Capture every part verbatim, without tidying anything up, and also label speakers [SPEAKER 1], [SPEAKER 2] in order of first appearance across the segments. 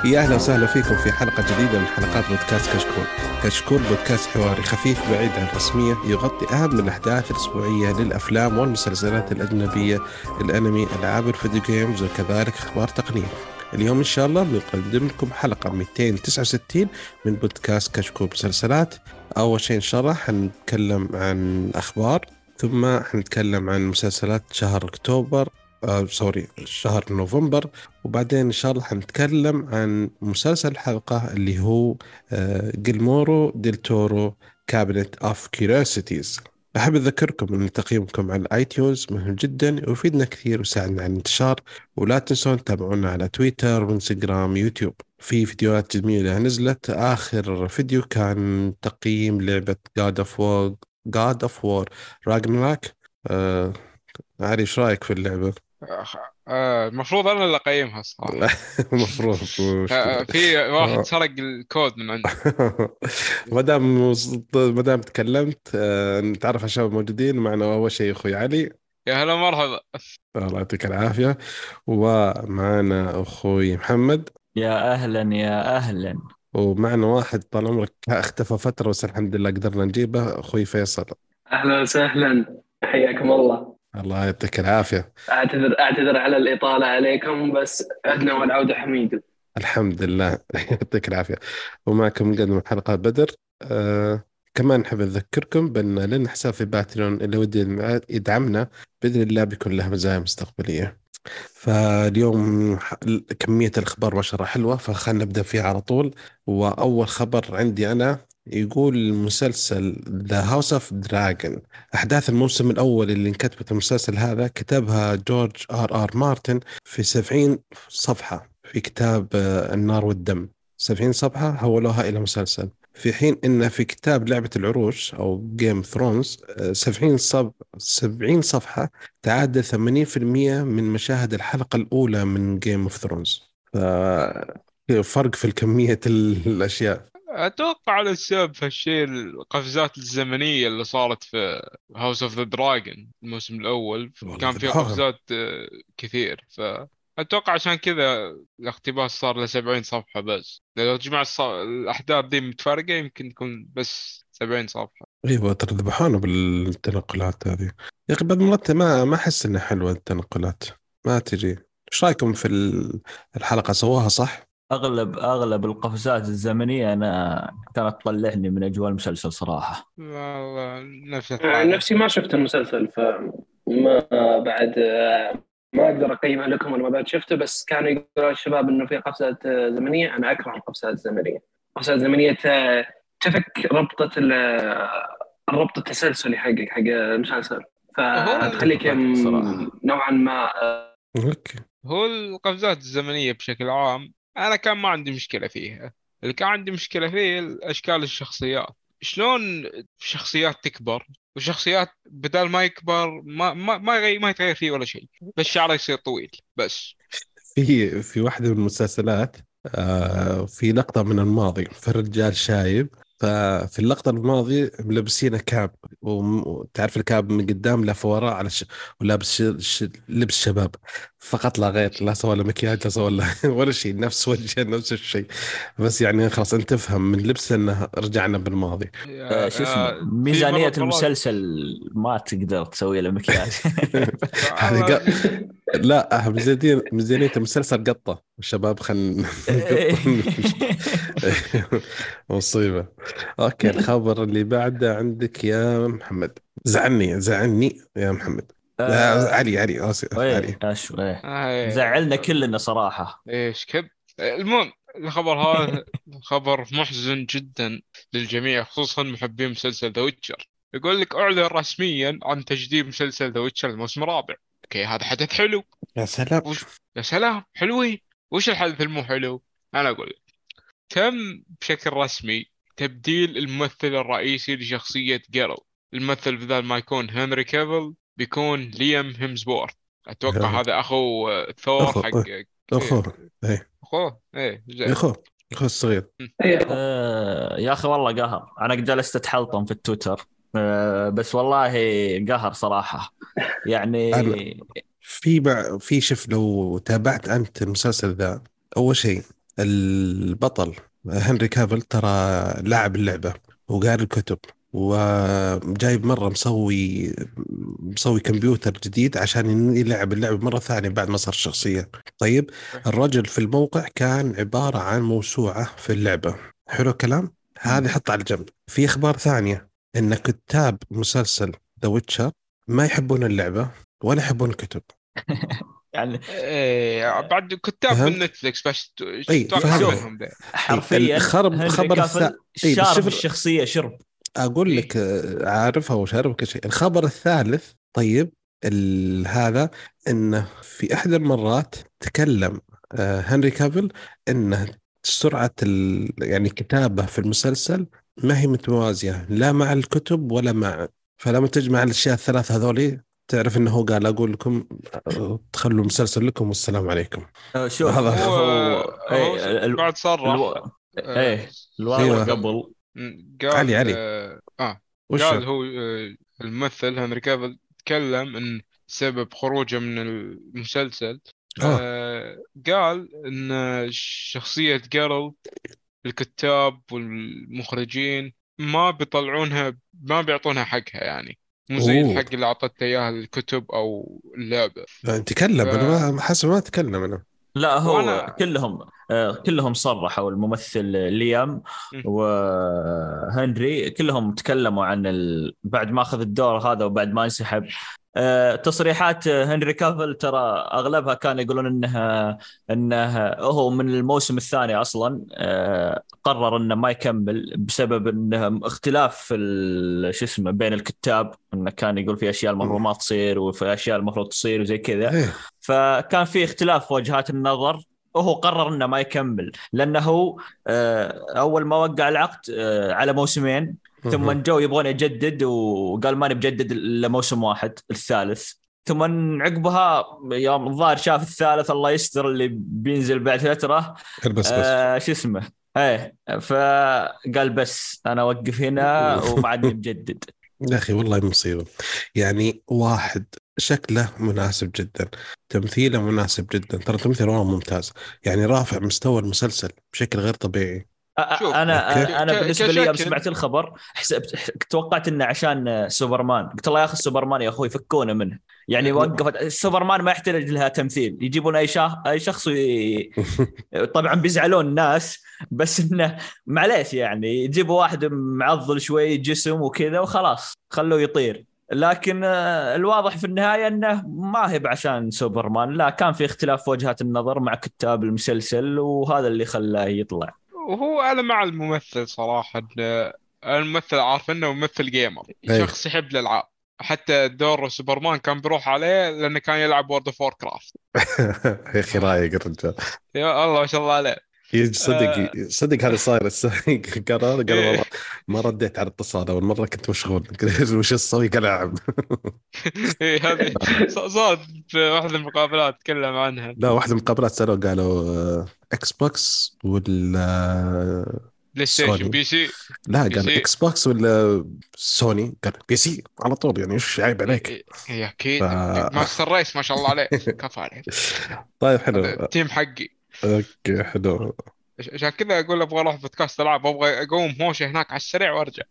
[SPEAKER 1] يا أهلا وسهلا فيكم في حلقة جديدة من حلقات بودكاست كشكول. كشكول بودكاست حواري خفيف بعيد عن الرسمية، يغطي أهم الأحداث الأسبوعية للأفلام والمسلسلات الأجنبية، الأنمي، ألعاب الفيديو جيمز، وكذلك أخبار تقنية. اليوم إن شاء الله بنقدم لكم حلقة مئتين وتسعة وستين من بودكاست كشكول مسلسلات. أول شيء إن شاء الله حنتكلم عن أخبار، ثم حنتكلم عن مسلسلات شهر أكتوبر، آه سوري شهر نوفمبر. وبعدين إن شاء الله حنتكلم عن مسلسل الحلقة اللي هو آه جيلمورو ديل تورو كابينت اوف كيوريوسيتيز. أحب أذكركم أن تقييمكم على الآي تيونز مهم جدا ويفيدنا كثير ويساعدنا على الانتشار. ولا تنسون تتابعونا على تويتر وانستغرام ويوتيوب، في فيديوهات جميلة نزلت. آخر فيديو كان تقييم لعبة God of War God of War Ragnarok. آه عارف ايش رايك في اللعبة؟
[SPEAKER 2] أخ- آه، المفروض انا اللي اقيمها الصراحه.
[SPEAKER 1] المفروض
[SPEAKER 2] آه،
[SPEAKER 1] مشكلة.
[SPEAKER 2] في واحد
[SPEAKER 1] آه.
[SPEAKER 2] سرق الكود من عندي.
[SPEAKER 1] ما دام وصلت- ما دام تكلمت، آه، نتعرف على الشباب موجودين معنا. أول شيء أخوي علي،
[SPEAKER 2] يا هلا مرحبا.
[SPEAKER 1] الله يعطيك العافية. ومعنا أخوي محمد.
[SPEAKER 3] يا أهلا يا أهلا.
[SPEAKER 1] ومعنا واحد طال عمرك اختفى فترة بس الحمد لله قدرنا نجيبه، أخوي فيصل.
[SPEAKER 4] أهلا وسهلا، حياكم الله.
[SPEAKER 1] الله يعطيك العافية.
[SPEAKER 4] أعتذر أعتذر على الإطالة عليكم، بس عدنا والعودة حميد.
[SPEAKER 1] الحمد لله. يعطيك العافية. ومعكم مقدم الحلقة بدر. آه كمان نحب نذكركم بأن لنا حساب في باتريون، اللي ودي يدعمنا بإذن الله بيكون له مزايا مستقبلية. فاليوم ح- كمية الأخبار ما شاء الله حلوة، فخلنا نبدأ فيها على طول. وأول خبر عندي أنا يقول مسلسل The House of Dragon. أحداث الموسم الأول اللي انكتبت المسلسل هذا كتبها جورج آر آر مارتن في سبعين صفحة، في كتاب آه، النار والدم. سبعين صفحة حولوها إلى مسلسل، في حين إن في كتاب لعبة العروش أو جيم ثرونز سبعين صب سبعين صفحة تعادل ثمانين في المئة من مشاهد الحلقة الأولى من جيم اوف ثرونز. فرق في الكمية الأشياء.
[SPEAKER 2] اتوقع على السبب في الشيء القفزات الزمنية اللي صارت في هاوس اوف ذا دراجون الموسم الاول.
[SPEAKER 1] والله
[SPEAKER 2] كان فيه
[SPEAKER 1] ذبحوها.
[SPEAKER 2] قفزات آه، كثير، فاتوقع عشان كذا الاقتباس صار له سبعين صفحة بس. لو تجمع الص... الاحداث دي متفرقة يمكن تكون بس سبعين صفحة.
[SPEAKER 1] ايوه ترى ذبحونا بالتنقلات هذه. يا اخي بعض المرات ما ما احس انها حلوه التنقلات، ما تجي. ايش رايكم في ال- الحلقه؟ سواها صح؟
[SPEAKER 3] أغلب أغلب القفزات الزمنية أنا كانت تطلعني من أجواء المسلسل صراحة.
[SPEAKER 2] والله نفس
[SPEAKER 4] عن
[SPEAKER 2] الحالة.
[SPEAKER 4] نفسي ما شفت المسلسل، فما بعد ما أقدر أقيمه لكم. أنا ما بعد شفته، بس كانوا يقولوا الشباب إنه في قفزات زمنية. أنا أكره القفزات الزمنية. القفزات الزمنية ت- تفك ربطة ال- الربط التسلسلي حقك حق المسلسل،
[SPEAKER 2] هو
[SPEAKER 4] فتخليك
[SPEAKER 3] أتفق معك صراحة.
[SPEAKER 4] نوعا ما.
[SPEAKER 1] اوكي.
[SPEAKER 2] هو القفزات الزمنية بشكل عام أنا كان ما عندي مشكلة فيها. اللي كان عندي مشكلة فيه الأشكال الشخصيات. شلون شخصيات تكبر وشخصيات بدل ما يكبر ما ما ما يغير ما يتغير فيه ولا شيء، بس شعره يصير طويل بس.
[SPEAKER 1] في في واحدة من المسلسلات، آه في لقطة من الماضي، فالرجال شايب، ففي اللقطة الماضي ملبسينه كاب، وم- وتعرف الكاب من قدام لف وراء على ش... ولابس ش... ش... لبس شباب. فقط لا غير، لا سوى له مكياج، لا سوى له ولا شيء، نفس وجهه نفس الشيء. بس يعني خلاص انت تفهم من لبسه انه رجعنا بالماضي.
[SPEAKER 3] آه،
[SPEAKER 2] يا-
[SPEAKER 3] شو اسمه
[SPEAKER 2] يا- في مرة
[SPEAKER 3] ميزانية
[SPEAKER 2] مرات
[SPEAKER 3] المسلسل ما تقدر تسوي له مكياج.
[SPEAKER 1] هذه ق...
[SPEAKER 2] والله.
[SPEAKER 1] لا، ميزانية ميزانية المسلسل قطة الشباب، خل نقط. مصيبة. اوكي، الخبر اللي بعده عندك يا محمد. زعلني زعلني يا محمد. لا
[SPEAKER 3] آه،
[SPEAKER 1] علي علي آسف علي.
[SPEAKER 3] ايه اشو ايه زعلنا
[SPEAKER 2] آه،
[SPEAKER 3] كلنا صراحة.
[SPEAKER 2] ايش كذب. المهم الخبر هذا خبر محزن جدا للجميع، خصوصا محبين مسلسل ذا ويتشر. يقول لك اعلن رسميا عن تجديد مسلسل ذا ويتشر الموسم الرابع. اوكي هذا حدث حلو.
[SPEAKER 1] يا سلام.
[SPEAKER 2] وش... يا سلام حلوين. وش الحدث المو حلو؟ انا اقول لك. تم بشكل رسمي تبديل الممثل الرئيسي لشخصية جيرل. الممثل بدل ما يكون هنري كافيل بيكون ليام هيمزورث. اتوقع هذا اخو آه، ثور
[SPEAKER 1] اخو
[SPEAKER 2] حق.
[SPEAKER 1] اخو
[SPEAKER 2] إيه،
[SPEAKER 1] ايه.
[SPEAKER 2] اخوه ايه زين.
[SPEAKER 1] اخو اخو الصغير.
[SPEAKER 4] أيوة.
[SPEAKER 3] آه، يا اخي والله قهر، انا قد جلست اتحلطم في التويتر. آه، بس والله قهر صراحة
[SPEAKER 1] انا
[SPEAKER 3] يعني.
[SPEAKER 1] في بع... في شوف، لو تابعت انت المسلسل ذا، اول شيء البطل هنري كافل ترى لاعب اللعبة وقاري الكتب، وجايب مرة مسوي مسوي كمبيوتر جديد عشان يلعب اللعبة مرة ثانية بعد ما صار شخصية. طيب الرجل في الموقع كان عبارة عن موسوعة في اللعبة. حلو الكلام. هذه حط على جنب. في أخبار ثانية إن كتاب مسلسل ذا ويتشر ما يحبون اللعبة ولا يحبون الكتب.
[SPEAKER 3] يعني
[SPEAKER 2] إيه بعد كتاب
[SPEAKER 1] فهمت؟
[SPEAKER 2] بالنتفليكس بس
[SPEAKER 1] اي
[SPEAKER 2] تتوقع
[SPEAKER 1] فهمت.
[SPEAKER 2] منهم ذا.
[SPEAKER 1] اي
[SPEAKER 3] حرفيا
[SPEAKER 1] الخرب
[SPEAKER 3] هنري
[SPEAKER 1] خبر الثا
[SPEAKER 3] كافل
[SPEAKER 1] اي بس
[SPEAKER 3] شارب
[SPEAKER 1] شوف
[SPEAKER 3] الشخصية شرب.
[SPEAKER 1] اقول
[SPEAKER 2] إيه؟
[SPEAKER 1] لك آه، عارفها وشارب كل شيء. الخبر الثالث طيب ال... هذا انه في احدى المرات تكلم آه، هنري كافل انه سرعة ال... يعني كتابة في المسلسل ما هي متوازية لا مع الكتب ولا مع. فلما تجمع الاشياء الثلاث هذولي تعرف انه هو قال اقول لكم آه، تخلوا المسلسل لكم والسلام عليكم.
[SPEAKER 3] آه، شوف
[SPEAKER 1] هذا
[SPEAKER 2] هو
[SPEAKER 3] هو
[SPEAKER 2] هو
[SPEAKER 3] ايه ال...
[SPEAKER 2] بعد صرح
[SPEAKER 3] الو...
[SPEAKER 2] آه،
[SPEAKER 3] ايه الواضح
[SPEAKER 1] ايوه
[SPEAKER 3] قبل.
[SPEAKER 1] علي
[SPEAKER 2] قال
[SPEAKER 1] علي
[SPEAKER 2] آه, اه
[SPEAKER 1] وش
[SPEAKER 2] قال هو آه الممثل هنري كافيل تكلم ان سبب خروجه من المسلسل
[SPEAKER 1] اه
[SPEAKER 2] آه قال ان شخصية جارل الكتاب والمخرجين ما بيطلعونها ما بيعطونها حقها، يعني مو زي
[SPEAKER 1] اوه
[SPEAKER 2] الحق اللي اعطته اياها الكتب او اللعبة. ف
[SPEAKER 1] تكلم انا ما حسب ما اتكلم انا.
[SPEAKER 3] لا هو
[SPEAKER 2] وانا
[SPEAKER 3] كلهم آه، كلهم صرحوا، الممثل ليام
[SPEAKER 2] م-
[SPEAKER 3] وهنري كلهم تكلموا عن ال... بعد ما اخذ الدور هذا وبعد ما انسحب. آه، تصريحات هنري كافل ترى اغلبها كان يقولون انها انه هو من الموسم الثاني اصلا آه، قرر انه ما يكمل بسبب انه اختلاف في ال- شو اسمه بين الكتاب، انه كان يقول في اشياء المفروض ما تصير وفي اشياء المفروض تصير وزي كذا.
[SPEAKER 1] ايه
[SPEAKER 3] فكان في اختلاف في وجهات النظر، وهو قرر انه ما يكمل لانه آه، اول ما وقع العقد آه، على موسمين، ثم
[SPEAKER 1] مهم.
[SPEAKER 3] جو يبغون يجدد وقال ماني بجدد الا موسم واحد الثالث. ثم عقبها يوم الظاهر شاف الثالث الله يستر اللي بينزل بعد فتره
[SPEAKER 1] البس بس.
[SPEAKER 3] آه شو اسمه ايه، فقال بس انا اوقف هنا وما عادني بجدد.
[SPEAKER 1] يا اخي والله مصيبه. يعني واحد شكله مناسب جدا، تمثيله مناسب جدا، ترى تمثيله والله ممتاز، يعني رافع مستوى المسلسل بشكل غير طبيعي.
[SPEAKER 3] أ- أ-
[SPEAKER 2] شوف
[SPEAKER 3] انا
[SPEAKER 1] اوكي.
[SPEAKER 2] ك...
[SPEAKER 3] انا
[SPEAKER 2] ك...
[SPEAKER 3] بالنسبه لي يوم
[SPEAKER 2] كشكل
[SPEAKER 3] سمعت الخبر حسبت، توقعت انه عشان سوبرمان. قلت الله يا اخي سوبرمان يا اخوي فكونا منه، يعني وقفت سوبرمان ما يحتاج لها تمثيل، يجيبون اي شخص اي شخص وي... طبعا بيزعلون الناس، بس انه معليش يعني يجيبوا واحد معضل شوي جسم وكذا وخلاص خلوه يطير. لكن آه، الواضح في النهايه انه ما هي عشان سوبرمان، لا كان في اختلاف في وجهات النظر مع كتاب المسلسل وهذا اللي خلاه يطلع.
[SPEAKER 2] وهو أنا مع الممثل صراحة إن الممثل عارف إنه ممثل جيمر،
[SPEAKER 1] اي
[SPEAKER 2] شخص يحب الألعاب. حتى دور سوبرمان كان بيروح عليه لأنه كان يلعب وورد اوف وور كرافت.
[SPEAKER 1] يا اخي رايق الرجال.
[SPEAKER 2] يا الله ما شاء الله عليه.
[SPEAKER 1] يجي صدق
[SPEAKER 2] آه...
[SPEAKER 1] صدق هذا صاير السنة. قرار قال والله ما رديت على الاتصال اول مره كنت مشغول. قلت وش اسوي؟ قال العب.
[SPEAKER 2] إيه، هذه صارت في واحدة من المقابلات تكلم عنها.
[SPEAKER 1] لا واحده من المقابلات سالوه قالوا آه، اكس بوكس ولا
[SPEAKER 2] بلاي ستيشن
[SPEAKER 1] سوني؟
[SPEAKER 2] بي سي.
[SPEAKER 1] لا
[SPEAKER 2] بي
[SPEAKER 1] قال
[SPEAKER 2] سي
[SPEAKER 1] اكس بوكس ولا سوني؟ قال بي سي على طول، يعني وش عيب
[SPEAKER 2] إيه
[SPEAKER 1] عليك.
[SPEAKER 2] إيه إيه،
[SPEAKER 1] ف...
[SPEAKER 2] أكيد ماستر ريس ما شاء الله عليه كفى عليه.
[SPEAKER 1] طيب حلو.
[SPEAKER 2] هذا التيم حقي.
[SPEAKER 1] اوكي حلو.
[SPEAKER 2] عش- عشان كذا أقول أبغى أروح بودكاست ألعاب، أبغى أقوم هوشة هناك على السريع وأرجع.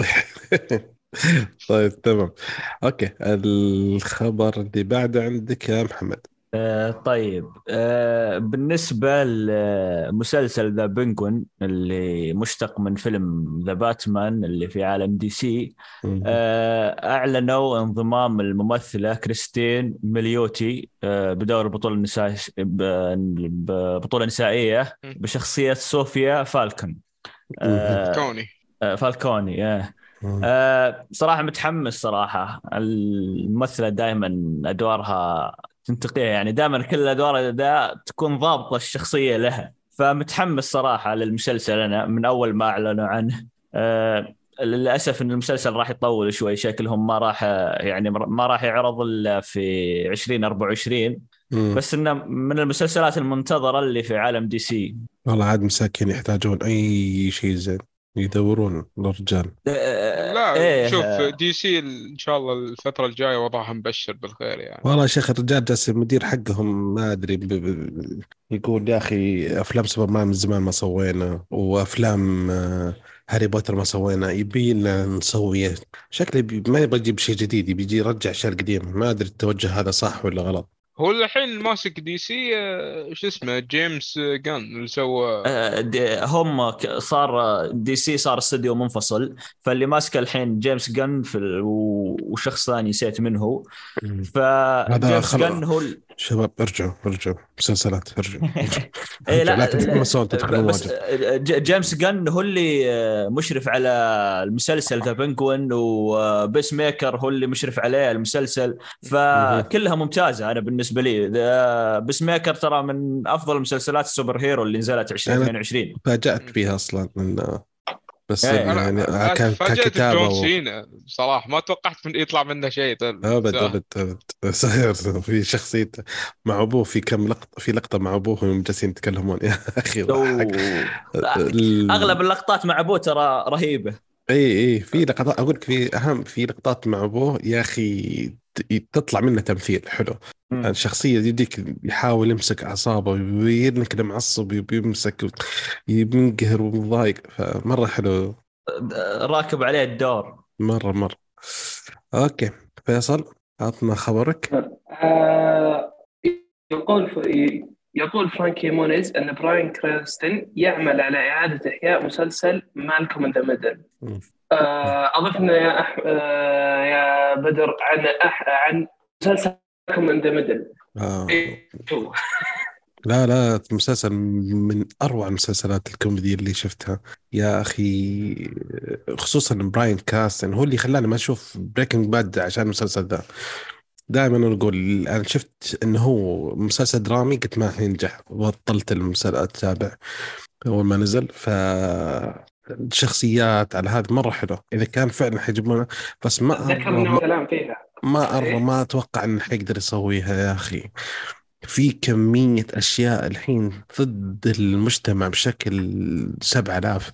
[SPEAKER 1] طيب تمام. اوكي الخبر اللي بعده عندك يا محمد.
[SPEAKER 3] آه طيب آه بالنسبة لمسلسل ذا بنجوين اللي مشتق من فيلم ذا باتمان اللي في عالم دي سي،
[SPEAKER 1] مم.
[SPEAKER 3] آه أعلنوا انضمام الممثلة كريستين مليوتي آه بدور بطولة نساء بطولة نسائية
[SPEAKER 2] م.
[SPEAKER 3] بشخصية صوفيا فالكون.
[SPEAKER 1] مم.
[SPEAKER 3] آه
[SPEAKER 2] كوني
[SPEAKER 3] آه، فالكوني آه.
[SPEAKER 1] مم.
[SPEAKER 3] أه صراحة متحمس صراحة. الممثلة دائما أدوارها تنتقيها، يعني دائما كل الأدوار ذا تكون ضابطة الشخصية لها، فمتحمس صراحة للمسلسل أنا من أول ما أعلنوا عنه. أه للأسف إن المسلسل راح يطول شوي، شكلهم ما راح يعني ما راح يعرض إلا في عشرين أربعة وعشرين،
[SPEAKER 1] مم.
[SPEAKER 3] بس إنه من المسلسلات المنتظرة اللي في عالم دي سي.
[SPEAKER 1] والله عاد مساكين يحتاجون اي شيء زين. يدورون الرجال.
[SPEAKER 3] آه،
[SPEAKER 2] لا
[SPEAKER 3] ايه
[SPEAKER 2] شوف
[SPEAKER 3] آه،
[SPEAKER 2] دي سي ان شاء الله الفتره الجايه وضعها مبشر بالخير يعني.
[SPEAKER 1] والله يا شيخ الرجال جالس المدير حقهم ما ادري ب... ب... يقول يا اخي افلام سوبرمان من زمان ما سوينا، وافلام آه، هاري بوتر ما سوينا، يبي لنا نسوي شكله بي... ما يبغى يجيب شيء جديد، يبي يجي يرجع شيء قديم. ما ادري التوجه هذا صح ولا غلط.
[SPEAKER 2] هو الحين ماسك دي سي آه، شو اسمه جيمس جان اللي سوى.
[SPEAKER 3] آه، دي- هم ك- صار دي سي صار استوديو منفصل، فاللي ماسكه الحين جيمس جن في ال... و- وشخص ثاني نسيت منه هو.
[SPEAKER 1] مم. هذا
[SPEAKER 3] فجيمس
[SPEAKER 1] خل
[SPEAKER 3] جن هو ال...
[SPEAKER 1] شباب ارجعوا ارجعوا مسلسلات ارجعوا ارجعوا
[SPEAKER 3] ايه
[SPEAKER 1] ارجعوا لا
[SPEAKER 3] لا لا،
[SPEAKER 1] تتحمسون
[SPEAKER 3] ب-
[SPEAKER 1] تدخلون
[SPEAKER 3] بس
[SPEAKER 1] واجد.
[SPEAKER 3] آه، ج- جيمس جن هو اللي آه، مشرف على المسلسل ذا بنجوين، وبيس ميكر هو اللي مشرف عليه المسلسل،
[SPEAKER 1] مهم.
[SPEAKER 3] فكلها ممتازة. أنا بالنسبة لي ذا بيس ميكر ترى من أفضل مسلسلات السوبر هيرو اللي نزلت
[SPEAKER 1] انا
[SPEAKER 3] ألفين واثنين وعشرين.
[SPEAKER 1] فاجأت فيها اصلا من بس
[SPEAKER 3] ايه
[SPEAKER 1] يعني
[SPEAKER 2] انا
[SPEAKER 1] كان
[SPEAKER 2] تفاجأت
[SPEAKER 1] ككتابة
[SPEAKER 2] بجون
[SPEAKER 1] و...
[SPEAKER 2] سينا بصراحه، ما توقعت من يطلع منه شيء
[SPEAKER 1] ابد
[SPEAKER 2] صراحه.
[SPEAKER 1] ابد ابد صاير في شخصيته مع ابوه في كم لقطة، في لقطة مع ابوه يوم جالسين يتكلمون يا اخي ضحك.
[SPEAKER 3] لو
[SPEAKER 1] ال...
[SPEAKER 3] اغلب اللقطات مع ابوه ترى رهيبه.
[SPEAKER 1] اي اي في لقطات اقول لك، في اهم في لقطات مع ابوه يا اخي ت- تطلع منه تمثيل حلو.
[SPEAKER 3] مم.
[SPEAKER 1] الشخصية يديك يحاول يمسك أعصابه ويبين كده معصب، يبي يمسك ينقهر ومضايق، فمرة حلو.
[SPEAKER 3] راكب عليه الدور.
[SPEAKER 1] مرة مرة. أوكي فيصل عطنا خبرك.
[SPEAKER 4] آه، يقول يقول فرانكي مونيز أن براين كريستن يعمل على إعادة إحياء مسلسل مالكوم إن ذا ميدل.
[SPEAKER 1] مم.
[SPEAKER 4] أضفنا يا أح... آه، يا بدر عن أح... عن مسلسل مالكوم إن ذا ميدل.
[SPEAKER 1] آه. لا لا مسلسل من أروع المسلسلات الكوميدي اللي شفتها يا أخي، خصوصا براين كاستن هو اللي خلاني ما أشوف بريكنج باد عشان المسلسل ده. دائما نقول أنا شفت إنه هو مسلسل درامي قلت ما حينجح، وبطلت المسلسل أتابع أول ما نزل. ف الشخصيات على هذا مرة حلو إذا كان فعلا حيجيبونه، بس ما
[SPEAKER 4] أتذكر
[SPEAKER 1] أرى
[SPEAKER 4] إنه
[SPEAKER 1] ما,
[SPEAKER 4] كلام فيها.
[SPEAKER 1] ما أرى
[SPEAKER 4] إيه؟
[SPEAKER 1] ما أتوقع إنه حيقدر يسويها يا أخي. في كمية أشياء الحين ضد المجتمع بشكل سبعة آلاف.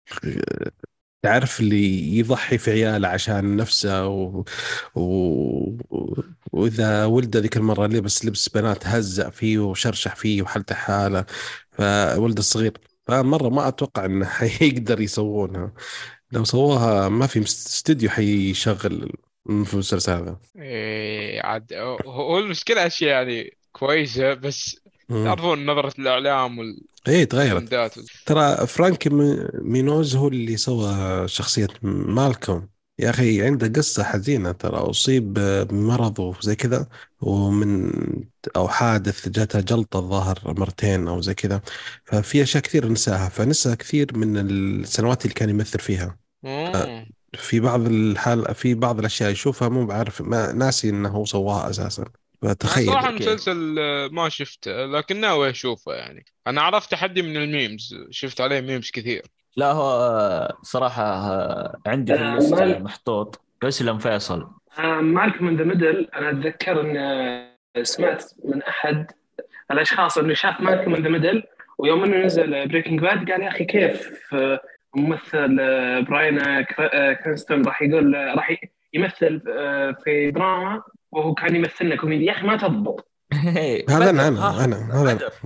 [SPEAKER 1] تعرف اللي يضحي في عياله عشان نفسه و... و... وإذا ولده ذيك المرة لبس لبس بنات هزأ فيه وشرشح فيه وحالته حالة، فولده الصغير. فمرة ما أتوقع إنه حيقدر يسوونها. لو سووها ما في استوديو حيشغل في المسلسل هذا.
[SPEAKER 2] إيه عاد هو هو المشكله اشياء يعني كويسه، بس
[SPEAKER 1] مم.
[SPEAKER 2] تعرفون نظره الاعلام
[SPEAKER 1] ايه تغيرت.
[SPEAKER 2] والترندات.
[SPEAKER 1] ترى فرانك م- مينوز هو اللي سوى شخصية مالكوم. يا أخي عنده قصة حزينة، ترى أصيب بمرض وزي كذا، ومن أو حادث جاتها جلطة الظاهر مرتين أو زي كذا. ففي أشياء كثير نساها، فنسى كثير من السنوات اللي كان يمثل فيها.
[SPEAKER 2] مم.
[SPEAKER 1] في بعض الحال في بعض الأشياء يشوفها مو بعرف، ما ناسي إنه هو سواها أساسا.
[SPEAKER 2] انا
[SPEAKER 1] فتخيل.
[SPEAKER 2] صراحه
[SPEAKER 3] اوكي.
[SPEAKER 2] المسلسل آه، ما شفته لكن ناوي اشوفه يعني. انا عرفت تحدي من الميمز، شفت عليه ميمز كثير.
[SPEAKER 3] لا هو آه، صراحه آه، عندي في
[SPEAKER 4] آه،
[SPEAKER 3] الليست
[SPEAKER 4] مال
[SPEAKER 3] محطوط. اسلم فيصل.
[SPEAKER 4] آه، مالكوم إن ذا ميدل. أنا أتذكر إن آه، سمعت من أحد الاشخاص انه شاف مالكوم ان ذا ميدل، ويوم انه نزل بريكنج باد قال يا اخي كيف آه، ممثل آه، براين آه، كر- آه، كرينستون راح يقول آه، راح ي- يمثل آه، في دراما وهو كان يمثلنا كوميدي، يا اخي ما تضبط.
[SPEAKER 1] هذا أنا
[SPEAKER 3] بدر
[SPEAKER 1] أنا
[SPEAKER 3] ها
[SPEAKER 1] أنا هذا
[SPEAKER 3] بدر.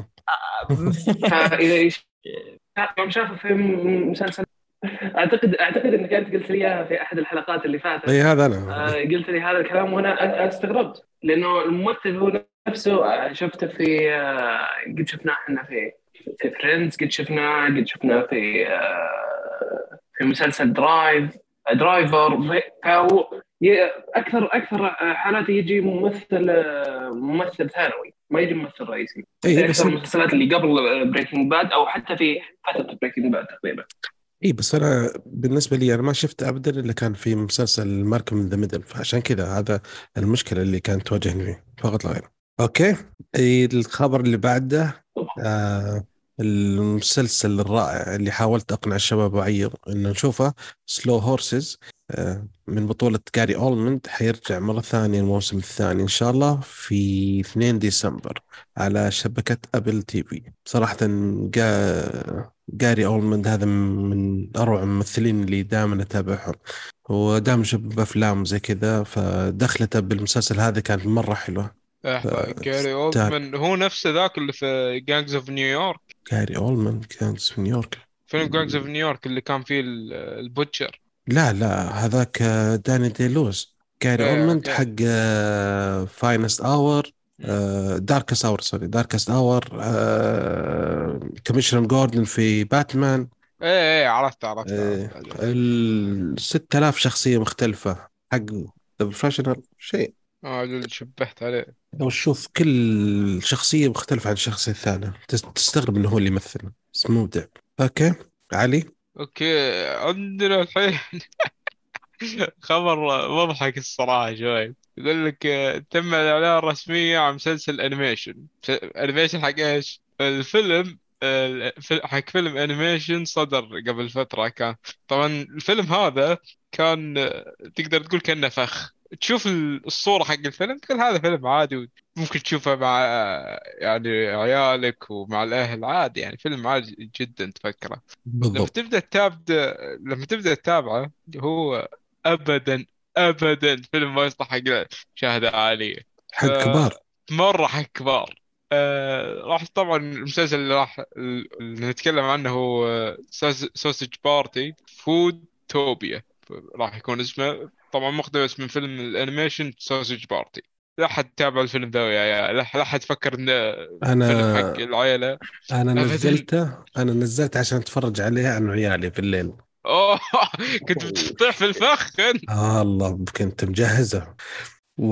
[SPEAKER 4] فاذا يش- يوم شافه في م- مسلسل، اعتقد اعتقد انك انت قلت لي إياها في احد الحلقات اللي فاتت.
[SPEAKER 1] أي هذا أنا.
[SPEAKER 4] آه، قلت لي هذا الكلام وانا أ- أنا استغربت، لانه الممثل هو نفسه آه، شفته في آه، قد شفناه احنا في في فريندز، قد شفناه قد شفناه في آه، في مسلسل درايف درايفر. فهو ي- اكثر اكثر حالاته يجي ممثل آه، ممثل ثانوي، ما يجي ممثل رئيسي
[SPEAKER 1] اي
[SPEAKER 4] في
[SPEAKER 1] بس
[SPEAKER 4] اكثر المسلسلات اللي قبل بريكنج باد او حتى في فتره بريكنج باد تقريبا.
[SPEAKER 1] اي بس انا بالنسبه لي انا ما شفت ابدا الا كان في مسلسل ماركم ذا ميدل، فعشان كذا هذا المشكله اللي كانت تواجهني فيه فقط لا غير. اوكي. اي الخبر اللي بعده آه المسلسل الرائع اللي حاولت اقنع الشباب وعيه انه نشوفه، سلو هورسز، آه من بطوله جاري اولموند، حيرجع مره ثانيه الموسم الثاني ان شاء الله في اثنين ديسمبر على شبكه ابل تي في. صراحه جاء جاري أولموند هذا من أروع الممثلين اللي دائما أتابعهم، ودائما شوف أفلام زي كذا، فدخلته بالمسلسل هذا كانت مرة حلوة.
[SPEAKER 2] لحظة، جاري
[SPEAKER 1] تاك
[SPEAKER 2] أولدمان هو نفسه ذاك اللي في جانجز اوف نيويورك؟
[SPEAKER 1] جاري أولموند كان في نيويورك.
[SPEAKER 2] فيلم جانجز اوف نيويورك اللي كان فيه ال- البوتشر.
[SPEAKER 1] لا لا، هذاك داني دي لويس. جاري
[SPEAKER 2] ايه
[SPEAKER 1] أولموند
[SPEAKER 2] اوكي.
[SPEAKER 1] حق فاينست أور،
[SPEAKER 2] مم.
[SPEAKER 1] داركست أور سوري داركست أور، كوميشنر جوردن في باتمان.
[SPEAKER 2] ايه ايه عرفت عرفت عرفت
[SPEAKER 1] آه،
[SPEAKER 2] عليه.
[SPEAKER 1] ال ستة آلاف شخصية مختلفة حق ذا بروفيشنال شيء.
[SPEAKER 2] اه اللي شبهت عليه.
[SPEAKER 1] لو تشوف كل شخصية مختلفة عن الشخصية الثانية تس- تستغرب إنه هو اللي يمثل، بس مبدع. أوكي علي.
[SPEAKER 2] اوكي، عندنا الحين خبر مضحك الصراحة شوي. يقول لك آه، تم الإعلان الرسمي عن مسلسل أنيميشن. أنيميشن حق إيش؟ الفيلم آه، الفيلم- حق فيلم أنيميشن صدر قبل فترة. كان طبعا الفيلم هذا كان آه، تقدر تقول كأنه فخ. تشوف ال- الصورة حق الفيلم تقول هذا فيلم عادي، ممكن تشوفه مع آه، يعني عيالك ومع الأهل عادي، يعني فيلم عادي جدا تفكره. لما
[SPEAKER 1] بالضبط.
[SPEAKER 2] تبدأ تتابع لما تبدأ تتابعه هو ابدا ابدا فيلم ما يصلح حق مشاهدة عالية.
[SPEAKER 1] حق كبار.
[SPEAKER 2] فمرة حق كبار. آه راح طبعا المسلسل اللي راح اللي نتكلم عنه هو سوسج بارتي فود توبيا. راح يكون اسمه طبعا مقتبس من فيلم الانيميشن سوسج بارتي. لا حد تابع الفيلم ذا يا يا لا لا حد فكر انه فيلم حق
[SPEAKER 1] أنا
[SPEAKER 2] العائلة
[SPEAKER 1] أنا
[SPEAKER 2] ابدا.
[SPEAKER 1] نزلته أنا نزلت عشان أتفرج عليه أنا وعيالي في الليل.
[SPEAKER 2] اوه كنت بتطيح في الفخ انت.
[SPEAKER 1] آه الله كنت مجهزه. و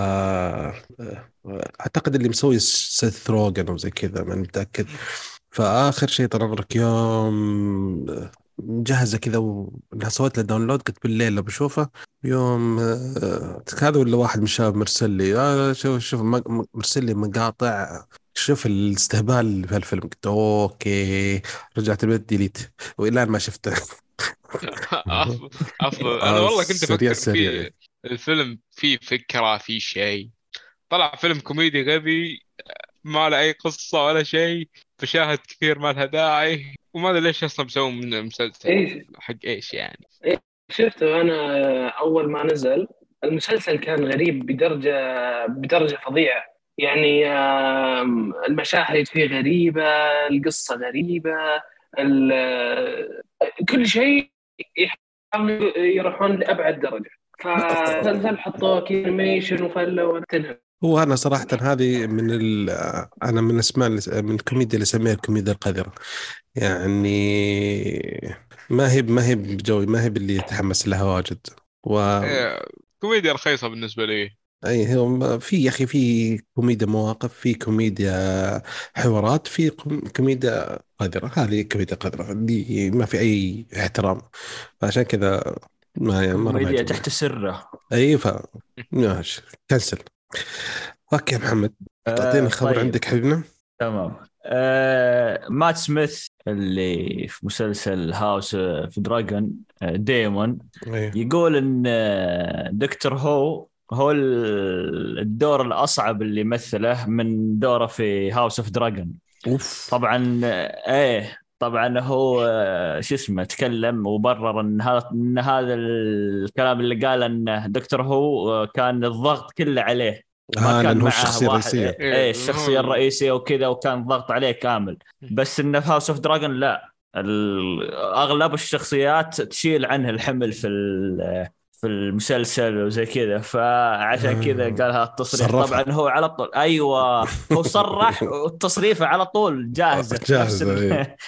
[SPEAKER 1] أعتقد اللي مسوي سيث روجن أو زي كذا، ما متأكد. فآخر شيء طال عمرك يوم مجهزة كذا وإنها سويت له داونلود، قلت بالليل لو بشوفه. يوم آه، هذا ولا واحد من الشباب مرسل لي آه شوف شوف م- مرسل لي مقاطع. شوف الاستهبال في الفيلم، قلت أوكي. رجعت البيت ديليت وإلى ما شفته.
[SPEAKER 2] أفضل, أفضل. أنا
[SPEAKER 1] آه
[SPEAKER 2] والله كنت
[SPEAKER 1] سريع
[SPEAKER 2] أفكر
[SPEAKER 1] سريع.
[SPEAKER 2] في الفيلم فيه فكرة فيه شيء. طلع فيلم كوميدي غبي ما له أي قصة ولا شيء، مشاهد كثير ما لها داعي، وما أدري ليش أصلا مسوي من مسلسل
[SPEAKER 4] ايش
[SPEAKER 2] حق إيش يعني.
[SPEAKER 4] شفته انا اول ما نزل المسلسل كان غريب بدرجه بدرجه فظيعه. يعني آم، المشاهد فيه غريبه، القصه غريبه، ال- كل شيء يحاولوا يروحون لابعد درجه. فمسلسل حطوه كانيميشن وفله وتنهم.
[SPEAKER 1] هو أنا صراحة هذه من ال أنا من أسماء من الكوميديا اللي أسميها الكوميديا القذرة. يعني ما هي ما هي بجوي، ما هي باللي يتحمس لها واجد. و
[SPEAKER 2] إيه، كوميديا رخيصة بالنسبة لي.
[SPEAKER 1] أي هو في يا أخي في كوميديا مواقف، في كوميديا حوارات، في كوم- كوميديا قذرة. هذه كوميديا قذرة دي ما في أي احترام. فعشان كذا ما مرة ما
[SPEAKER 3] كوميديا
[SPEAKER 1] يعجبني.
[SPEAKER 3] تحت السرة.
[SPEAKER 1] أي ف ماشي كنسل. أوكي يا محمد، تعطيني
[SPEAKER 3] آه
[SPEAKER 1] خبر
[SPEAKER 3] طيب
[SPEAKER 1] عندك حبيبنا.
[SPEAKER 3] تمام. آه مات سميث اللي في مسلسل هاوس في دراجون، آه ديمون،
[SPEAKER 1] أيه.
[SPEAKER 3] يقول ان آه، دكتور هو هو ال- الدور الاصعب اللي مثله من دوره في هاوس اوف دراجون.
[SPEAKER 1] أوف.
[SPEAKER 3] طبعا آه، ايه طبعا هو آه، شو اسمه تكلم وبرر ان هذا ان هذا الكلام اللي قاله ان دكتور هو آه، كان الضغط كله عليه، ما
[SPEAKER 1] آه
[SPEAKER 3] كان
[SPEAKER 1] لأنه هو
[SPEAKER 3] معه
[SPEAKER 1] الشخصية
[SPEAKER 3] واحد
[SPEAKER 1] الرئيسية.
[SPEAKER 3] ايه
[SPEAKER 2] إيه
[SPEAKER 3] إيه،
[SPEAKER 2] هو
[SPEAKER 3] الشخصيه
[SPEAKER 2] ال...
[SPEAKER 3] الرئيسيه وكذا، وكان الضغط عليه كامل. بس انه في هاوس اوف دراجون لا، ال- اغلب الشخصيات تشيل عنه الحمل في ال- في المسلسل وزي كذا، فعشان كذا
[SPEAKER 1] آه.
[SPEAKER 3] قال هذا التصريح.
[SPEAKER 1] صرفها.
[SPEAKER 3] طبعا هو على طول ايوه هو صرح والتصريف على طول جاهزه في نفس
[SPEAKER 1] جاهزة
[SPEAKER 3] ال...
[SPEAKER 1] إيه.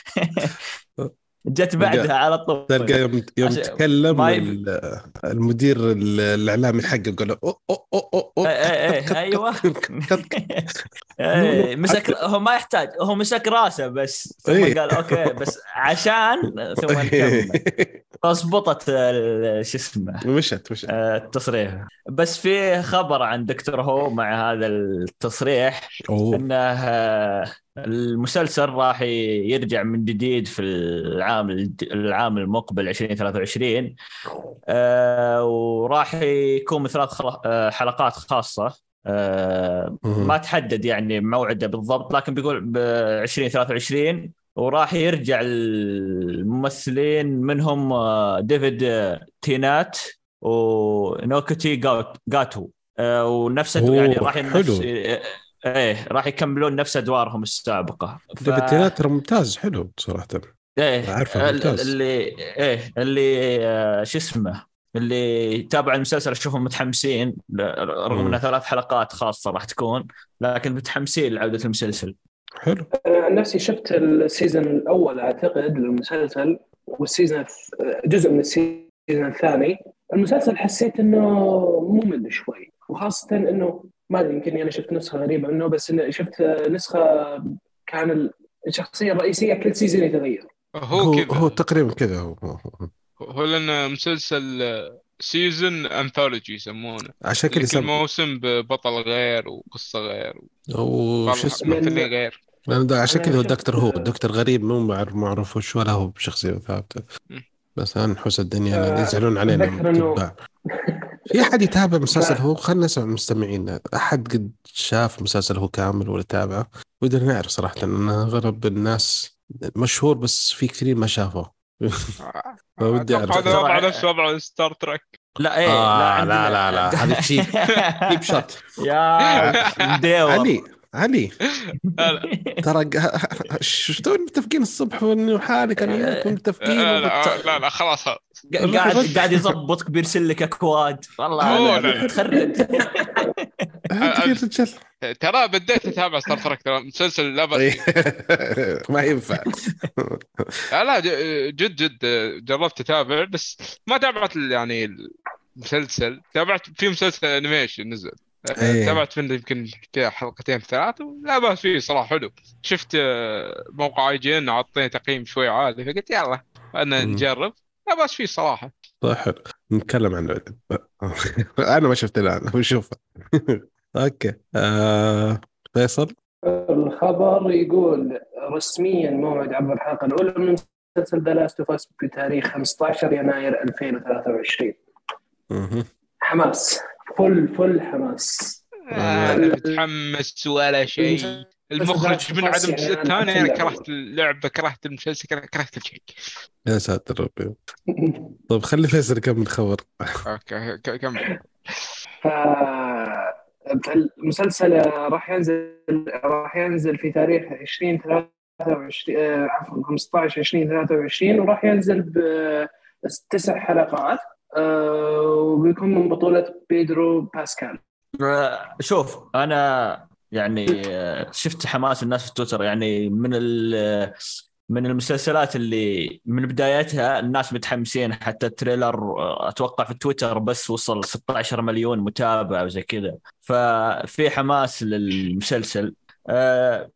[SPEAKER 3] جت
[SPEAKER 1] تلقى
[SPEAKER 3] بعدها على طول.
[SPEAKER 1] تلقى يوم يوم
[SPEAKER 3] عشان
[SPEAKER 1] تكلم
[SPEAKER 3] ما يبي
[SPEAKER 1] ال- المدير ال- الإعلامي حقه قال له أو أو أو أو أو
[SPEAKER 3] ايه
[SPEAKER 1] كت
[SPEAKER 3] ايه
[SPEAKER 1] كت
[SPEAKER 3] ايه
[SPEAKER 1] كت
[SPEAKER 3] ايوه
[SPEAKER 1] كت كت كت. نو نو
[SPEAKER 3] إيه، مسك
[SPEAKER 1] حد.
[SPEAKER 3] هو ما يحتاج، هو مسك راسه بس ثم
[SPEAKER 1] إيه.
[SPEAKER 3] قال اوكي بس عشان ثم نكمل. فاضبطت ال- شو اسمه
[SPEAKER 1] مشت مشت.
[SPEAKER 3] آه، التصريح. بس في خبر عن دكتور هو مع هذا التصريح
[SPEAKER 1] أوه.
[SPEAKER 3] انه آه، المسلسل راح يرجع من جديد في العام العام المقبل عشرين ثلاثة وعشرين. آه، وراح يكون من ثلاث خلا- آه، حلقات خاصة. آه، ما
[SPEAKER 1] مهم.
[SPEAKER 3] تحدد يعني موعده بالضبط، لكن بيقول ب عشرين ثلاثة وعشرين وراح يرجع الممثلين منهم آه، ديفيد آه، تينات ونوكتي جات- جاتو، آه، ونفس أدو- يعني
[SPEAKER 1] اوه
[SPEAKER 3] راح نفس
[SPEAKER 1] حلو.
[SPEAKER 3] آه، ايه راح يكملون نفس ادوارهم السابقه. ف
[SPEAKER 1] ديفيد تينات ترى ممتاز حلو صراحة.
[SPEAKER 3] ايه
[SPEAKER 1] عارفه
[SPEAKER 3] ال-
[SPEAKER 1] ممتاز.
[SPEAKER 3] اللي ايه اللي آه، شو اسمه، اللي تابع المسلسل اشوفهم متحمسين، ل- رغم
[SPEAKER 1] مم.
[SPEAKER 3] انها ثلاث حلقات خاصه راح تكون، لكن متحمسين لعوده المسلسل.
[SPEAKER 1] حلو.
[SPEAKER 4] أنا عن نفسي شفت السيزون الأول أعتقد للمسلسل، والسيزون الث- جزء من السيزون الثاني. المسلسل حسيت إنه ممل شوي، وخاصة إنه ما أدري، يمكن أنا شفت نسخة غريبة منه، بس إنه شفت نسخة كان الشخصية الرئيسية كل سيزون يتغير.
[SPEAKER 2] هو
[SPEAKER 1] هو هو
[SPEAKER 2] كذا،
[SPEAKER 1] تقريبا كذا هو, هو, هو.
[SPEAKER 2] هو لأن مسلسل سيزن أنثولوجي يسمونه،
[SPEAKER 1] عشان
[SPEAKER 2] اللي
[SPEAKER 1] كذا
[SPEAKER 2] كل
[SPEAKER 1] سم
[SPEAKER 2] موسم ببطل غير وقصة غير
[SPEAKER 1] او شو اسمه.
[SPEAKER 2] وممثلين
[SPEAKER 4] لأن
[SPEAKER 2] غير.
[SPEAKER 1] لأن ده عشان كذا
[SPEAKER 4] أنا
[SPEAKER 1] هو
[SPEAKER 4] شفت
[SPEAKER 1] الدكتور، هو الدكتور غريب مو معروف معروف وش ولا هو بشخصية ثابتة.
[SPEAKER 2] م.
[SPEAKER 1] بس أنا نحوس الدنيا لا
[SPEAKER 4] آه،
[SPEAKER 1] يزعلون علينا
[SPEAKER 4] أتذكر إنه
[SPEAKER 1] التباع. في أحد يتابع
[SPEAKER 4] ف...
[SPEAKER 1] مسلسل هو؟ خلنا نسمع المستمعين، أحد قد شاف مسلسل هو كامل ولا تابعه؟ ودنا نعرف صراحة أن أغلب الناس مشهور بس في كثير ما شافه. فودي
[SPEAKER 2] أتوقع
[SPEAKER 1] أعرف.
[SPEAKER 2] هذا وضع
[SPEAKER 3] ترى
[SPEAKER 2] نفس وضع ستار ترك.
[SPEAKER 3] لا ايه لا
[SPEAKER 1] آه لا
[SPEAKER 3] عندنا
[SPEAKER 1] لا لا هذا تشيب تشيب شوت.
[SPEAKER 3] يا مديور.
[SPEAKER 1] علي علي
[SPEAKER 2] لا
[SPEAKER 1] ترى ق- شفتوا متفقين الصبح وإنه حالك أنا وياكم متفقين
[SPEAKER 2] لا
[SPEAKER 1] وبت...
[SPEAKER 2] لا, لا, لا خلاص هذا.
[SPEAKER 1] الروح
[SPEAKER 3] قاعد
[SPEAKER 1] يرد.
[SPEAKER 3] قاعد يضبطك بيرسل لك اكواد والله
[SPEAKER 2] هو
[SPEAKER 3] أنا
[SPEAKER 2] لا لا.
[SPEAKER 3] تخرج.
[SPEAKER 1] هدي يا رجال.
[SPEAKER 2] ترى بديت اتابع ستار ترك، ترى مسلسل لا بأس
[SPEAKER 1] إيه.
[SPEAKER 2] فيه.
[SPEAKER 1] ما ينفع.
[SPEAKER 2] لا لا ج- جد جد جربت اتابع، بس ما تابعت ال- يعني المسلسل. تابعت في مسلسل انيميشن نزل،
[SPEAKER 1] ايه
[SPEAKER 2] تابعت منه يمكن كده حلقتين ثلاثة، لا بأس فيه صراحة حلو. شفت آه، موقع اي جي ان عطيني تقييم شوي عالي، فقلت يلا انا
[SPEAKER 1] أمم.
[SPEAKER 2] نجرب، لا بأس فيه صراحة.
[SPEAKER 1] طيب حلو نتكلم عنه بعدين. انا ما شفت الان بشوفه. اوكي آه... فيصل.
[SPEAKER 4] الخبر يقول رسميا موعد عرض الحلقة الأولى من مسلسل ذا لاست اوف اس في تاريخ خمسة عشر يناير ألفين وثلاثة وعشرين.
[SPEAKER 1] مهم.
[SPEAKER 4] حماس، فل فل حماس.
[SPEAKER 2] آه، انا متحمس ولا شيء. المخرج من عدم الجزء الثاني، انا كرهت اللعبة، كرهت المسلسل، كرهت كل شيء.
[SPEAKER 1] يا ساتر ربي. طيب خلي فيصل يكمل خبر.
[SPEAKER 2] اوكي ك- كمل.
[SPEAKER 4] ف المسلسل راح ينزل راح ينزل في تاريخ عشرين ثلاثة وعشرين، آه، عفوا خمسة عشر عشرين ثلاثة وعشرين، وراح ينزل بتسع حلقات، آه، وبيكون من بطولة بيدرو باسكال.
[SPEAKER 3] آه، شوف انا يعني آه، شفت حماس الناس في تويتر، يعني من ال من المسلسلات اللي من بدايتها الناس متحمسين، حتى التريلر آه، اتوقع في تويتر بس وصل ستة عشر مليون متابع وزي كذا، ففي حماس للمسلسل. آه،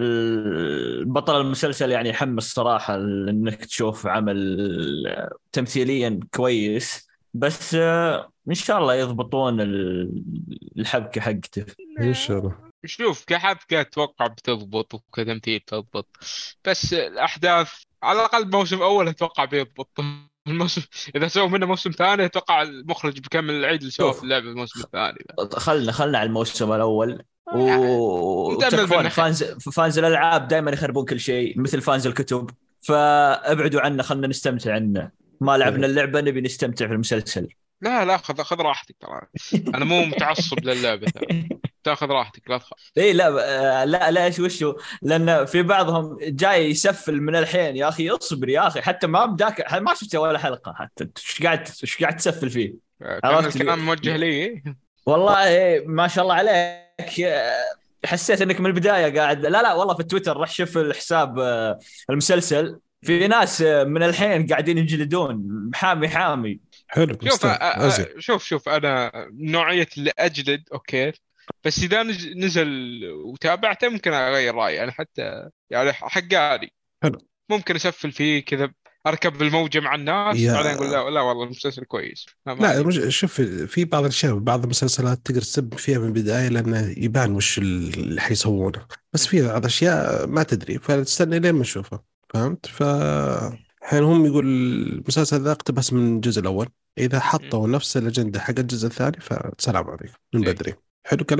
[SPEAKER 3] البطل المسلسل يعني يحمس صراحة انك تشوف عمل آه، تمثيليا كويس، بس آه، ان شاء الله يضبطون ال- الحبكة حقته.
[SPEAKER 1] ان شاء الله.
[SPEAKER 2] شوف كحبكة اتوقع بتضبط وكتمثيل تضبط، بس الاحداث على الاقل موسم اول اتوقع بيضبط. الموسم اذا سووا منه موسم ثاني اتوقع المخرج بيكمل العيد اللي سواه في
[SPEAKER 3] شوف
[SPEAKER 2] اللعبة الموسم الثاني.
[SPEAKER 3] خلنا خلنا على الموسم الاول و...
[SPEAKER 2] متأمل
[SPEAKER 3] وتكفون
[SPEAKER 2] منه خير.
[SPEAKER 3] فانز فانز الالعاب دائما يخربون كل شيء مثل فانز الكتب، فابعدوا عنا، خلنا نستمتع عنه. ما لعبنا اللعبه نبي نستمتع في المسلسل.
[SPEAKER 2] لا لا خذ خذ راحتك، ترى انا مو متعصب للعبة، ترى تاخذ راحتك لا تخاف.
[SPEAKER 3] اي لا آه، لا لا ايش وشو، لان في بعضهم جاي يسفل من الحين، يا اخي اصبر يا اخي، حتى ما بداك ما شفت ولا حلقه، حتى ايش قاعد ايش قاعد تسفل فيه.
[SPEAKER 2] كان
[SPEAKER 3] عرفت
[SPEAKER 2] الكلام موجه لي.
[SPEAKER 3] والله إيه ما شاء الله عليك، حسيت انك من البدايه قاعد لا لا والله في تويتر رح شوف الحساب آه، المسلسل، في ناس آه، من الحين قاعدين ينجلدون محامي حامي.
[SPEAKER 1] حلو
[SPEAKER 2] شوف
[SPEAKER 1] مستوى.
[SPEAKER 2] أ- أ- شوف شوف انا نوعية اللي اجلد اوكي، بس اذا نز- نزل وتابعته ممكن اغير رايي انا، حتى يعني حقاني
[SPEAKER 1] حلو.
[SPEAKER 2] ممكن اسفل فيه كذا، اركب الموجة مع الناس
[SPEAKER 1] يا-
[SPEAKER 2] بعدين اقول لا, لا والله المسلسل كويس. ما
[SPEAKER 1] لا
[SPEAKER 2] عليك.
[SPEAKER 1] مش شوف في بعض الاشياء بعض المسلسلات تقدر تسب فيها من البدايه لانه يبان وش اللي حيسوونه، بس في بعض الاشياء ما تدري فتستنى لين ما نشوفها. فهمت؟ ف الحين هم يقول المسلسل ذا اقتبس من الجزء الاول، اذا حطوا نفس الاجنده حق الجزء الثاني فسلام عليكم من
[SPEAKER 2] إيه.
[SPEAKER 1] بدري. حلو كلام.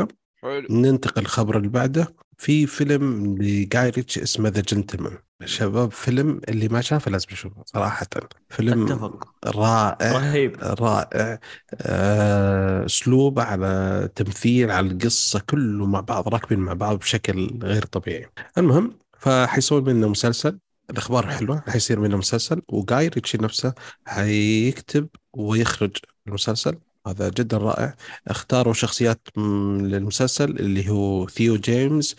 [SPEAKER 2] حلو.
[SPEAKER 1] ننتقل الخبر اللي بعده. في فيلم لجاي ريتش اسمه ذا جنتلمان. شباب فيلم اللي ما شافه لازم يشوفه صراحة. فيلم
[SPEAKER 3] اتفق.
[SPEAKER 1] رائع
[SPEAKER 3] رهيب.
[SPEAKER 1] رائع. آه، اسلوب على تمثيل على القصة كله مع بعض راكبين مع بعض بشكل غير طبيعي. المهم فحيسوي منه مسلسل. الأخبار حلوة، حيصير منه مسلسل وجاي ريتشي نفسه حيكتب ويخرج المسلسل. هذا جدا رائع. اختاروا شخصيات م- للمسلسل اللي هو ثيو جيمس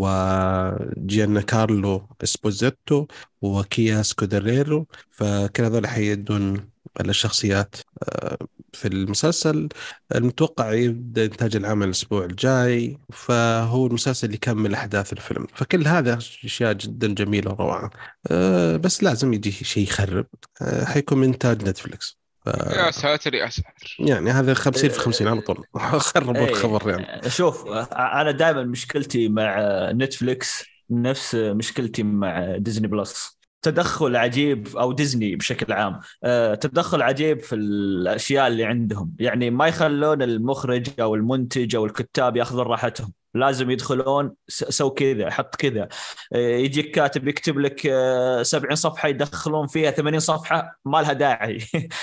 [SPEAKER 1] وجيانا كارلو اسبوزيتو وكيا سكودريرو. فكل هذول حيدون الشخصيات آه، في المسلسل. المتوقع يبدأ إنتاج العمل الأسبوع الجاي. فهو المسلسل اللي يكمل أحداث الفيلم. فكل هذا أشياء جدا جميلة وروعة. أه بس لازم يجي شيء يخرب. أه حيكون من إنتاج نتفليكس. ف...
[SPEAKER 2] يا ساتر يا ساتر.
[SPEAKER 1] يعني هذا خمسين في خمسين على طول. خربوا الخبر يعني.
[SPEAKER 3] ايه شوف، انا دائما مشكلتي مع نتفليكس نفس مشكلتي مع ديزني بلس. تدخل عجيب، او ديزني بشكل عام، آه، تدخل عجيب في الاشياء اللي عندهم. يعني ما يخلون المخرج او المنتج او الكتاب ياخذون راحتهم، لازم يدخلون س- سو كذا، حط كذا. آه، يجيك كاتب يكتب لك آه، سبعين صفحة يدخلون فيها ثمانين صفحة ما لها داعي.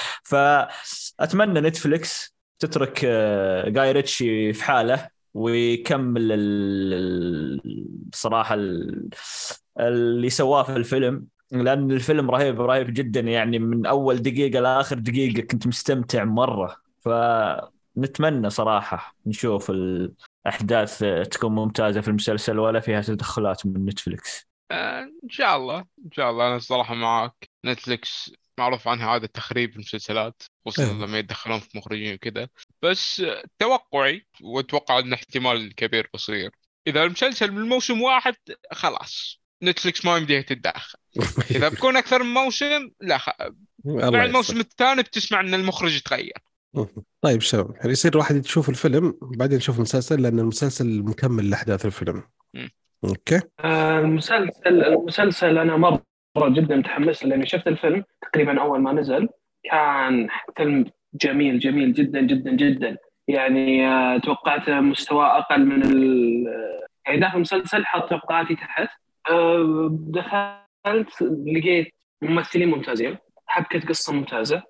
[SPEAKER 3] فأتمنى نتفليكس تترك آه، جاي ريتشي في حاله ويكمل ال- ال- الصراحة ال- اللي سواه في الفيلم، لأن الفيلم رهيب رهيب جدا. يعني من أول دقيقة لآخر دقيقة كنت مستمتع مرة. فنتمنى صراحة نشوف الأحداث تكون ممتازة في المسلسل ولا فيها تدخلات من نتفليكس.
[SPEAKER 2] آه، ان شاء الله ان شاء الله. انا الصراحه معاك. نتفليكس معروف عنها عاده تخريب المسلسلات، خصوصا
[SPEAKER 1] إيه.
[SPEAKER 2] لما يتدخلون في مخرجين وكذا. بس آه، توقعي واتوقع ان احتمال كبير بصير اذا المسلسل من موسم واحد خلاص نتفليكس ما يمديها تتدخل. اذا بكون اكثر من موسم لا خ...
[SPEAKER 1] الله
[SPEAKER 2] مع
[SPEAKER 1] يستر.
[SPEAKER 2] الموسم الثاني بتسمع ان المخرج تغير.
[SPEAKER 1] طيب شباب، يعني يصير الواحد يشوف الفيلم بعدين يشوف المسلسل لأن المسلسل مكمل لأحداث الفيلم.
[SPEAKER 2] م.
[SPEAKER 1] أوكي.
[SPEAKER 4] آه، المسلسل المسلسل انا مره جدا متحمس لاني شفت الفيلم تقريبا اول ما نزل. كان فيلم جميل جميل جدا جدا جدا. يعني آه، توقعت مستوى اقل من ال... يعني داخل المسلسل حط توقعاتي تحت. آه، دخلت لقيت ممثلين ممتازين، حبكة قصة ممتازة،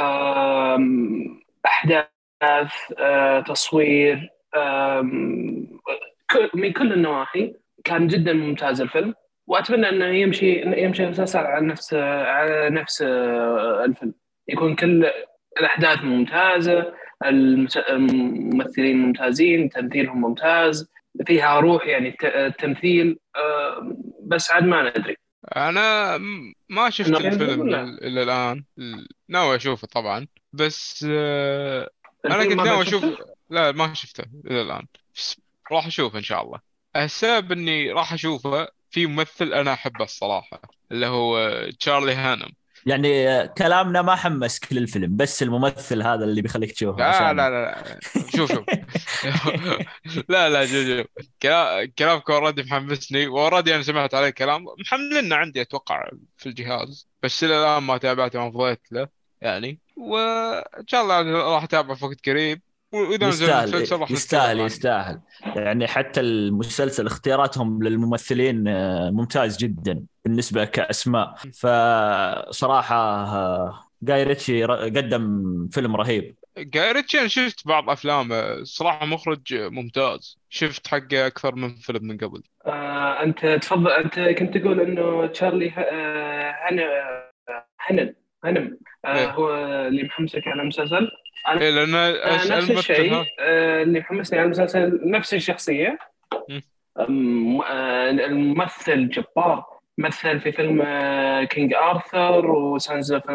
[SPEAKER 4] آم، أحداث، آه، تصوير، آم، ك- من كل النواحي. كان جدا ممتاز الفيلم، واتمنى انه يمشي يمشي المسلسل على نفس على نفس الفيلم. يكون كل الاحداث ممتازه، المس- الممثلين ممتازين، تمثيلهم ممتاز، فيها روح. يعني الت- التمثيل آه، بس عاد ما ندري
[SPEAKER 2] انا م- ما شفت
[SPEAKER 4] انه ينزل
[SPEAKER 2] الفيلم
[SPEAKER 4] ولا.
[SPEAKER 2] ال- الى الان. ال- ناوي اشوفه طبعا، بس آه، انا
[SPEAKER 4] الفيلم
[SPEAKER 2] كنت
[SPEAKER 4] ما بعد
[SPEAKER 2] ناوي اشوف.
[SPEAKER 4] شفته.
[SPEAKER 2] لا ما شفته الى الان، بس راح اشوفه ان شاء الله. السبب اني راح اشوفه في ممثل انا احبه الصراحه، اللي هو تشارلي هانم.
[SPEAKER 3] يعني آه، كلامنا ما حمسك للفيلم، بس الممثل هذا اللي بيخليك تشوفه
[SPEAKER 2] لا
[SPEAKER 3] عشانه.
[SPEAKER 2] لا لا لا. شوف شوف. لا لا شوف شوف. كلا- كلامك اوريدي محمسني، واوريدي انا سمعت عليه كلام محملنا عندي اتوقع في الجهاز، بس الى الان ما تابعته ما فضيت له يعني. وان شاء الله راح اتابعه في وقت قريب، واذا نزل المسلسل
[SPEAKER 3] يستاهل
[SPEAKER 2] راح
[SPEAKER 3] يستاهل
[SPEAKER 2] نتكلم عنه.
[SPEAKER 3] يستاهل. يعني حتى المسلسل اختياراتهم للممثلين آه، ممتاز جدا بالنسبة كأسماء. فصراحة آه، جاي ريتشي ر- قدم فيلم رهيب.
[SPEAKER 2] جاي ريتشي انا شفت بعض افلامه صراحه، مخرج ممتاز، شفت حقه اكثر من فيلم من قبل.
[SPEAKER 4] آه، انت تفضل، انت كنت تقول انه تشارلي ه- آه، هن هنن هنم آه،
[SPEAKER 2] ايه
[SPEAKER 4] هو اللي محمسك على المسلسل. انا
[SPEAKER 2] ايه لان
[SPEAKER 4] آه،
[SPEAKER 2] أس-
[SPEAKER 4] نفس
[SPEAKER 2] الممثل
[SPEAKER 4] الشيء،
[SPEAKER 2] هذا.
[SPEAKER 4] آه، اللي محمسني على المسلسل نفس الشخصية.
[SPEAKER 2] م.
[SPEAKER 4] أم- آه، الممثل جبار، مثل في فيلم كينج آرثر وسانز اوف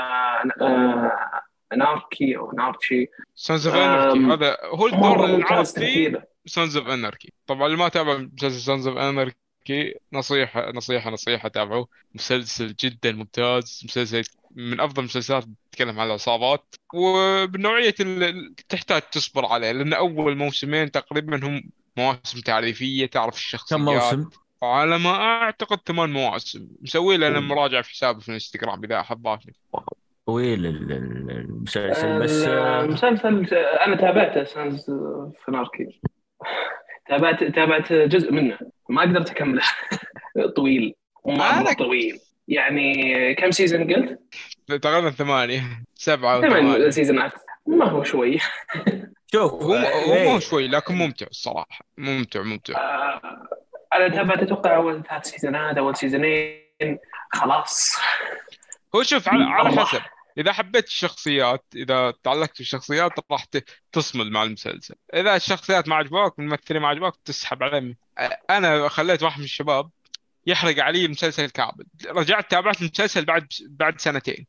[SPEAKER 4] اناركي او نارتشي.
[SPEAKER 2] سانز اوف اناركي
[SPEAKER 4] أم،
[SPEAKER 2] هذا هو الدور
[SPEAKER 4] مرة
[SPEAKER 2] اللي انعرض
[SPEAKER 4] ممتاز
[SPEAKER 2] فيه.
[SPEAKER 4] تمثيله.
[SPEAKER 2] سانز اوف اناركي طبعا اللي ما تابع مسلسل سانز اوف اناركي، نصيحة نصيحة نصيحة تابعوه. مسلسل جدا ممتاز، مسلسل من افضل المسلسلات تتكلم عن العصابات وبالنوعية اللي تحتاج تصبر عليه، لان اول موسمين تقريبا هم مواسم تعريفية، تعرف
[SPEAKER 3] كم
[SPEAKER 2] الشخصيات.
[SPEAKER 3] موسم؟
[SPEAKER 2] على ما اعتقد ثمان مواسم. مسوي له انا مراجعة في حسابي في الانستغرام اذا حباك.
[SPEAKER 3] طويل ال- ال- المسلسل، بس آه،
[SPEAKER 4] المسلسل انا تابعته سانز اوف اناركي. تابعت تابعت جزء منه ما قدرت اكمله. طويل ومره
[SPEAKER 2] أنا-
[SPEAKER 4] طويل. يعني كم سيزون قلت؟
[SPEAKER 2] تقريبا ثمانية سبعة أو
[SPEAKER 4] ثمان
[SPEAKER 2] ثمانية.
[SPEAKER 4] سيزونات ما هو شوي.
[SPEAKER 3] شوف
[SPEAKER 2] هو هو ما هو
[SPEAKER 3] إيه.
[SPEAKER 2] شوي لكن ممتع الصراحة، ممتع ممتع.
[SPEAKER 4] آه، انا تابعت اتوقع اول ثلاث سيزونات اول سيزونين خلاص.
[SPEAKER 2] هو شوف على, على
[SPEAKER 4] مرة.
[SPEAKER 2] حسب، إذا حبيت الشخصيات، إذا تعلقت بالشخصيات راح ت- تصمد مع المسلسل. إذا الشخصيات ما عجبوك والممثلين ما عجبوك تسحب عليهم. أنا خليت واحد من الشباب يحرق علي المسلسل كامل، رجعت تابعت المسلسل بعد بعد سنتين،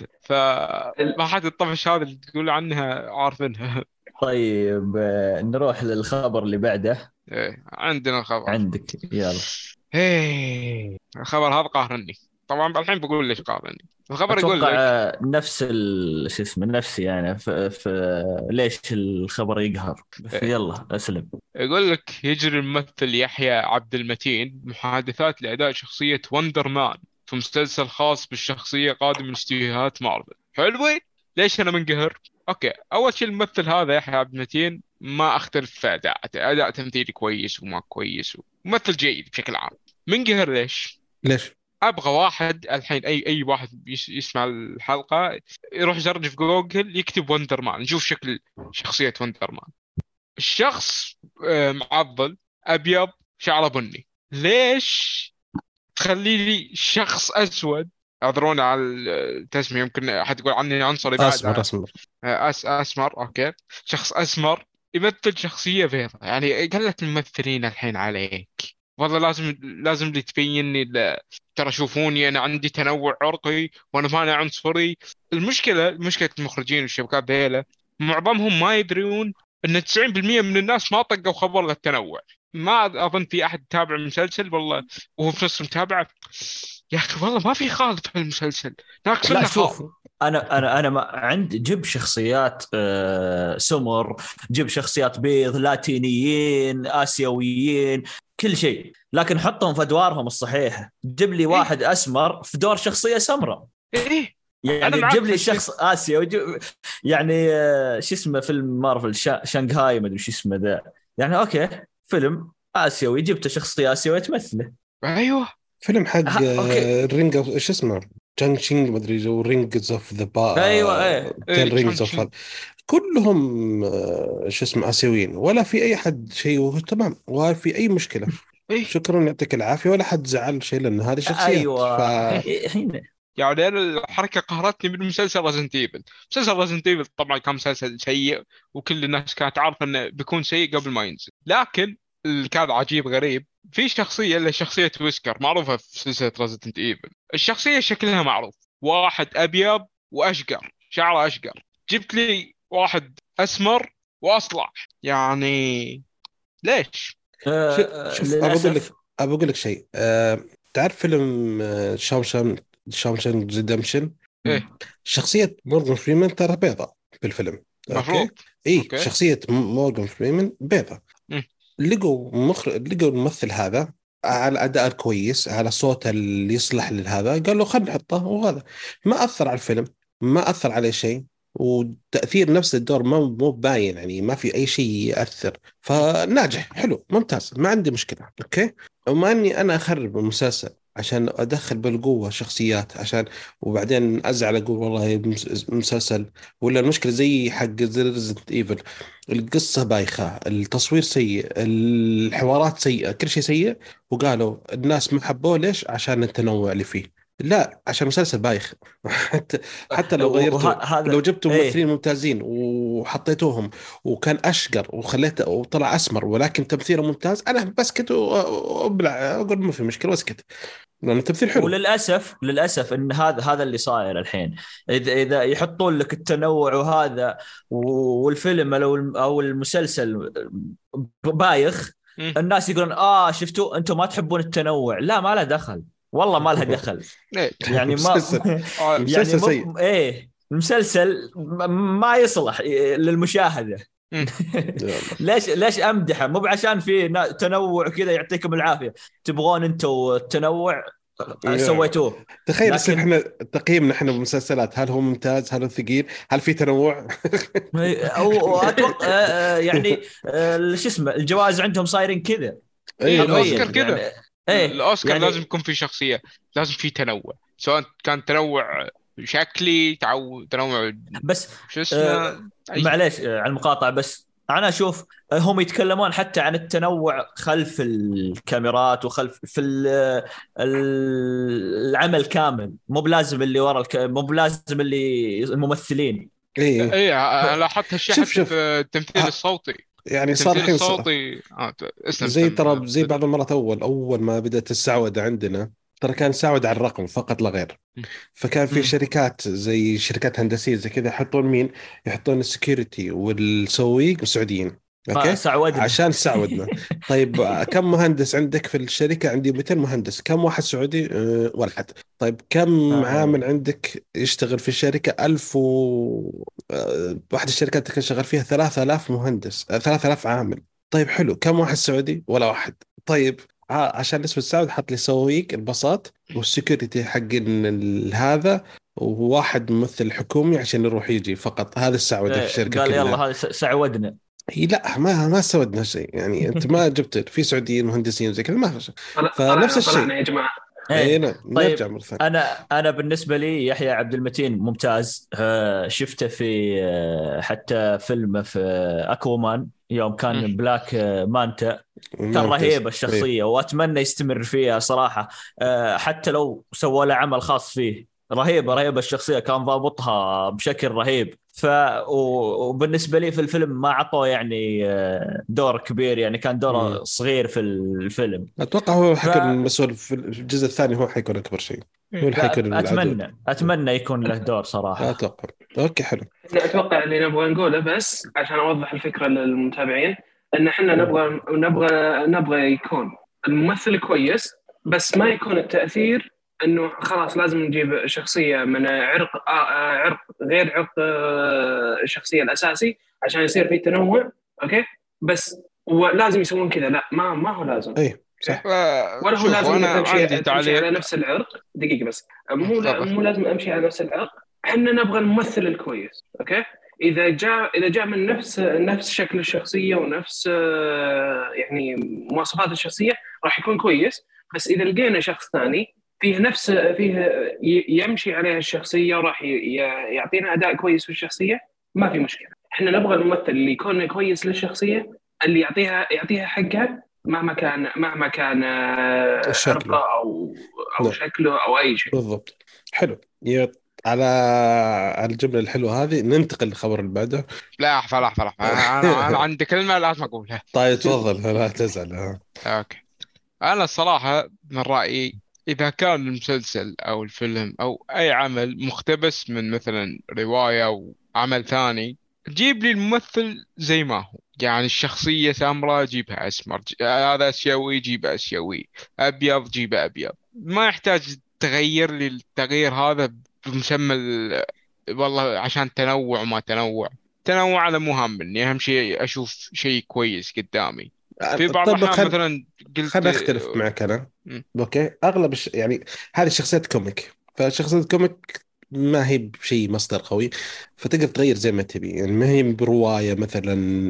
[SPEAKER 2] فما حد الطفش هذا اللي تقول عنها عارفينها.
[SPEAKER 3] طيب آه، نروح للخبر اللي بعده.
[SPEAKER 2] إيه عندنا الخبر.
[SPEAKER 3] عندك يلا.
[SPEAKER 2] إيه الخبر هذا قاهرني طبعا، الحين بقول ليش قاهرني. الخبر يقول
[SPEAKER 3] اتوقع
[SPEAKER 2] لك
[SPEAKER 3] آه، نفس ال- شو اسمه نفسي يعني في, في ليش الخبر يقهر بس.
[SPEAKER 2] إيه.
[SPEAKER 3] يلا اسلم.
[SPEAKER 2] يقول لك يجري الممثل يحيى عبد المتين محادثات لأداء شخصية وندر مان في مسلسل خاص بالشخصية قادم من استديوهات مارفل. حلوين. ليش أنا منقهر؟ أوكي، أول شيء الممثل هذا يحيى عبد المتين ما أختلف في أداء أداء تمثيلي كويس وما كويس، ممثل جيد بشكل عام. منقهر ليش؟
[SPEAKER 1] ليش؟
[SPEAKER 2] ابغى واحد الحين، اي اي واحد يس- يسمع الحلقه يروح يسرج في جوجل يكتب وندر مان، نشوف شكل شخصيه وندر مان. الشخص آه، معضل ابيض شعره بني. ليش تخلي لي شخص اسود؟ اعذرونا على التسميه، يمكن احد يقول عني عنصري بعد.
[SPEAKER 1] اسمر اسمر
[SPEAKER 2] أس اسمر اوكي، شخص اسمر يمثل شخصيه بيضاء. يعني قلت الممثلين الحين عليك، والله لازم لازم لي تبيني ل- ترى شوفوني انا عندي تنوع عرقي وانا ماني عنصري. المشكله مشكله المخرجين والشبكات ذيلا معظمهم ما يدرون ان تسعين بالمئة من الناس ما طقوا خبر التنوع. ما اظن في احد تابع مسلسل والله وهو في نص متابعه يا اخي والله ما في خالد في المسلسل، ناقص
[SPEAKER 3] لا
[SPEAKER 2] لنا
[SPEAKER 3] شوف،
[SPEAKER 2] خالد.
[SPEAKER 3] انا انا انا ما عندي جيب شخصيات آه، سمر، جيب شخصيات بيض، لاتينيين، اسيويين، كل شيء، لكن حطهم في ادوارهم الصحيحه. جيب لي واحد اسمر في دور شخصيه سمراء،
[SPEAKER 2] ايه أنا
[SPEAKER 3] يعني
[SPEAKER 2] معك
[SPEAKER 3] جيب
[SPEAKER 2] في
[SPEAKER 3] لي
[SPEAKER 2] الشيء.
[SPEAKER 3] شخص اسيوي وجيب- يعني آه، شو اسمه فيلم مارفل شا- شانغهاي ما ادري شو اسمه ذا، يعني اوكي فيلم اسيوي جبت شخصيه اسيويه تمثله.
[SPEAKER 2] ايوه
[SPEAKER 1] فيلم حق
[SPEAKER 3] ها، أوكي.
[SPEAKER 1] رينج اوف ايش اسمه جانغ شينج ما ادري جو رينجز اوف ذا با
[SPEAKER 3] ايوه ايه
[SPEAKER 2] إيه،
[SPEAKER 1] تين رينجز اوف
[SPEAKER 2] شانغ-شي.
[SPEAKER 1] كلهم آه، شو اسمه اسيويين، ولا في اي حد شيء تمام ولا في اي مشكله.
[SPEAKER 2] ايه
[SPEAKER 1] شكرا يعطيك العافيه، ولا حد زعل شيء لان هذه شخصيات.
[SPEAKER 3] ايوه
[SPEAKER 1] ف
[SPEAKER 3] هنا
[SPEAKER 2] يعني انا الحركه قهرتني من مسلسل ريزنت ايفل. مسلسل ريزنت ايفل طبعا كان مسلسل سيء وكل الناس كانت عارفه انه بيكون سيء قبل ما ينزل، لكن اللي كان عجيب غريب في شخصيه اللي شخصيه ويسكر معروفه في سلسله ريزنت ايفل. الشخصيه شكلها معروف، واحد ابيض واشقر شعره اشقر، جبت لي واحد اسمر واصلع. يعني ليش؟
[SPEAKER 1] شوف
[SPEAKER 3] آه،
[SPEAKER 1] شوف ابى اقول لك
[SPEAKER 3] للاسف.
[SPEAKER 1] ابى اقول لك شيء. أه... تعرف فيلم آه، شاوشان شاوشان ريدمشن؟
[SPEAKER 2] ايه
[SPEAKER 1] شخصيه مورغان فريمان ترى بيضاء بالفيلم.
[SPEAKER 2] المفروض.
[SPEAKER 1] اوكي اي
[SPEAKER 2] اوكي.
[SPEAKER 1] شخصيه م- مورغان فريمان بيضاء.
[SPEAKER 2] مم.
[SPEAKER 1] لقوا مخرج لقوا الممثل هذا على أداء كويس، على صوت اللي يصلح لهذا، قالوا خلينا نحطه، وهذا ما أثر على الفيلم، ما أثر عليه شيء، وتأثير نفس الدور ما مو باين، يعني ما في أي شيء يأثر، فناجح حلو ممتاز ما عندي مشكلة. أوكي، وما أني أنا أخرب المسلسل عشان أدخل بالقوة شخصيات عشان وبعدين أزعل أقول والله مس- مسلسل، ولا المشكلة زي حق ريزنت ايفل، القصة بايخة، التصوير سيء، الحوارات سيئة، كل شيء سيء، وقالوا الناس ما حبوه ليش؟ عشان التنوع اللي فيه. لا، عشان مسلسل بايخ. حتى حتى لو غيرتوا،
[SPEAKER 3] وهذا
[SPEAKER 1] لو جبتوا
[SPEAKER 3] ايه
[SPEAKER 1] ممثلين ممتازين وحطيتوهم وكان أشقر وخليته وطلع أسمر ولكن تمثيله ممتاز، أنا بسكت وأبلع أقول ما في مشكلة واسكت لأن التمثيل حلو.
[SPEAKER 3] وللاسف للاسف ان هذا هذا اللي صاير الحين. اذا اذا يحطون لك التنوع وهذا والفيلم او او المسلسل بايخ،
[SPEAKER 2] مم.
[SPEAKER 3] الناس يقولون اه شفتوا انتم ما تحبون التنوع. لا ما له دخل، والله ما له دخل.
[SPEAKER 2] ايه
[SPEAKER 3] يعني ما
[SPEAKER 1] مسلسل
[SPEAKER 2] آه،
[SPEAKER 3] يعني
[SPEAKER 1] مسلسل
[SPEAKER 3] مو
[SPEAKER 1] سيء.
[SPEAKER 3] ايه المسلسل م- ما يصلح للمشاهده.
[SPEAKER 2] مم.
[SPEAKER 1] يلا.
[SPEAKER 3] ليش ليش امدحه؟ مو بعشان في نا- تنوع كذا يعطيكم العافيه. تبغون انتم التنوع سويتوه.
[SPEAKER 1] تخيل
[SPEAKER 3] لكن-
[SPEAKER 1] لكن... احنا تقييمنا احنا بالمسلسلات، هل هو ممتاز، هل هو ثقيل، هل في تنوع؟
[SPEAKER 3] او اتوقع آه، يعني آه، شو اسمه الجوائز عندهم صايرين كذا
[SPEAKER 2] إيه
[SPEAKER 1] لازم.
[SPEAKER 2] الأوسكار
[SPEAKER 3] حرفياً
[SPEAKER 2] كذا.
[SPEAKER 3] يعني. ايه
[SPEAKER 2] الأوسكار
[SPEAKER 3] يعني
[SPEAKER 2] لازم يكون في شخصية، لازم في تنوع، سواء كان تنوع شكلي، تعو... تنوع
[SPEAKER 3] بس
[SPEAKER 2] شو اسمه،
[SPEAKER 3] آه،
[SPEAKER 2] أي.
[SPEAKER 3] معليش آه، على المقاطعة، بس أنا أشوف آه، هم يتكلمون حتى عن التنوع خلف الكاميرات وخلف في ال- ال- العمل كامل، مو بلازم اللي ورا الك... مو بلازم اللي الممثلين.
[SPEAKER 1] ايه
[SPEAKER 2] ايه أنا لاحظت هالشيء
[SPEAKER 1] شوف
[SPEAKER 2] حتى
[SPEAKER 1] شوف
[SPEAKER 2] في التمثيل
[SPEAKER 1] ه-
[SPEAKER 2] الصوتي.
[SPEAKER 1] يعني صار
[SPEAKER 2] التمثيل
[SPEAKER 1] الحين ص-
[SPEAKER 2] الصوتي آه ت- اسلم
[SPEAKER 1] زي
[SPEAKER 2] اسلم
[SPEAKER 1] ترى زي بعض
[SPEAKER 2] بدر.
[SPEAKER 1] المرات اول اول ما بدات السعوده عندنا، ترى كان سعود على الرقم فقط لا غير. فكان في
[SPEAKER 3] مم.
[SPEAKER 1] شركات زي شركات هندسيه زي كذا يحطون مين؟ يحطون السكيورتي والسويق السعوديين. اوكي
[SPEAKER 3] سعودنا.
[SPEAKER 1] عشان سعودنا. طيب كم مهندس عندك في الشركه؟ عندي مئتين مهندس. كم واحد سعودي؟ أه واحد. طيب كم عامل
[SPEAKER 3] آه.
[SPEAKER 1] عندك يشتغل في الشركه؟ ألف و أه واحد الشركات كان شغال فيها ثلاثة آلاف مهندس، أه ثلاثة آلاف عامل. طيب حلو، كم واحد سعودي؟ ولا واحد. طيب ع- عشان الاسم السعودي حط لي سويق البساط والسكيورتي حق ال- هذا، وواحد ممثل حكومي عشان يروح يجي فقط. هذا السعودة في
[SPEAKER 3] إيه،
[SPEAKER 1] الشركة
[SPEAKER 3] قال يلا
[SPEAKER 1] كلها.
[SPEAKER 3] هذا س- سعودنا.
[SPEAKER 1] هي لا، ما ما سودنا شيء يعني. انت ما جبت في سعوديين مهندسين زي كذا، ما
[SPEAKER 4] طلع-
[SPEAKER 1] فنفس
[SPEAKER 4] طلعنا
[SPEAKER 1] الشيء.
[SPEAKER 4] يا جماعه.
[SPEAKER 1] اي
[SPEAKER 3] ايه
[SPEAKER 1] نعم،
[SPEAKER 3] طيب.
[SPEAKER 1] نرجع مرة ثانية.
[SPEAKER 3] انا انا بالنسبه لي يحيى عبد المتين ممتاز. آه، شفته في آه، حتى فيلم في اكوامان يوم كان بلاك آه، مانتا. كان
[SPEAKER 1] ممتاز.
[SPEAKER 3] رهيب
[SPEAKER 1] إيه.
[SPEAKER 3] الشخصيه واتمنى يستمر فيها صراحه. آه، حتى لو سووا له عمل خاص فيه، رهيبه رهيبه الشخصيه، كان ضابطها بشكل رهيب. ف و- وبالنسبه لي في الفيلم ما عطوا يعني آه، دور كبير، يعني كان دوره
[SPEAKER 1] مم.
[SPEAKER 3] صغير في الفيلم.
[SPEAKER 1] اتوقع هو
[SPEAKER 3] ف
[SPEAKER 1] حيكون مسؤول في الجزء الثاني، هو حيكون اكبر شيء، هو اللي حيكون
[SPEAKER 3] لا
[SPEAKER 1] العدو.
[SPEAKER 3] اتمنى اتمنى يكون له دور صراحه.
[SPEAKER 1] اتوقع. اوكي حلو.
[SPEAKER 4] إحنا اتوقع اللي نبغى نقوله بس عشان اوضح الفكره للمتابعين، ان احنا نبغى نبغى نبغى يكون الممثل كويس، بس ما يكون التاثير انه خلاص لازم نجيب شخصيه من عرق آه عرق غير عرق آه الشخصيه الاساسي عشان يصير في تنوع. اوكي بس ولازم يسوون كذا، لا ما ما هو لازم.
[SPEAKER 1] اي صح.
[SPEAKER 4] ولا هو
[SPEAKER 2] شوف
[SPEAKER 4] لازم
[SPEAKER 2] انا
[SPEAKER 4] تمشي,
[SPEAKER 2] عندي
[SPEAKER 4] تمشي
[SPEAKER 2] تعليق.
[SPEAKER 4] على نفس العرق. دقيقه بس، مو لا
[SPEAKER 2] تفضل.
[SPEAKER 4] مو لازم امشي على نفس العرق. احنا نبغى الممثل الكويس. اوكي اذا جاء اذا جاء من نفس نفس شكل الشخصيه ونفس آه، يعني مواصفات الشخصيه راح يكون كويس. بس اذا لقينا شخص ثاني فيه نفس فيه ي- يمشي عليه الشخصيه وراح ي- ي- يعطينا اداء كويس في الشخصيه، ما في مشكله. احنا نبغى الممثل اللي يكون كويس للشخصيه، اللي يعطيها يعطيها حقها مهما كان مهما كان آه،
[SPEAKER 1] شكله.
[SPEAKER 4] عرقه او او
[SPEAKER 1] نعم.
[SPEAKER 4] شكله او اي شيء.
[SPEAKER 1] بالضبط. حلو. يط- على على الجملة الحلوة هذه ننتقل للخبر اللي بعده.
[SPEAKER 2] لا احفل احفل احفل انا انا عندي كلمه لازم اقولها.
[SPEAKER 1] طيب تفضل، لا تزعل. ها.
[SPEAKER 2] اوكي. انا الصراحه من رايي اذا كان المسلسل او الفيلم او اي عمل مقتبس من مثلا روايه او عمل ثاني، جيب لي الممثل زي ما هو. يعني الشخصيه سمراء جيبها اسمر، ج- هذا اسيوي جيبه اسيوي، ابيض جيبه ابيض. ما يحتاج تغير لي التغيير هذا بمسمى ال- والله عشان تنوع ما تنوع. تنوع على مهم مني، اهم شيء اشوف شيء كويس قدامي. في بعض
[SPEAKER 1] طيب
[SPEAKER 2] الأحيان
[SPEAKER 1] خل...
[SPEAKER 2] مثلا قلت
[SPEAKER 1] خلنا اختلف معك انا.
[SPEAKER 2] مم.
[SPEAKER 1] اوكي اغلب الش... يعني هذه شخصيات كوميك، فشخصيات كوميك ما هي بشيء مصدر قوي، فتقدر تغير زي ما تبي. يعني ما هي برواية مثلا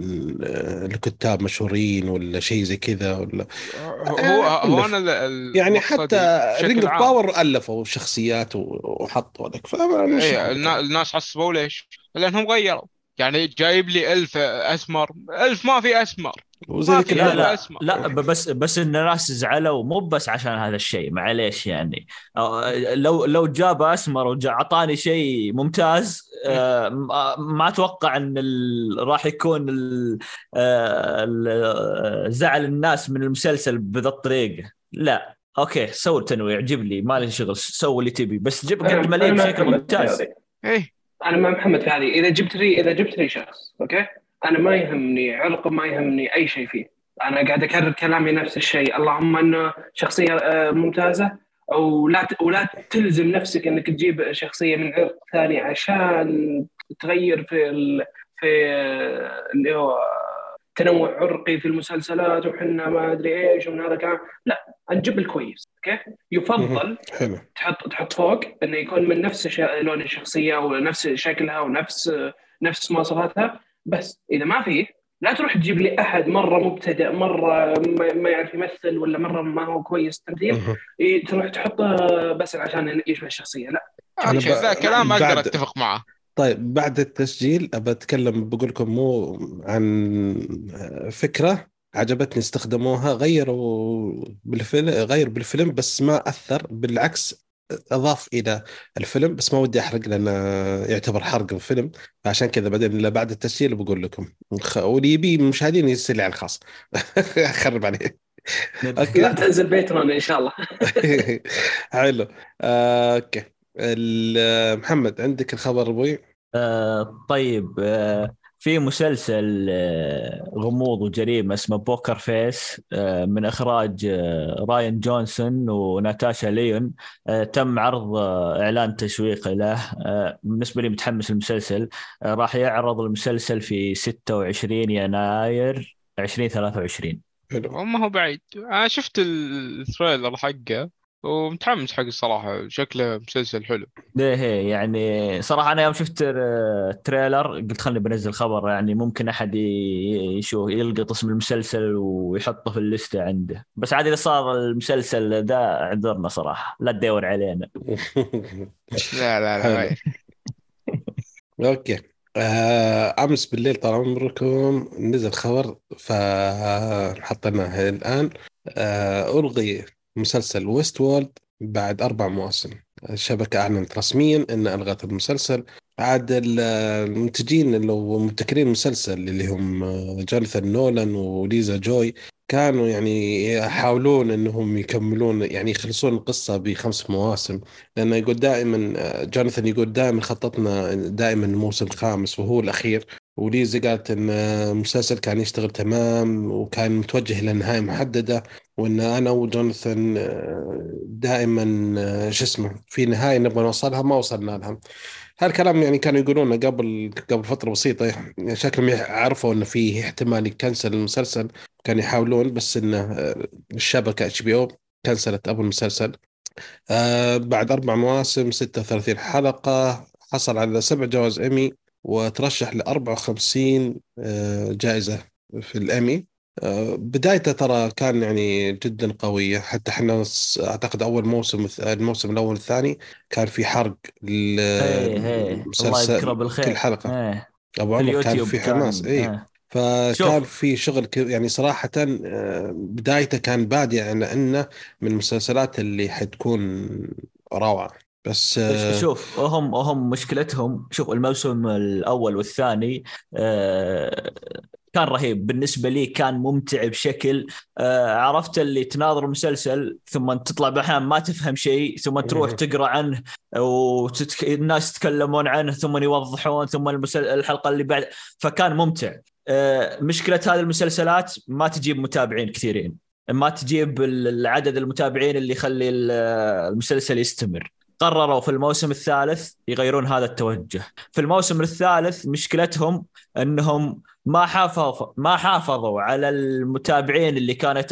[SPEAKER 1] آه، لكتاب مشهورين ولا شيء زي كذا ولا
[SPEAKER 2] هو
[SPEAKER 1] آه،
[SPEAKER 2] هو
[SPEAKER 1] ألف.
[SPEAKER 2] أنا ال-
[SPEAKER 1] يعني
[SPEAKER 2] مقصدي
[SPEAKER 1] حتى رينج
[SPEAKER 2] بشكل
[SPEAKER 1] اوف
[SPEAKER 2] عام.
[SPEAKER 1] باور الفوا شخصيات و- وحطوا لك، فمش
[SPEAKER 2] إيه النا- الناس حسبوا ليش؟ لأنهم غيروا. يعني جايب لي ألف أسمر، ألف ما في أسمر،
[SPEAKER 1] وزي
[SPEAKER 2] ما
[SPEAKER 1] ذيك
[SPEAKER 2] في
[SPEAKER 3] لا
[SPEAKER 2] ألف
[SPEAKER 1] المرة.
[SPEAKER 3] لا
[SPEAKER 2] أسمر.
[SPEAKER 3] لا ب- بس بس ان الناس زعلوا مو بس عشان هذا الشيء، معليش يعني. أو- لو لو جاب اسمر وعطاني شيء ممتاز، آه، ما ما اتوقع ان ال- راح يكون ال- آه، ال- زعل الناس من المسلسل بذا الطريقه. لا اوكي، سوي تنويع، جيب لي ما لي شغل، سوي اللي تبي، بس جيب قدم لي
[SPEAKER 4] مع
[SPEAKER 3] بشكل
[SPEAKER 4] محمد في
[SPEAKER 3] ممتاز.
[SPEAKER 4] هذه.
[SPEAKER 2] إيه
[SPEAKER 4] انا مع محمد في هذه. اذا جبت لي اذا جبت لي شخص اوكي، انا ما يهمني عرقه، ما يهمني اي شيء فيه. انا قاعد اكرر كلامي نفس الشيء، اللهم انه شخصيه آه، ممتازه، او لا ت- ولا تلزم نفسك انك تجيب شخصيه من عرق ثاني عشان تغير في ال... في آه، اللي هو تنوع عرقي في المسلسلات وحنا ما ادري ايش ومن هذا الكلام. لا، نجيب الكويس. اوكي، يفضل
[SPEAKER 1] حلو.
[SPEAKER 4] تحط تحط فوق انه يكون من نفس شا... لون الشخصيه ونفس شكلها ونفس نفس مواصفاتها. بس اذا ما فيه، لا تروح تجيب لي احد مره مبتدئ، مره ما ما يعرف يمثل، ولا مره ما هو كويس تمثيل، إيه، تروح تحطه بس عشان يشبه الشخصيه. لا،
[SPEAKER 1] أنا
[SPEAKER 2] شوف ذا
[SPEAKER 1] ب...
[SPEAKER 2] كلام اقدر
[SPEAKER 1] بعد
[SPEAKER 2] اتفق معه.
[SPEAKER 1] طيب بعد التسجيل أبى أتكلم، بقول لكم مو عن فكرة عجبتني استخدموها، غيروا بالفيلم، غير بالفيلم بس ما أثر، بالعكس أضاف إلى الفيلم، بس ما ودي أحرق لأنه يعتبر حرق الفيلم، فعشان كذا بعدين إلا بعد التسجيل بقول لكم، خ- واللي يبي المشاهدين يرسل لي على الخاص أخرب عليه. أوكي.
[SPEAKER 4] لا تنزل بيترون ان شاء الله.
[SPEAKER 1] حلو. آه، أوكي. ال- محمد عندك الخبر أبوي؟
[SPEAKER 3] آه طيب، آه في مسلسل آه غموض وجريمة اسمه بوكر فيس، آه من إخراج آه راين جونسون وناتاشا ليون. آه تم عرض آه إعلان تسويقي له. آه بالنسبة لي متحمس المسلسل. آه راح يعرض المسلسل في ستة وعشرين يناير ألفين وثلاثة وعشرين.
[SPEAKER 1] حلو.
[SPEAKER 2] وما هو بعيد، انا شفت التريلر حقه ومتحمس حق الصراحة، شكله مسلسل حلو.
[SPEAKER 3] ليه هي يعني صراحة أنا يوم شفت التريلر قلت خلني بنزل خبر، يعني ممكن أحد ي- يشوف يلقط اسم المسلسل ويحطه في الليستة عنده. بس عاد إذا صار المسلسل ده اعذرنا صراحة، لا تدور علينا.
[SPEAKER 2] لا لا لا
[SPEAKER 1] حلو.
[SPEAKER 2] غير.
[SPEAKER 1] اوكي. آه، امس بالليل طال عمركم نزل خبر فحطيناه الان. آه، الغي مسلسل ويست وورلد بعد اربع مواسم. الشبكه اعلنت رسميا ان الغت المسلسل. عاد ال- المنتجين اللي هو مبتكرين المسلسل اللي هم آه، جوناثان نولان وليزا جوي، كانوا يعني يحاولون انهم يكملون، يعني يخلصون القصه بخمس مواسم، لأنه يقول دائما آه، جوناثان يقول دائما خططنا دائما الموسم الخامس وهو الأخير. وليزا قالت إن آه، المسلسل كان يشتغل تمام وكان متوجه إلى نهاية محددة، وإن أنا وجوناثان آه، دائما آه، شو اسمه في نهاية نبغى نوصلها ما وصلنا لها. هالكلام يعني كانوا يقولونه قبل قبل فترة بسيطة، يعني شكلهم يعرفوا إنه فيه احتمال يكنسل المسلسل، كانوا يحاولون، بس إنه آه، الشبكة اتش بي او كنسلت أبو المسلسل. آه بعد أربع مواسم ستة وثلاثين حلقة، حصل على سبع جوائز إيمي، وترشح ل أربعة وخمسين آه جائزة في الإيمي. آه بدايته ترى كان يعني جدا قوية، حتى احنا س- أعتقد أول موسم، الموسم الأول الثاني كان في حرق
[SPEAKER 3] إيه إيه الله يذكره
[SPEAKER 1] للمسلسل كل
[SPEAKER 3] بالخير.
[SPEAKER 1] حلقة.
[SPEAKER 3] إيه
[SPEAKER 1] أبو
[SPEAKER 3] في
[SPEAKER 1] عمر كان
[SPEAKER 3] اليوتيوب
[SPEAKER 1] في حماس،
[SPEAKER 3] كان
[SPEAKER 1] إيه.
[SPEAKER 3] إيه.
[SPEAKER 1] فكان
[SPEAKER 3] شوف
[SPEAKER 1] في شغل ك- يعني صراحة آه، بدايته كان بادئ على أنه من المسلسلات اللي حتكون روعة، بس
[SPEAKER 3] ش-
[SPEAKER 1] آه،
[SPEAKER 3] شوف هم هم مشكلتهم. شوف الموسم الأول والثاني آه، كان رهيب بالنسبة لي، كان ممتع بشكل. آه، عرفت اللي تناظر المسلسل ثم تطلع بأحيان ما تفهم شيء، ثم تروح تقرأ عنه والناس يتكلمون عنه ثم يوضحون، ثم المسل... الحلقة اللي بعد. فكان ممتع. آه، مشكلة هذه المسلسلات ما تجيب متابعين كثيرين، ما تجيب العدد المتابعين اللي يخلي المسلسل يستمر. قرروا في الموسم الثالث يغيرون هذا التوجه. في الموسم الثالث مشكلتهم انهم ما حافظوا ما حافظوا على المتابعين اللي كانت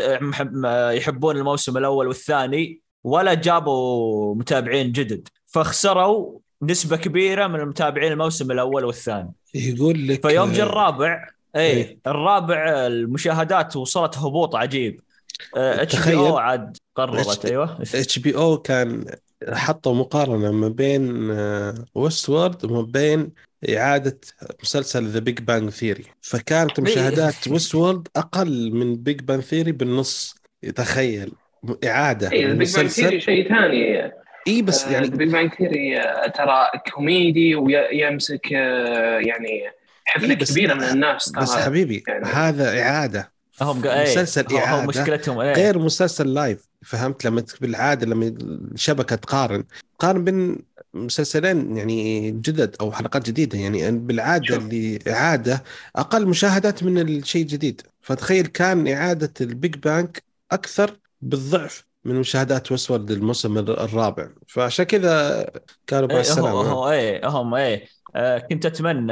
[SPEAKER 3] يحبون الموسم الاول والثاني، ولا جابوا متابعين جدد، فخسروا نسبة كبيرة من المتابعين الموسم الاول والثاني.
[SPEAKER 1] يقول لك
[SPEAKER 3] فيوم جاء
[SPEAKER 1] آه،
[SPEAKER 3] الرابع،
[SPEAKER 1] إيه،
[SPEAKER 3] اي الرابع المشاهدات وصلت هبوط عجيب. اتش بي او
[SPEAKER 1] تخيل
[SPEAKER 3] عاد قررت ايوه.
[SPEAKER 1] اتش بي او كان حطوا مقارنة ما بين ويست وورد وما بين إعادة مسلسل ذا بيج بانج ثيري، فكانت مشاهدات ويست وورد أقل من بيج بانج ثيري بالنص. تخيل إعادة
[SPEAKER 4] اي ذا بيج بانج ثيري
[SPEAKER 1] المسلسل.
[SPEAKER 4] شيء ثاني.
[SPEAKER 1] اي بس
[SPEAKER 4] ذا
[SPEAKER 1] يعني
[SPEAKER 4] بيج بانج ثيري ترى كوميدي ويمسك آه، يعني
[SPEAKER 1] اي
[SPEAKER 4] حفنة
[SPEAKER 1] بس
[SPEAKER 4] كبيرة من الناس
[SPEAKER 1] بس
[SPEAKER 4] ترى
[SPEAKER 1] حبيبي
[SPEAKER 4] يعني.
[SPEAKER 1] هذا إعادة،
[SPEAKER 3] هم ايه
[SPEAKER 1] مسلسل
[SPEAKER 3] هو
[SPEAKER 1] إعادة
[SPEAKER 3] مشكلتهم ايه.
[SPEAKER 1] غير مسلسل لايف. فهمت؟ لما ت- بالعادة لما الشبكة تقارن تقارن بين مسلسلين يعني جدد أو حلقات جديدة، يعني بالعادة
[SPEAKER 4] شوف
[SPEAKER 1] اللي إعادة أقل مشاهدات من الشيء الجديد. فتخيل كان إعادة البيج بانك أكثر بالضعف من مشاهدات ويستورد الموسم الرابع، فعشان كذا كانوا مع
[SPEAKER 3] ايه هو
[SPEAKER 1] السلامة.
[SPEAKER 3] هو ايه هم ايه. آه كنت اتمنى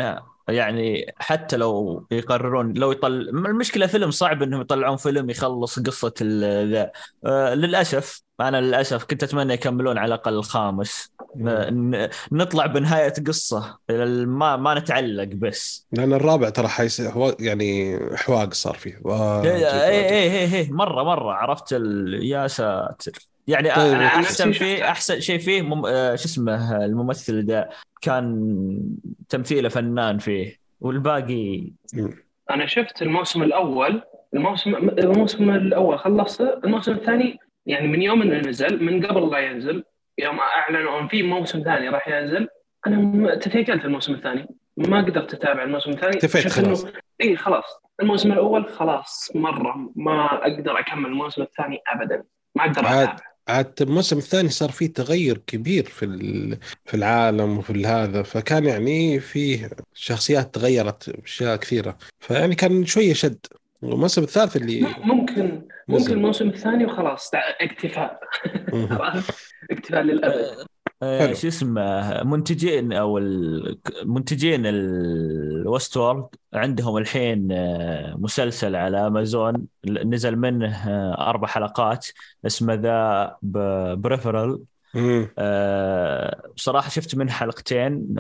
[SPEAKER 3] يعني حتى لو يقررون لو يطل المشكله فيلم صعب انهم يطلعون فيلم يخلص قصه ال- ذا. آه للاسف انا للاسف كنت اتمنى يكملون على الاقل الخامس، ن- نطلع بنهايه قصه ما ما نتعلق بس.
[SPEAKER 1] لأن الرابع ترى حيس هو يعني حواق صار فيه
[SPEAKER 3] اي
[SPEAKER 1] واجد
[SPEAKER 3] اي
[SPEAKER 1] واجد.
[SPEAKER 3] اي اي مره مره عرفت ال... يا ساتر. يعني أ-
[SPEAKER 1] طيب
[SPEAKER 3] انا
[SPEAKER 4] انا عن
[SPEAKER 3] احسن
[SPEAKER 4] نفسي
[SPEAKER 3] فيه
[SPEAKER 4] شفته.
[SPEAKER 3] احسن شيء فيه مم... آه، شو اسمه الممثل ده كان تمثيله فنان فيه، والباقي
[SPEAKER 1] مم.
[SPEAKER 4] انا شفت الموسم الاول، الموسم الموسم الاول خلصته. الموسم الثاني يعني من يوم انه نزل، من قبل لا ينزل، يوم اعلنوا ان في موسم ثاني راح ينزل، انا م- تثاقلت الموسم الثاني، ما قدرت اتابع الموسم الثاني.
[SPEAKER 1] اكتفيت
[SPEAKER 4] شفت
[SPEAKER 1] خلاص.
[SPEAKER 4] انه اي خلاص الموسم الاول خلاص مره، ما اقدر اكمل الموسم الثاني ابدا، ما اقدر
[SPEAKER 1] عاد
[SPEAKER 4] اتابع.
[SPEAKER 1] عاد الموسم الثاني صار فيه تغير كبير في ال- في العالم وفي هذا، فكان يعني فيه شخصيات تغيرت أشياء كثيرة، فيعني كان شوية شد. والموسم الثالث اللي
[SPEAKER 4] م- ممكن ممكن
[SPEAKER 1] نزل.
[SPEAKER 4] الموسم الثاني وخلاص تع- اكتفاء.
[SPEAKER 1] مهم.
[SPEAKER 4] عرفت؟ اكتفاء للابد.
[SPEAKER 3] آه،
[SPEAKER 1] حلو.
[SPEAKER 3] شو اسمه منتجين او ال- منتجين الوست وورلد عندهم الحين آه، مسلسل على امازون نزل منه آه، اربع حلقات اسمه ذا بريفرال.
[SPEAKER 1] مم.
[SPEAKER 3] أه بصراحة شفت منه حلقتين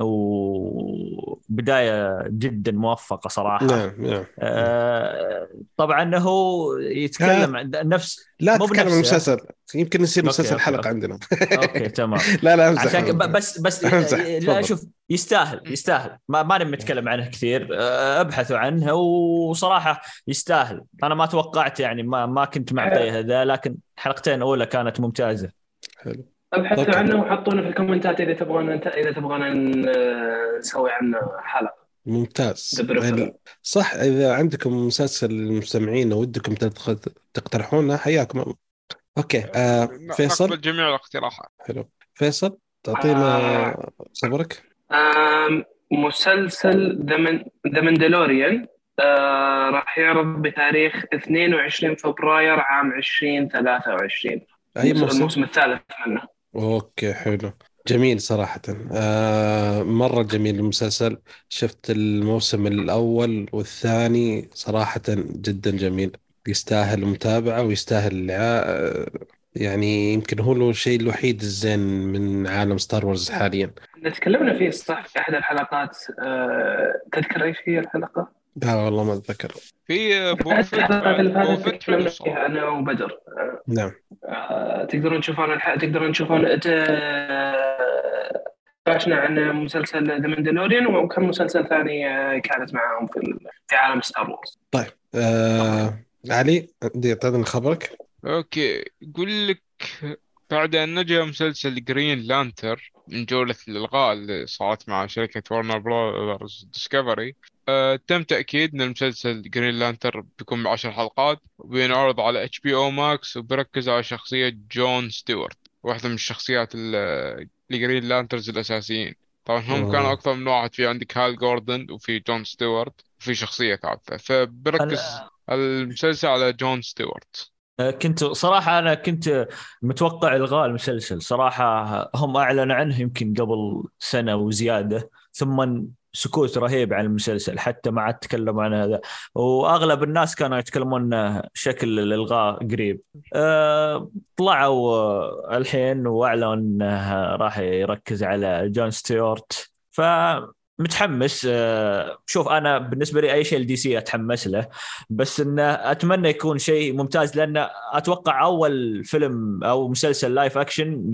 [SPEAKER 3] وبداية جدا موفقة صراحة.
[SPEAKER 1] نعم نعم نعم.
[SPEAKER 3] أه طبعا هو
[SPEAKER 1] لا
[SPEAKER 3] يتكلم عن نفس،
[SPEAKER 1] لا
[SPEAKER 3] مو
[SPEAKER 1] تتكلم عن
[SPEAKER 3] بنفسه.
[SPEAKER 1] المسلسل، يمكن يصير
[SPEAKER 3] اوكي
[SPEAKER 1] مسلسل
[SPEAKER 3] اوكي
[SPEAKER 1] حلقة
[SPEAKER 3] اوكي
[SPEAKER 1] عندنا.
[SPEAKER 3] اوكي تمام.
[SPEAKER 1] لا لا امزح
[SPEAKER 3] عشان ك- ب-
[SPEAKER 1] امزح
[SPEAKER 3] بس بس
[SPEAKER 1] امزح
[SPEAKER 3] لا
[SPEAKER 1] تفضل.
[SPEAKER 3] شوف يستاهل يستاهل ما ماني متكلم عنه كثير. أه، ابحثوا عنه وصراحة يستاهل. انا ما توقعت يعني ما ما كنت معطيه ذا، لكن حلقتين اولى كانت ممتازة.
[SPEAKER 1] حلو.
[SPEAKER 4] ابحثوا
[SPEAKER 1] اوكي
[SPEAKER 4] عنه وحطونا في الكومنتات اذا تبغون، اذا تبغون ن- نسوي عنه حلقه. ذا
[SPEAKER 1] ممتاز.
[SPEAKER 4] بريفرال.
[SPEAKER 1] ال- صح، إذا عندكم مسلسل المستمعين ودكم تدخ- تقترحونه حياكم. أوكي آه
[SPEAKER 2] نقبل
[SPEAKER 1] فيصل.
[SPEAKER 2] جميع الاقتراحات.
[SPEAKER 1] حلو. فيصل
[SPEAKER 4] آه
[SPEAKER 1] تعطينا خبرك.
[SPEAKER 4] آه مسلسل ذا من ذا ماندلوريان آه راح يعرض بتاريخ اثنين وعشرين فبراير عام ألفين وثلاثة وعشرين.
[SPEAKER 1] أي موسم؟
[SPEAKER 4] الموسم الثالث منه.
[SPEAKER 1] أوكي حلو. جميل صراحة. آه مرة جميل المسلسل. شفت الموسم الأول والثاني صراحة جدا جميل، يستاهل المتابعة ويستاهل الع- يعني يمكن هو له الشيء الوحيد الزين من عالم ستار وورز حاليا.
[SPEAKER 4] اللي تكلمنا فيه صح في احد الحلقات. آه تذكر ايش هي الحلقه؟
[SPEAKER 1] لا والله ما أتذكر.
[SPEAKER 2] في
[SPEAKER 4] في احد
[SPEAKER 2] بوفت
[SPEAKER 4] الحلقات اللي
[SPEAKER 2] بعد
[SPEAKER 4] فاتت
[SPEAKER 2] بوفت حلو
[SPEAKER 4] تكلمنا
[SPEAKER 2] صراحة.
[SPEAKER 4] فيها انا وبدر.
[SPEAKER 1] نعم.
[SPEAKER 4] آه، تقدرون تشوفون الح... تقدرون تشوفون تاشنا عن مسلسل ذا ماندلوريان وكم مسلسل ثاني آه، كانت معاهم في ال... في عالم ستار وورز.
[SPEAKER 1] طيب آه علي دي تعطيني خبرك.
[SPEAKER 2] اوكي يقول لك بعد أن نجا مسلسل جرين لانتر من جولة الإلغاء اللي صارت مع شركة ورنر براذرز ديسكفري، أه تم تأكيد أن المسلسل جرين لانتر بيكون بعشر حلقات وبينعرض على اتش بي او ماكس، وبيركز على شخصية جون ستيوارت، واحدة من الشخصيات الجرين لانترز الأساسيين. طبعا هم كانوا
[SPEAKER 1] آه.
[SPEAKER 2] أكثر من واحد، في عندك هال جوردن وفي جون ستيوارت وفي شخصية ثالثة، فبركز
[SPEAKER 3] أنا
[SPEAKER 2] المسلسل على جون ستيوارت.
[SPEAKER 3] كنت صراحة أنا كنت متوقع إلغاء المسلسل صراحة. هم أعلنوا عنه يمكن قبل سنة وزيادة، ثم سكوت رهيب عن المسلسل حتى ما عاد تكلموا عن هذا، وأغلب الناس كانوا يتكلمون أنه شكل الإلغاء قريب. أه طلعوا آه، الحين وأعلنوا أنه راح يركز على جون ستيوارت. ف متحمس. آه، شوف انا بالنسبه لي اي شيء الدي سي اتحمس له، بس انه اتمنى يكون شيء ممتاز، لان اتوقع اول فيلم او مسلسل لايف اكشن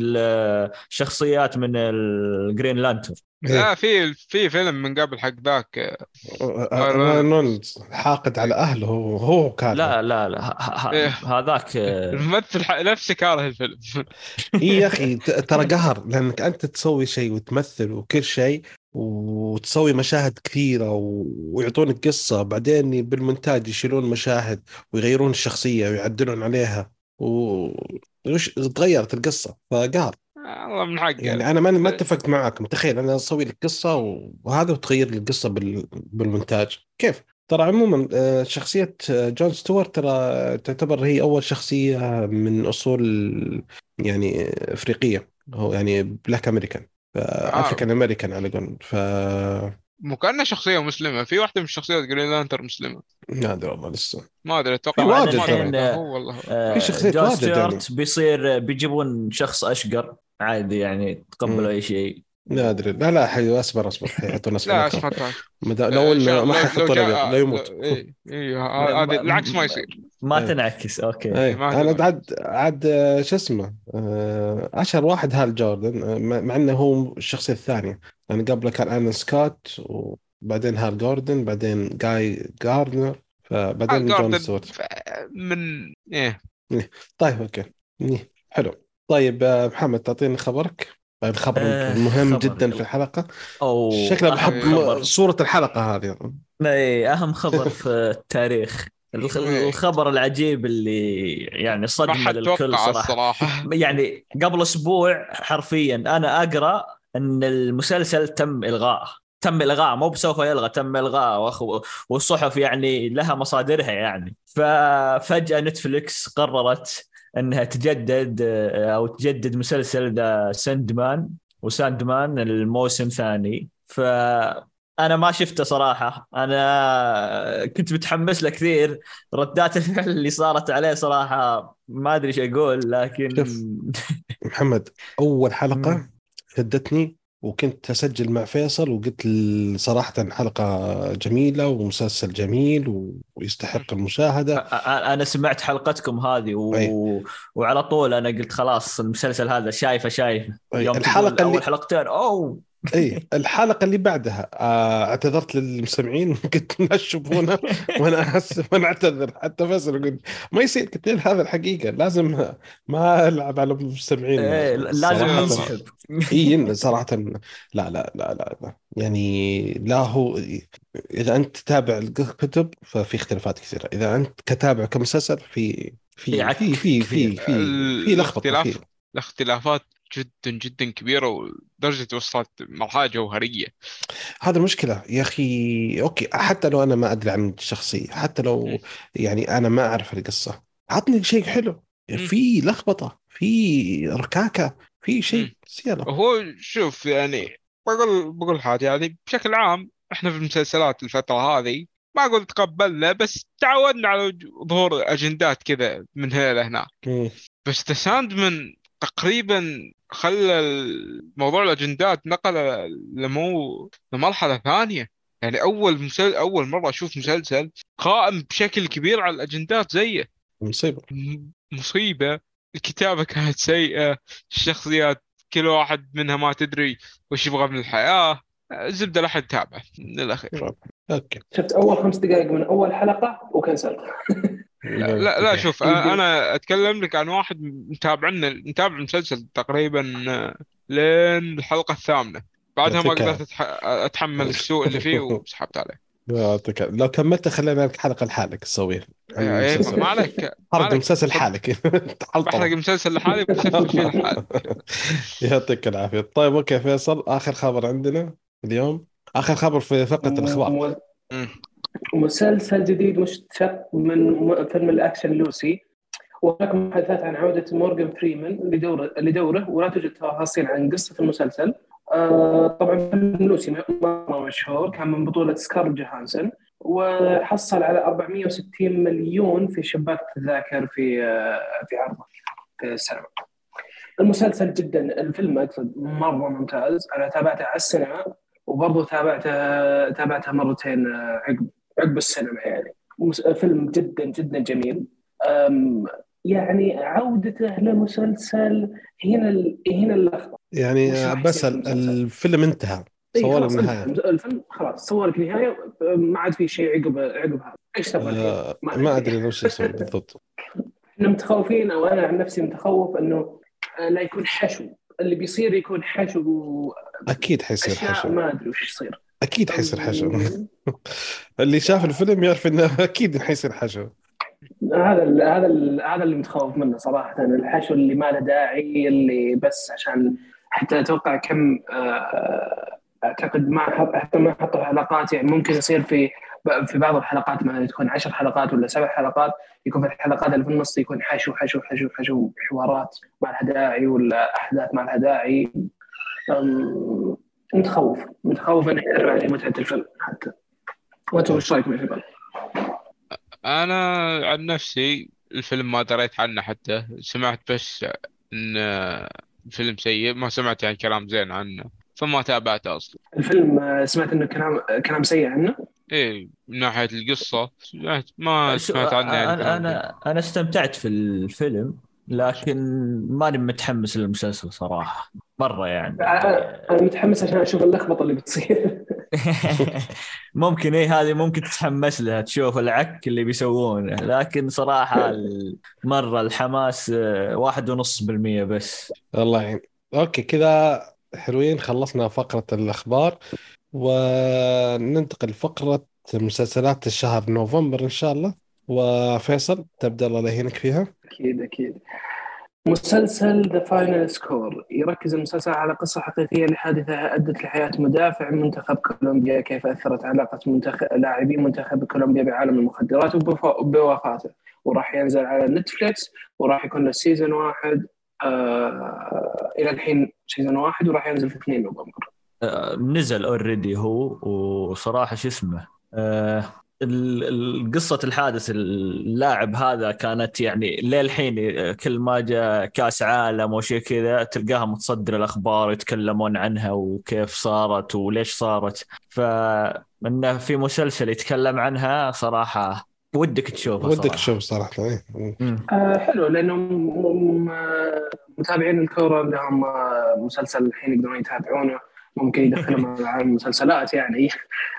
[SPEAKER 3] لشخصيات من الجرين لانتر.
[SPEAKER 2] لا
[SPEAKER 1] إيه.
[SPEAKER 2] في في فيلم من قبل حق ذاك
[SPEAKER 1] آه،
[SPEAKER 2] راي
[SPEAKER 1] راين
[SPEAKER 2] رينولدز.
[SPEAKER 1] رينولدز حاقد على أهله، هو هو كاره.
[SPEAKER 3] لا لا لا ه- ه-
[SPEAKER 2] إيه.
[SPEAKER 3] هذاك آه،
[SPEAKER 2] الممثل ح- نفسه كاره الفيلم.
[SPEAKER 1] إيه يا أخي ت- ترى قهر، لأنك أنت تسوي شيء وتمثل وكل شيء وتسوي مشاهد كثيرة و... ويعطونك قصة، بعدين بالمونتاج يشيلون مشاهد ويغيرون الشخصية ويعدلون عليها و... وش تغيرت القصة، فقهر.
[SPEAKER 2] الله من حقه.
[SPEAKER 1] يعني أنا ما ما اتفقت معاك. متخيل أنا أسوي لك قصة و- وهذا وتغير لي القصة بال... بالمونتاج كيف؟ ترى عموما آه، شخصية آه، جون ستيوارت ترى تعتبر هي أول شخصية من أصول يعني أفريقية، هو يعني بلاك أمريكان،
[SPEAKER 2] عارف.
[SPEAKER 1] أفريكان أمريكان على قول. ف
[SPEAKER 2] مو كأنها شخصية مسلمة. في واحدة من الشخصيات جرين لانتر مسلمة.
[SPEAKER 1] ما ادري والله لسه.
[SPEAKER 2] ما ادري، اتوقع
[SPEAKER 1] في
[SPEAKER 3] طبعا
[SPEAKER 1] واجد
[SPEAKER 2] ما ادري
[SPEAKER 3] الحين
[SPEAKER 2] إذا
[SPEAKER 3] آه،
[SPEAKER 2] هو والله.
[SPEAKER 1] في
[SPEAKER 3] آه،
[SPEAKER 1] شخصيات
[SPEAKER 3] جون
[SPEAKER 1] واجد يعني.
[SPEAKER 3] ستيوارت بيصير بيجيبون شخص اشقر عادي يعني، تقبلوا
[SPEAKER 1] مم.
[SPEAKER 3] اي شيء.
[SPEAKER 1] ما ادري. لا لا حي اصبر اصبر حيحطون اسماء
[SPEAKER 2] لا
[SPEAKER 1] اكرم.
[SPEAKER 2] اسمعتهاش.
[SPEAKER 1] مدا- لو
[SPEAKER 2] آه، شا-
[SPEAKER 1] انه ما
[SPEAKER 2] لو لو
[SPEAKER 1] حيحطون ابيض لا
[SPEAKER 2] جاء
[SPEAKER 1] يموت.
[SPEAKER 2] لو- ايه ايه
[SPEAKER 3] ما,
[SPEAKER 2] هذا العكس ما
[SPEAKER 3] ما,
[SPEAKER 2] يصير.
[SPEAKER 3] ما
[SPEAKER 1] ايه
[SPEAKER 3] تنعكس. اوكي.
[SPEAKER 2] ايه
[SPEAKER 1] ايه
[SPEAKER 2] ما
[SPEAKER 1] انا
[SPEAKER 2] ما
[SPEAKER 1] عاد عاد آه، شو اسمه آه، اشهر واحد هال جوردن، آه، مع مع انه هو الشخصيه الثانيه. يعني قبله كان انا سكوت، وبعدين هال جوردن، بعدين جاي جاردنر، فبعدين جون
[SPEAKER 2] الجاردن
[SPEAKER 1] ستيوارت.
[SPEAKER 2] من ايه.
[SPEAKER 1] إيه. طيب اوكي. إيه. حلو. طيب آه، محمد تعطيني خبرك. طيب الخبر
[SPEAKER 3] آه
[SPEAKER 1] المهم
[SPEAKER 3] خبر
[SPEAKER 1] جدا في الحلقه.
[SPEAKER 3] او
[SPEAKER 1] شكله
[SPEAKER 3] اهم
[SPEAKER 1] بحب م-
[SPEAKER 2] إيه.
[SPEAKER 3] خبر.
[SPEAKER 1] صوره الحلقه هذه.
[SPEAKER 3] إيه، اهم خبر في التاريخ. الخ-
[SPEAKER 2] إيه.
[SPEAKER 3] الخبر العجيب اللي يعني
[SPEAKER 2] ما
[SPEAKER 3] صدمة
[SPEAKER 2] حد
[SPEAKER 3] للكل
[SPEAKER 2] توقع
[SPEAKER 3] صراحة.
[SPEAKER 2] الصراحة.
[SPEAKER 3] يعني قبل اسبوع حرفيا انا اقرا ان المسلسل تم الغائه. تم الغاء، مو بسوف يلغى، تم الغاء. وأخ- والصحف يعني لها مصادرها يعني. ففجأة نتفليكس قررت انها تجدد او تجدد مسلسل ذا ساندمان وساندمان الموسم ثاني. ف انا ما شفته صراحه. انا كنت متحمس له كثير. ردات الفعل اللي صارت عليه صراحه ما ادري ايش اقول، لكن
[SPEAKER 1] شوف محمد، أول حلقة شدتني، وكنت أسجل مع فيصل وقلت ل- صراحة حلقة جميلة ومسلسل جميل و- ويستحق المشاهدة.
[SPEAKER 3] أ- أ- انا سمعت حلقتكم هذه
[SPEAKER 1] أي
[SPEAKER 3] و... وعلى طول انا قلت خلاص المسلسل هذا شايفه شايفه.
[SPEAKER 1] أي
[SPEAKER 3] يوم تقول
[SPEAKER 1] الحلقة
[SPEAKER 3] اول
[SPEAKER 1] اللي
[SPEAKER 3] حلقتين اوه.
[SPEAKER 1] اي الحلقة اللي بعدها آه، اعتذرت للمستمعين قلت لا تشوفونها، وانا اسف وانا اعتذر. حتى فيصل يقول ما يصير، قلت له هذا الحقيقة لازم ما العب على المستمعين
[SPEAKER 3] إيه، لازم
[SPEAKER 1] صراحة.
[SPEAKER 2] يلا.
[SPEAKER 3] ننسحب.
[SPEAKER 1] اي صراحة لا لا لا لا, لا. يعني لا هو اذا انت تتابع الكتب ففي اختلافات كثيرة، اذا انت كتابع كمسلسل في
[SPEAKER 3] في
[SPEAKER 1] في في
[SPEAKER 3] عك
[SPEAKER 1] في
[SPEAKER 3] كثير.
[SPEAKER 1] في في في لخبطة
[SPEAKER 2] الاختلاف
[SPEAKER 1] فيه.
[SPEAKER 2] الاختلافات جدا جدا كبيرة، ولدرجة وصلت مرحلة جوهرية.
[SPEAKER 1] هذا المشكلة يا أخي. أوكي حتى لو أنا ما أدري عن الشخصية، حتى
[SPEAKER 2] م-
[SPEAKER 1] لو يعني أنا ما أعرف القصة، عطني شيء حلو.
[SPEAKER 2] م-
[SPEAKER 1] في لخبطة، في ركاكة، في
[SPEAKER 2] م.
[SPEAKER 1] شيء يلا.
[SPEAKER 2] هو شوف يعني، بقول بقول حاجة يعني بشكل عام، احنا في المسلسلات الفترة هذه ما أقول تقبلنا، بس تعودنا على ظهور أجندات كذا من هنا لهناك.
[SPEAKER 1] مم.
[SPEAKER 2] بس ذا ساندمان تقريبا خلى موضوع الأجندات نقله لمو لمرحلة ثانية. يعني أول مسل... أول مرة أشوف مسلسل قائم بشكل كبير على الأجندات زيه.
[SPEAKER 1] مصيبة.
[SPEAKER 2] م- مصيبة. الكتابة كانت سيئة. الشخصيات كل واحد منها ما تدري وش يبغى من الحياة. الزبدة لا حد تابعه من الأخير.
[SPEAKER 1] أوكي.
[SPEAKER 4] شفت اول خمس دقائق من اول حلقه وكنسلت.
[SPEAKER 2] لا لا, لا شوف، أنا
[SPEAKER 4] يمكن
[SPEAKER 2] أنا أتكلم لك عن واحد متابعنا متابع المسلسل تقريبا آه، لين الحلقة الثامنة. بعدها ما
[SPEAKER 1] يعطيك
[SPEAKER 2] قدرت أتح... أتحمل السوء اللي فيه وسحبت عليه.
[SPEAKER 1] يعطيك لو كملت خلينا لك حلقة لحالك تسويها عن
[SPEAKER 2] إيه إيه،
[SPEAKER 1] المسلسل.
[SPEAKER 2] ما عليك ما
[SPEAKER 1] حرق
[SPEAKER 2] عليك
[SPEAKER 1] مسلسل
[SPEAKER 2] بحب...
[SPEAKER 1] حالك
[SPEAKER 2] بحرق
[SPEAKER 1] تحلطم.
[SPEAKER 2] مسلسل لحالي بسفل فيه لحالي.
[SPEAKER 1] يعطيك العافية. طيب أوكي فيصل، آخر خبر عندنا اليوم، آخر خبر في فقرة الأخبار.
[SPEAKER 4] م-
[SPEAKER 2] مم.
[SPEAKER 4] مسلسل جديد مشتق من م- فيلم الاكشن لوسي، وهناك محادثات عن عودة مورغان فريمان لدوره لدوره ولا توجد تفاصيل عن قصة المسلسل. آه طبعا فيلم لوسي مرة مشهور، كان من بطولة سكارلت جوهانسون، وحصل على أربعمائة وستين مليون في شباك التذاكر في آه في عرضه في السينما. المسلسل جدا الفيلم أقصد مرة ممتاز. أنا تابعته على السينما، وبرضه تابعته تابعته مرتين آه، عقب عقب السينما يعني. مس- فيلم جدا جدا جميل. أم، يعني عودته لمسلسل هنا ال... هنا اللخبطة.
[SPEAKER 1] يعني
[SPEAKER 4] وش
[SPEAKER 1] آه،
[SPEAKER 4] راح يصير
[SPEAKER 1] بس
[SPEAKER 4] في
[SPEAKER 1] ال-
[SPEAKER 4] المسلسل؟
[SPEAKER 1] الفيلم انتهى،
[SPEAKER 4] اي
[SPEAKER 1] صور
[SPEAKER 4] خلاص انتهى
[SPEAKER 1] النهاية.
[SPEAKER 4] الفيلم، خلاص سوى لك نهاية. ما عاد في شيء عقب عقب هذا. ايش تبغى الحين؟
[SPEAKER 1] آه
[SPEAKER 4] ما
[SPEAKER 1] ما
[SPEAKER 4] ندري.
[SPEAKER 1] أدري وش يسوي بالضبط.
[SPEAKER 4] احنا متخوفين، او انا عن نفسي متخوف انه آه، لا يكون حشو. اللي بيصير يكون حشو
[SPEAKER 1] أكيد حيصير
[SPEAKER 4] اشياء
[SPEAKER 1] حشو،
[SPEAKER 4] ما ادري وش يصير.
[SPEAKER 1] أكيد حيصير حشو.
[SPEAKER 4] أم،
[SPEAKER 1] اللي شاف الفيلم يعرف إنه أكيد حيصير حشو.
[SPEAKER 4] هذا ال هذا ال هذا اللي متخوف منه صراحة، الحشو اللي ما له داعي، اللي بس عشان حتى أتوقع كم آه، أعتقد ما حط حتى ما حطوا حلقات. يعني ممكن يصير في في بعض الحلقات ما تكون عشر حلقات ولا سبع حلقات، يكون في الحلقات اللي في النص يكون حشو حشو حشو حشو حوارات ما لها داعي ولا أحداث ما لها داعي. أم، متخوف متخوف أن يحرق علي متعة الفيلم حتى. وأنتم وش رأيكم يا شباب؟
[SPEAKER 2] انا عن نفسي الفيلم ما دريت عنه، حتى سمعت بس ان الفيلم سيء، ما سمعت يعني كلام زين عنه فما تابعته اصلا.
[SPEAKER 4] الفيلم آه، سمعت إنه كلام كلام سيء عنه.
[SPEAKER 2] ايه من ناحية القصة سمعت ما
[SPEAKER 3] شو
[SPEAKER 2] سمعت عنه يعني
[SPEAKER 3] انا
[SPEAKER 2] كلام زين.
[SPEAKER 3] انا انا استمتعت في الفيلم، لكن ماني متحمس للمسلسل صراحة مرة يعني.
[SPEAKER 4] أنا أنا متحمس عشان أشوف اللخبطة اللي بتصير.
[SPEAKER 3] ممكن ايه هذه ممكن تتحمس لها تشوف العك اللي بيسوونه، لكن صراحة مرة الحماس آه، واحد ونص بالمية بس.
[SPEAKER 1] الله يعين. اوكي كذا حلوين، خلصنا فقرة الأخبار وننتقل لفقرة مسلسلات الشهر نوفمبر إن شاء الله. وفيصل تبدأ الله لا يهينك فيها.
[SPEAKER 4] أكيد أكيد. مسلسل The Final Score يركز المسلسل على قصة حقيقية لحادثة أدت لحياة مدافع منتخب كولومبيا، كيف أثرت علاقة منتخب لاعبي منتخب كولومبيا بعالم المخدرات وبف- بوفاته. وراح ينزل على نتفليكس وراح يكون له سيزون واحد آه إلى الحين سيزون واحد وراح ينزل في اثنين نوفمبر.
[SPEAKER 3] آه، نزل اوريدي هو، وصراحة شو اسمه آه، ال- ال- قصة الحادث اللاعب هذا كانت يعني للحين آه، كل ما جاء كاس عالم وشي كذا تلقاها متصدر الأخبار يتكلمون عنها وكيف صارت وليش صارت. فإنه في مسلسل يتكلم عنها صراحة ودك تشوفه
[SPEAKER 1] ودك
[SPEAKER 3] صراحة.
[SPEAKER 1] تشوف صراحة إيه.
[SPEAKER 3] مم.
[SPEAKER 4] آه حلو لأنه م- م- متابعين الكورة لهم آه، مسلسل الحين يقدرون يتابعونه، ممكن يدخلهم على المسلسلات يعني.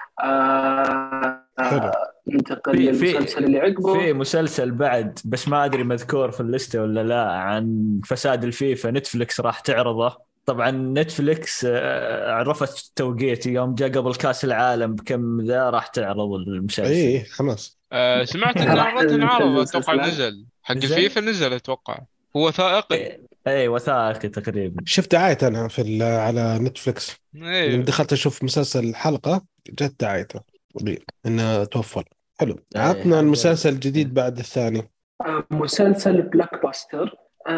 [SPEAKER 4] آه
[SPEAKER 1] حلو.
[SPEAKER 4] آه ننتقل
[SPEAKER 3] في
[SPEAKER 4] للمسلسل اللي
[SPEAKER 3] في
[SPEAKER 4] عقبه.
[SPEAKER 3] في مسلسل بعد بس ما ادري مذكور في الليسته ولا لا، عن فساد الفيفا، نتفلكس راح تعرضه. طبعا نتفلكس آه، عرفت التوقيت يوم جاء قبل كاس العالم بكم ذا راح تعرض المسلسل.
[SPEAKER 1] إيه حماس.
[SPEAKER 2] أه سمعت ان
[SPEAKER 4] راح
[SPEAKER 2] الرتن عرض،
[SPEAKER 4] تنزل
[SPEAKER 2] اتوقع
[SPEAKER 4] مسلسلات.
[SPEAKER 2] نزل حق
[SPEAKER 3] نزل؟
[SPEAKER 2] الفيفا، نزل اتوقع هو وثائقي.
[SPEAKER 3] اي إيه، وثائقي تقريبا.
[SPEAKER 1] شفت دعاية أنا في ال- على نتفليكس لما
[SPEAKER 2] ايه
[SPEAKER 1] دخلت أشوف مسلسل الحلقة جت دعايته قبل إنه توفر. حلو.
[SPEAKER 3] إيه،
[SPEAKER 1] عطنا
[SPEAKER 3] حق-
[SPEAKER 1] المسلسل الجديد بعد الثاني.
[SPEAKER 4] آه مسلسل بلاك باستر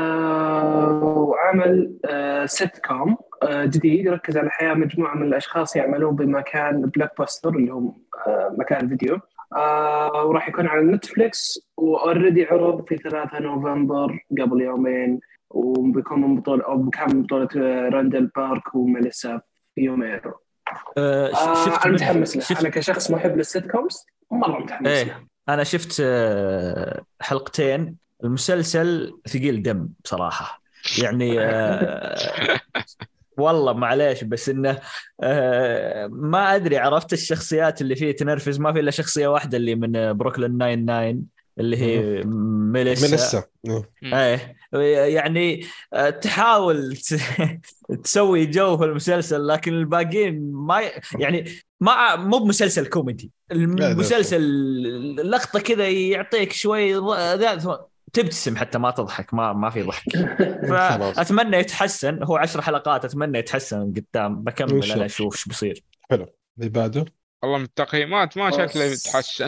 [SPEAKER 4] آه وعمل آه سيت كوم آه جديد يركز على حياة مجموعة من الأشخاص يعملون بمكان بلاك باستر اللي هو آه مكان فيديو. آه وراح يكون على نتفليكس وأوريدي عرض في ثلاثة نوفمبر قبل يومين، وبيكون من بطولة أو كان من بطولة آه، راندل بارك وميليسا فيوميرو.
[SPEAKER 3] آه، ش-
[SPEAKER 4] آه
[SPEAKER 3] شفت
[SPEAKER 4] أنا
[SPEAKER 3] منه-
[SPEAKER 4] متحمس له.
[SPEAKER 3] شفت
[SPEAKER 4] أنا كشخص محب للسيت كومز مرة متحمس له.
[SPEAKER 3] ايه انا شفت آه، حلقتين. المسلسل ثقيل دم بصراحة يعني آه، والله معليش بس انه آه، ما ادري، عرفت الشخصيات اللي فيه تنرفز، ما في الا شخصية واحدة اللي من بروكلين ناين ناين اللي هي ميليسا.
[SPEAKER 1] ميليسا. إيه.
[SPEAKER 3] ايه يعني آه، تحاول ت- تسوي جو في المسلسل، لكن الباقيين ما ي- يعني ما مو بمسلسل كوميدي. المسلسل لقطة كذا يعطيك شوي ض- ذا تبتسم حتى ما تضحك، ما ما في ضحك.
[SPEAKER 1] خلاص.
[SPEAKER 3] فأتمنى يتحسن، هو عشر حلقات أتمنى يتحسن قدام،
[SPEAKER 1] إن
[SPEAKER 3] بكمل
[SPEAKER 1] شاء
[SPEAKER 3] أنا
[SPEAKER 1] الله.
[SPEAKER 3] أشوف شو بيصير.
[SPEAKER 1] حلو. اللي بعده.
[SPEAKER 2] والله متقيمات ما شكله يتحسن.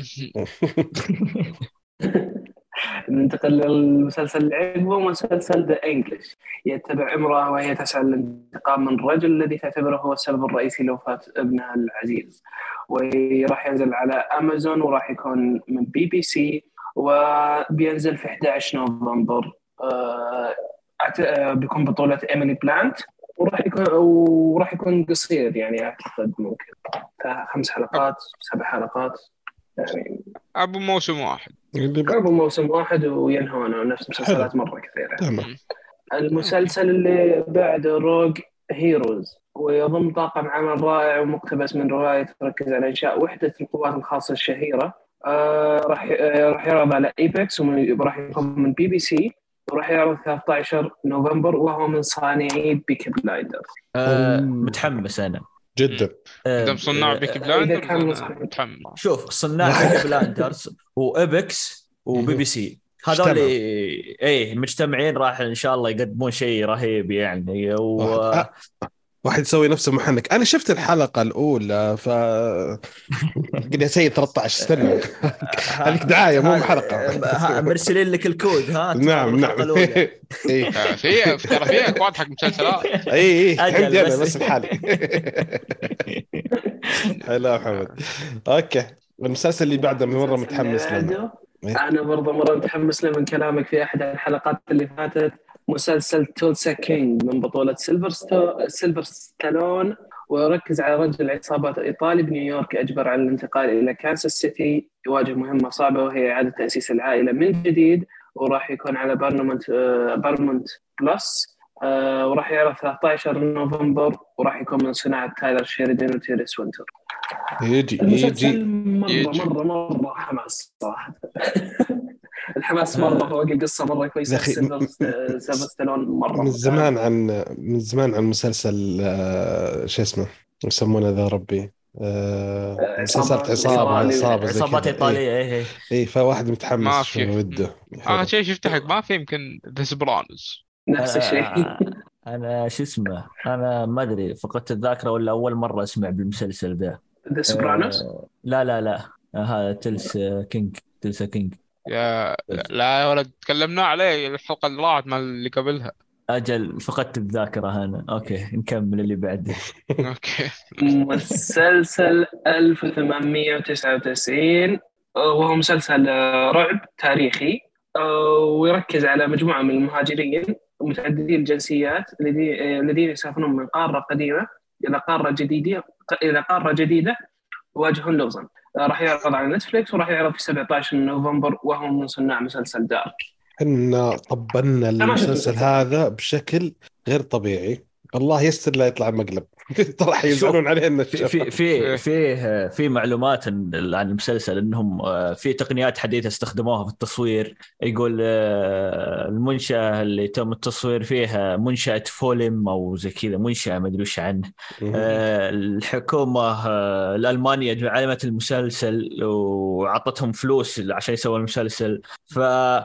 [SPEAKER 4] ننتقل للمسلسل اللي عقبه مسلسل ذا انجلش. يتبع امرأة وهي تسعى للانتقام من الرجل الذي تعتبره هو السبب الرئيسي لوفاة ابنها العزيز، وراح ينزل على أمازون وراح يكون من بي بي سي وبينزل في أحد عشر نوفمبر. آه، أعت- آه، بيكون بطولة إيميلي بلانت وراح يكون وراح يكون قصير يعني أعتقد ممكن خمس حلقات سبع حلقات يعني
[SPEAKER 2] ابو موسم واحد.
[SPEAKER 1] اللي بعد.
[SPEAKER 4] قربوا موسم واحد وينهون نفس مسلسلات مرة كثيرة.
[SPEAKER 1] تمام.
[SPEAKER 4] المسلسل اللي بعده روج هيروز ويضم طاقم عمل رائع ومقتبس من رواية تركز على إنشاء وحدة القوات الخاصة الشهيرة. آه راح آه راح يعرض على إيبكس وراح يكون من بي بي سي وراح يعرض ثلاثة عشر نوفمبر وهو من صانعي بيكي بلايندرز.
[SPEAKER 3] أه
[SPEAKER 1] أم.
[SPEAKER 3] متحمس أنا
[SPEAKER 1] جدا.
[SPEAKER 3] أه
[SPEAKER 2] دم صناع بيكي
[SPEAKER 4] إذا
[SPEAKER 2] بلاندرز
[SPEAKER 4] كان
[SPEAKER 2] أنا
[SPEAKER 4] مصحف.
[SPEAKER 2] متحمس.
[SPEAKER 3] شوف صناع بيكي بلاندرز وإبكس وبي بي سي هذول
[SPEAKER 1] اجتمعوا.
[SPEAKER 3] ايه مجتمعين، راح ان شاء الله يقدمون شيء رهيب يعني. و
[SPEAKER 1] واحد. واحد يسوي نفسه محنك. انا شفت الحلقه الاولى ف قلت يا سيد ثلاثة عشر استنى هذيك دعايه مو حلقه.
[SPEAKER 3] مرسلين لك الكود ها
[SPEAKER 1] نعم نعم
[SPEAKER 2] ايه في ترى فيها اكواد حق مسلسلات.
[SPEAKER 1] اي اي عندي انا بس الحالي. لا محمد اوكي المسلسل اللي بعده مره متحمس له.
[SPEAKER 4] انا برضه مره متحمس له من كلامك في احد الحلقات اللي فاتت. مسلسل تولسا كينج من بطولة سيلفر سيلفر ستالون، ويركز على رجل عصابات إيطالي بنيويورك أجبر على الانتقال إلى كانساس سيتي، يواجه مهمة صعبة وهي إعادة تأسيس العائلة من جديد، وراح يكون على بارنمنت بارنمنت بلس، وراح يعرض ثلاثة عشر نوفمبر، وراح يكون من صناعة تايلر شيريدان وتيريس وينتر.
[SPEAKER 1] يجي
[SPEAKER 4] المسلسل
[SPEAKER 1] يجي
[SPEAKER 4] مرة
[SPEAKER 2] يجي.
[SPEAKER 4] مرة مرة حماس صراحة. الحماس مرة فوق، القصة مرة كويسة.
[SPEAKER 1] أخي،
[SPEAKER 4] سيلفر ستالون مرة
[SPEAKER 1] من زمان عن من زمان عن مسلسل آه، شو اسمه يسمونه ذا ربي آه، مسلسلات عصابة عصابة زي
[SPEAKER 3] عصابات
[SPEAKER 1] كذا.
[SPEAKER 3] إيطالية
[SPEAKER 1] إيه
[SPEAKER 3] إيه
[SPEAKER 1] إيه فواحد
[SPEAKER 2] ما
[SPEAKER 1] متحمس
[SPEAKER 2] في
[SPEAKER 1] شو وده
[SPEAKER 2] اخر شيء شفته حق ما في يمكن ذا سوبرانوس.
[SPEAKER 4] نفس الشيء.
[SPEAKER 3] أنا- أنا شو اسمه أنا ما أدري فقدت الذاكرة ولا أول مرة أسمع بالمسلسل ذا.
[SPEAKER 4] ذا سوبرانوس.
[SPEAKER 3] آه، لا لا لا هذا تلس كينج تلسا كينج.
[SPEAKER 2] يا لا يا ولد تكلمنا عليه الحلقة اللي راحت مع اللي قبلها.
[SPEAKER 3] أجل فقدت الذاكرة أنا. أوكي نكمل اللي بعده.
[SPEAKER 2] اوكي
[SPEAKER 4] مسلسل ألف وثمانمئة وتسعة وتسعين، وهو مسلسل رعب تاريخي، ويركز على مجموعة من المهاجرين متعددي الجنسيات الذين يسافرون من قارة قديمة إلى قارة جديدة إلى قارة جديدة ويواجهون لغزا. راح يعرض على نتفليكس وراح يعرض في سبعة عشر نوفمبر، وهو من صناع مسلسل دارك.
[SPEAKER 1] إحنا طبلنا المسلسل هذا بشكل غير طبيعي، الله يستر لا يطلع مقلب. ترى حيزعلون علينا.
[SPEAKER 3] في في في في في معلومات عن المسلسل انهم في تقنيات حديثه استخدموها في التصوير. يقول المنشاه اللي تم التصوير فيها منشاه فولم او زي كذا، منشاه ما ادري وش عنه. الحكومه الالمانيه علمت المسلسل وعطتهم فلوس عشان يسووا المسلسل. ف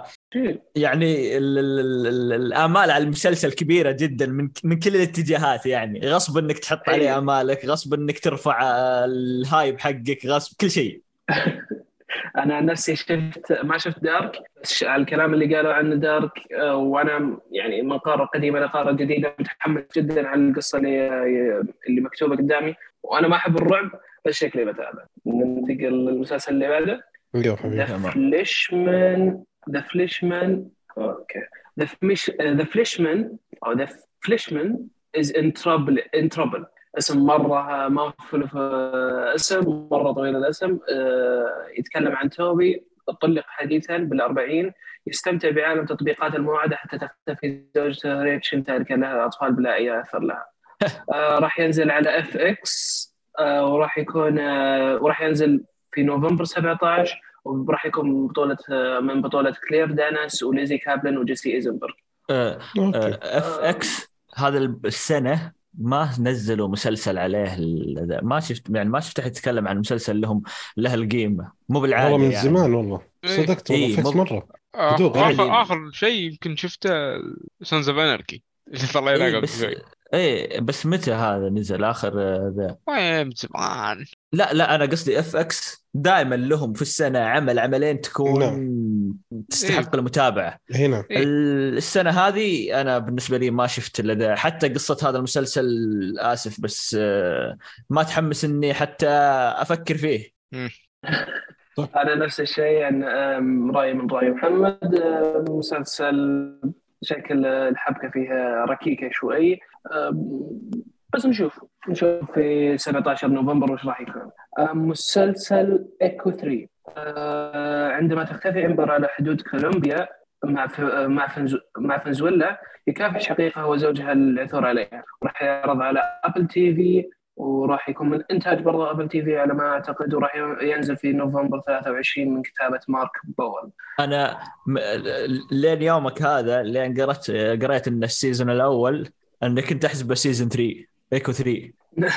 [SPEAKER 3] يعني ال ال ال الآمال على المسلسل كبيرة جدا من من كل الاتجاهات، يعني غصب انك تحط عليه آمالك، غصب انك ترفع الهايب حقك، غصب كل شيء.
[SPEAKER 4] انا نفسي شفت ما شفت دارك، بس على الكلام اللي قالوا عنه دارك، وانا يعني من قارة قديمة لقارة جديدة متحمس جدا على القصة اللي اللي مكتوبة قدامي، وانا ما احب الرعب بس شكلي بتابع. ننتقل للمسلسل اللي بعده. ذا فليشمان ذا فليشمان اوكي ذا فليش ذا فليشمان او ذا فليشمان از ان ترابل ان ترابل اسم مره ما في اسم مره طويل الاسم. يتكلم عن توبي طلق حديثا بالأربعين، يستمتع بعالم تطبيقات المواعدة حتى تختفي زوجته ريتشن تاركة لها أطفال بلا أي أثر لها. راح ينزل على اف اكس، وراح يكون وراح ينزل في نوفمبر سبعة عشر، وراح يكون بطولة من بطولة كلير داناس وليزي كابلن وجيسي إيزنبرغ.
[SPEAKER 3] اف اكس هذا السنة ما نزلوا مسلسل عليه، ما شفت يعني ما شفت أحد يتكلم عن مسلسل لهم له القيمة، مو بالعادة
[SPEAKER 1] والله من
[SPEAKER 3] يعني.
[SPEAKER 1] زمان والله صدقت والله.
[SPEAKER 3] إيه
[SPEAKER 1] فكس
[SPEAKER 3] مب...
[SPEAKER 1] مرة
[SPEAKER 2] آخر, آخر, آخر شيء يمكن شفته سانز اوف اناركي اللي طلعنا
[SPEAKER 3] إيه
[SPEAKER 2] قبل
[SPEAKER 3] بس
[SPEAKER 2] شوي.
[SPEAKER 3] ايه بس متى هذا نزل اخر ذا؟
[SPEAKER 2] وين زمان.
[SPEAKER 3] لا لا انا قصدي اف اكس دائما لهم في السنه عمل عملين تكون
[SPEAKER 1] نعم.
[SPEAKER 3] تستحق
[SPEAKER 2] إيه.
[SPEAKER 3] المتابعه.
[SPEAKER 1] هنا
[SPEAKER 2] إيه.
[SPEAKER 3] السنه هذه انا بالنسبه لي ما شفت الا ذا، حتى قصه هذا المسلسل اسف بس ما تحمس اني حتى افكر فيه.
[SPEAKER 4] انا نفس الشيء يعني رايي من راي محمد. مسلسل شكل الحبكه فيها ركيكه شوي، بس نشوف نشوف في سبعة عشر نوفمبر وش راح يكون. مسلسل إيكو ثلاثة، عندما تختفي أمبر على حدود كولومبيا مع مع فنزو مع فنزويلا، يكافح شقيقها وزوجها العثور عليها. راح يعرض على أبل تي في، وراح يكون من إنتاج برضه أبل تي في على ما أعتقد، وراح ينزل في نوفمبر ثلاثة وعشرين من كتابة مارك بول.
[SPEAKER 3] أنا لين يومك هذا لين قرأت قرأت إن السيزون الأول أنك كنت أحسبه سيزون ثلاثة إيكو ثلاثة.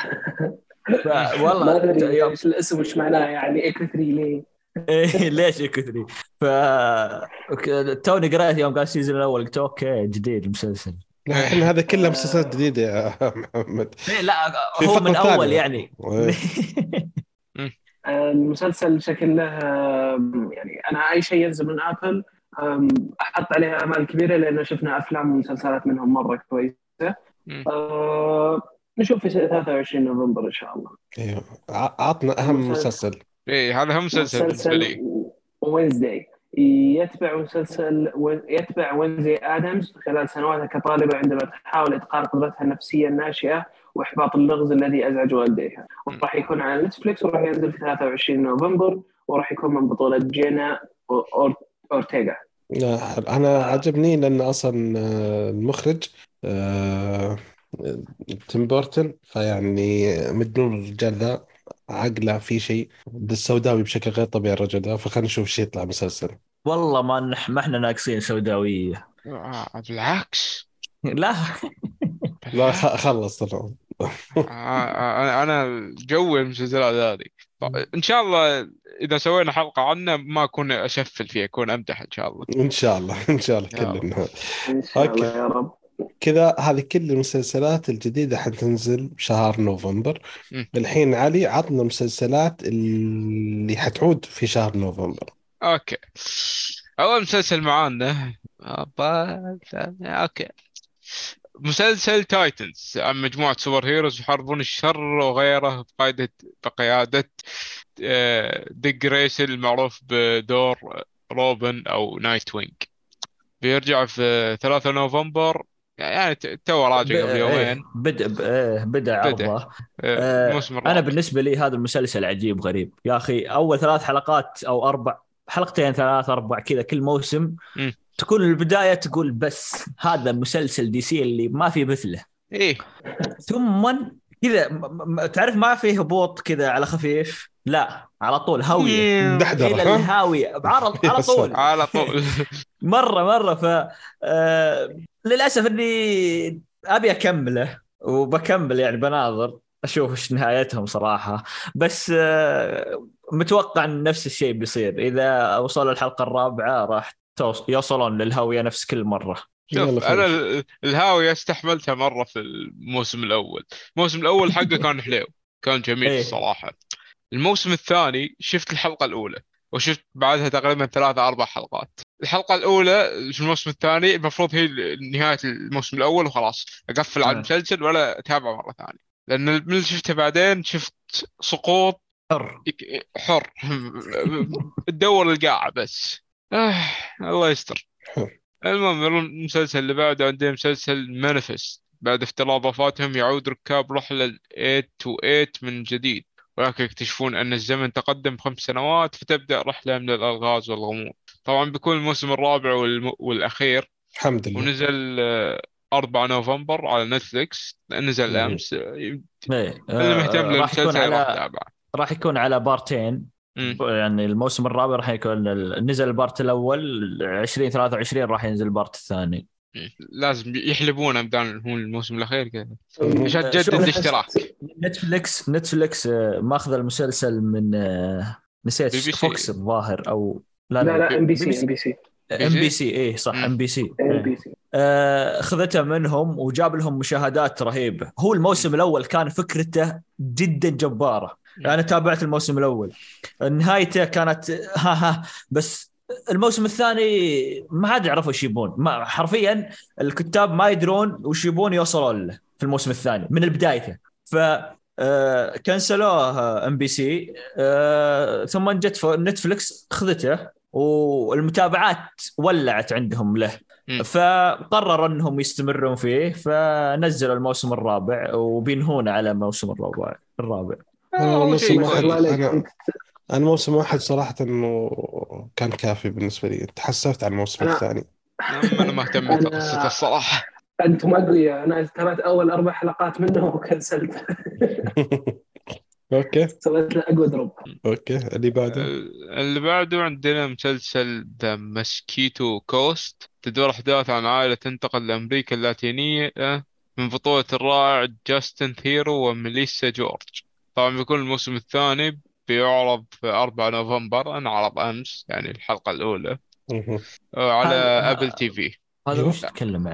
[SPEAKER 4] والله ما أدري إيش الاسم وش معناه يعني إيكو ثلاثة ليه؟
[SPEAKER 3] إيه ليش إيكو ثلاثة؟ فتوني قرأت يوم قال السيزون الأول قلت أوكي جديد المسلسل.
[SPEAKER 1] لا
[SPEAKER 2] إيه.
[SPEAKER 1] احنا هذا كله مسلسلات جديدة يا محمد.
[SPEAKER 3] إيه لا،
[SPEAKER 1] في
[SPEAKER 3] هو من
[SPEAKER 1] فقرة
[SPEAKER 3] اول
[SPEAKER 1] ثانية.
[SPEAKER 3] يعني.
[SPEAKER 1] إيه.
[SPEAKER 2] مم.
[SPEAKER 4] المسلسل شكله آم، يعني انا اي شيء ينزل من ابل آم، احط عليه امال كبيره، لانه شفنا افلام ومسلسلات منهم مره كويسه.
[SPEAKER 2] مم.
[SPEAKER 4] آه، نشوف في ثلاثة وعشرين نوفمبر ان شاء الله.
[SPEAKER 1] ايوه، ع- عطنا اهم
[SPEAKER 4] المسلسل
[SPEAKER 1] مسلسل.
[SPEAKER 2] ايه هذا هم مسلسل بالنسبة
[SPEAKER 4] مسلسل
[SPEAKER 2] لي.
[SPEAKER 4] وينزداي يتبع مسلسل يتبع وينزي آدمز خلال سنواتها كطالبة عندما تحاول إتقان قدرتها النفسية الناشئة وإحباط اللغز الذي أزعج والديها.
[SPEAKER 2] مم.
[SPEAKER 4] وراح يكون على نتفليكس وراح ينزل في ثلاثة وعشرين نوفمبر، وراح يكون من بطولة جينا أور- أورتيغا.
[SPEAKER 1] لا، انا
[SPEAKER 4] آه،
[SPEAKER 1] عجبني لان اصلا آه، المخرج آه، تيم بورتن، فيعني مجنون الرجال ذا، عقله في شيء السوداوي بشكل غير طبيعي الرجل ذا، فخلينا نشوف شيء يطلع مسلسل.
[SPEAKER 3] والله ما نح... ما احنا ناقصين سوداويه.
[SPEAKER 2] آه بالعكس.
[SPEAKER 3] لا.
[SPEAKER 1] لا خ-
[SPEAKER 2] بالعكس.
[SPEAKER 1] خلص طلعوا.
[SPEAKER 2] آه، آه، انا جو المسلسلات هذه. طيب، ان شاء الله اذا سوينا حلقة عنه ما اكون اشفل فيها، اكون امدح ان شاء الله.
[SPEAKER 1] ان شاء الله ان شاء الله
[SPEAKER 2] يا رب.
[SPEAKER 1] كلنا.
[SPEAKER 4] إن شاء الله
[SPEAKER 1] اوكي،
[SPEAKER 4] يا رب.
[SPEAKER 1] كذا هذه كل المسلسلات الجديدة حتنزل بشهر نوفمبر.
[SPEAKER 2] مم.
[SPEAKER 1] الحين علي عطنا المسلسلات اللي حتعود في شهر نوفمبر.
[SPEAKER 2] اوكي، اول مسلسل معانا أبا... اوكي، مسلسل تايتنز عن مجموعة سوبر هيروز يحاربون الشر وغيره بقيادة بقيادة آه، ديك جريسل المعروف بدور روبن أو نايت وينج. بيرجع في ثلاثة نوفمبر، يعني ت- تو
[SPEAKER 3] ب...
[SPEAKER 2] راجع قبل
[SPEAKER 3] ايه
[SPEAKER 2] يومين.
[SPEAKER 3] بدأ ب... إيه بدأ
[SPEAKER 2] بدأ
[SPEAKER 3] عرضه.
[SPEAKER 2] آه،
[SPEAKER 3] آه
[SPEAKER 2] الموسم
[SPEAKER 3] انا
[SPEAKER 2] الرابع.
[SPEAKER 3] بالنسبه لي هذا المسلسل عجيب غريب يا اخي. اول ثلاث حلقات او اربع حلقتين، ثلاث اربع كذا كل موسم،
[SPEAKER 2] مم.
[SPEAKER 3] تكون البدايه تقول بس هذا مسلسل دي سي اللي ما في مثله.
[SPEAKER 2] إيه.
[SPEAKER 3] ثم كذا م- م- تعرف ما فيه هبوط كذا على خفيف، لا على طول هاويه
[SPEAKER 1] دحدرة
[SPEAKER 3] الى
[SPEAKER 1] ها.
[SPEAKER 3] الهاويه بعرض
[SPEAKER 1] يا
[SPEAKER 3] على
[SPEAKER 1] ساتر.
[SPEAKER 3] طول.
[SPEAKER 2] على طول.
[SPEAKER 3] مره مره ف آه للاسف اني ابي اكمله وبكمل يعني بناظر اشوف ايش نهايتهم صراحه. بس آه متوقع ان نفس الشيء بيصير اذا وصلوا الحلقه الرابعه، راح توص- يوصلون للهاويه نفس كل مره.
[SPEAKER 1] يلا
[SPEAKER 2] شوف أنا
[SPEAKER 1] خلص.
[SPEAKER 2] ال- الهاوية استحملتها مرة في الموسم الأول. الموسم الأول حقه كان حلو، كان جميل
[SPEAKER 3] ايه
[SPEAKER 2] الصراحة. الموسم الثاني شفت الحلقة الأولى وشفت بعدها تقريبا ثلاثة أربع حلقات. الحلقة الأولى في الموسم الثاني المفروض هي نهاية الموسم الأول، وخلاص أقفل على
[SPEAKER 3] آه.
[SPEAKER 2] المسلسل ولا أتابعه مرة ثانية، لأن من اللي شفته بعدين شفت سقوط
[SPEAKER 3] حر.
[SPEAKER 2] حر. تدور القاعة بس. آه الله يستر. المهم المسلسل اللي بعده عندنا مسلسل مانيفست. بعد افتراض وفاتهم يعود ركاب رحلة ثمانية تو ثمانية من جديد، ولكن يكتشفون أن الزمن تقدم بخمس سنوات، فتبدأ رحلة من الألغاز والغموض. طبعا بيكون الموسم الرابع والم... والأخير،
[SPEAKER 1] الحمد لله.
[SPEAKER 2] ونزل آه، أربعة نوفمبر على نتفليكس، نزل
[SPEAKER 1] مم.
[SPEAKER 2] أمس. آه،
[SPEAKER 3] ايه
[SPEAKER 2] اللي مهتم
[SPEAKER 3] آه راح يكون
[SPEAKER 2] للمسلسل راح
[SPEAKER 3] على
[SPEAKER 2] يتابعه.
[SPEAKER 3] راح يكون على بارتين.
[SPEAKER 2] مم.
[SPEAKER 3] يعني الموسم الرابع راح يكون ال- نزل البارت الاول عشرين ثلاثة وعشرين، راح ينزل البارت الثاني.
[SPEAKER 2] مم. لازم يحلبونه بدال هو الموسم الأخير كذا
[SPEAKER 1] مم.
[SPEAKER 2] عشان
[SPEAKER 3] آه،
[SPEAKER 2] تجدد
[SPEAKER 3] شوف
[SPEAKER 2] الاشتراك.
[SPEAKER 3] نتفليكس نتفليكس آه، ماخذ المسلسل من آه، نسيت
[SPEAKER 2] بي بي سي.
[SPEAKER 3] فوكس الظاهر او لا
[SPEAKER 4] لا
[SPEAKER 3] لا
[SPEAKER 4] لا، ام بي
[SPEAKER 3] بي بي
[SPEAKER 4] سي ام
[SPEAKER 3] سي.
[SPEAKER 4] بي سي
[SPEAKER 2] بي
[SPEAKER 3] ام بي
[SPEAKER 2] سي.
[SPEAKER 3] سي ايه صح،
[SPEAKER 2] مم.
[SPEAKER 3] ام بي سي
[SPEAKER 4] ام
[SPEAKER 3] إيه.
[SPEAKER 4] بي سي
[SPEAKER 3] آه، خذتها منهم وجاب لهم مشاهدات رهيبة. هو الموسم الأول كان فكرته جدا جبارة.
[SPEAKER 2] مم.
[SPEAKER 3] أنا تابعت الموسم الأول، نهايته كانت ها ها. بس الموسم الثاني ما عاد عرفوا ايش يبون، ما حرفيا الكتاب ما يدرون وش يبون يوصلون له في الموسم الثاني من بدايته. ف آه، كنسلوه ام بي سي، ثم جت ف- نتفلكس خذته والمتابعات ولعت عندهم له،
[SPEAKER 2] مم.
[SPEAKER 3] فقرروا انهم يستمرون فيه، فنزلوا الموسم الرابع وبينهونه على الموسم الرابع الرابع
[SPEAKER 1] انا
[SPEAKER 2] هو شيء
[SPEAKER 1] موسم
[SPEAKER 4] ما شاء
[SPEAKER 1] واحد،
[SPEAKER 4] الله
[SPEAKER 2] كويس.
[SPEAKER 4] عليك
[SPEAKER 1] انا
[SPEAKER 4] انت.
[SPEAKER 1] انا موسم واحد صراحة انه كان كافي بالنسبة لي، تحسفت على الموسم
[SPEAKER 4] انا
[SPEAKER 1] الثاني.
[SPEAKER 2] أما أنا ما اهتميت بقصته
[SPEAKER 4] انا
[SPEAKER 2] الصراحة.
[SPEAKER 4] انتم اقوياء، انا تابعت اول اربع حلقات منه وكنسلت.
[SPEAKER 1] اوكي.
[SPEAKER 4] سويت له اقوى دروب.
[SPEAKER 1] اوكي اللي بعده.
[SPEAKER 2] اللي بعده عندنا مسلسل ذا ماسكيتو كوست. تدور أحداث عن عائلة تنتقل لأمريكا اللاتينية من بطولة الرائع جاستن ثيرو وميليسا جورج. طبعا بيكون الموسم الثاني بيعرض في أربعة نوفمبر، انعرض أمس يعني الحلقة الأولى
[SPEAKER 1] مهم.
[SPEAKER 2] آه، على
[SPEAKER 3] هذا
[SPEAKER 2] أبل تي في.
[SPEAKER 3] هذا
[SPEAKER 1] ايوه.
[SPEAKER 3] وش تتكلم عنه؟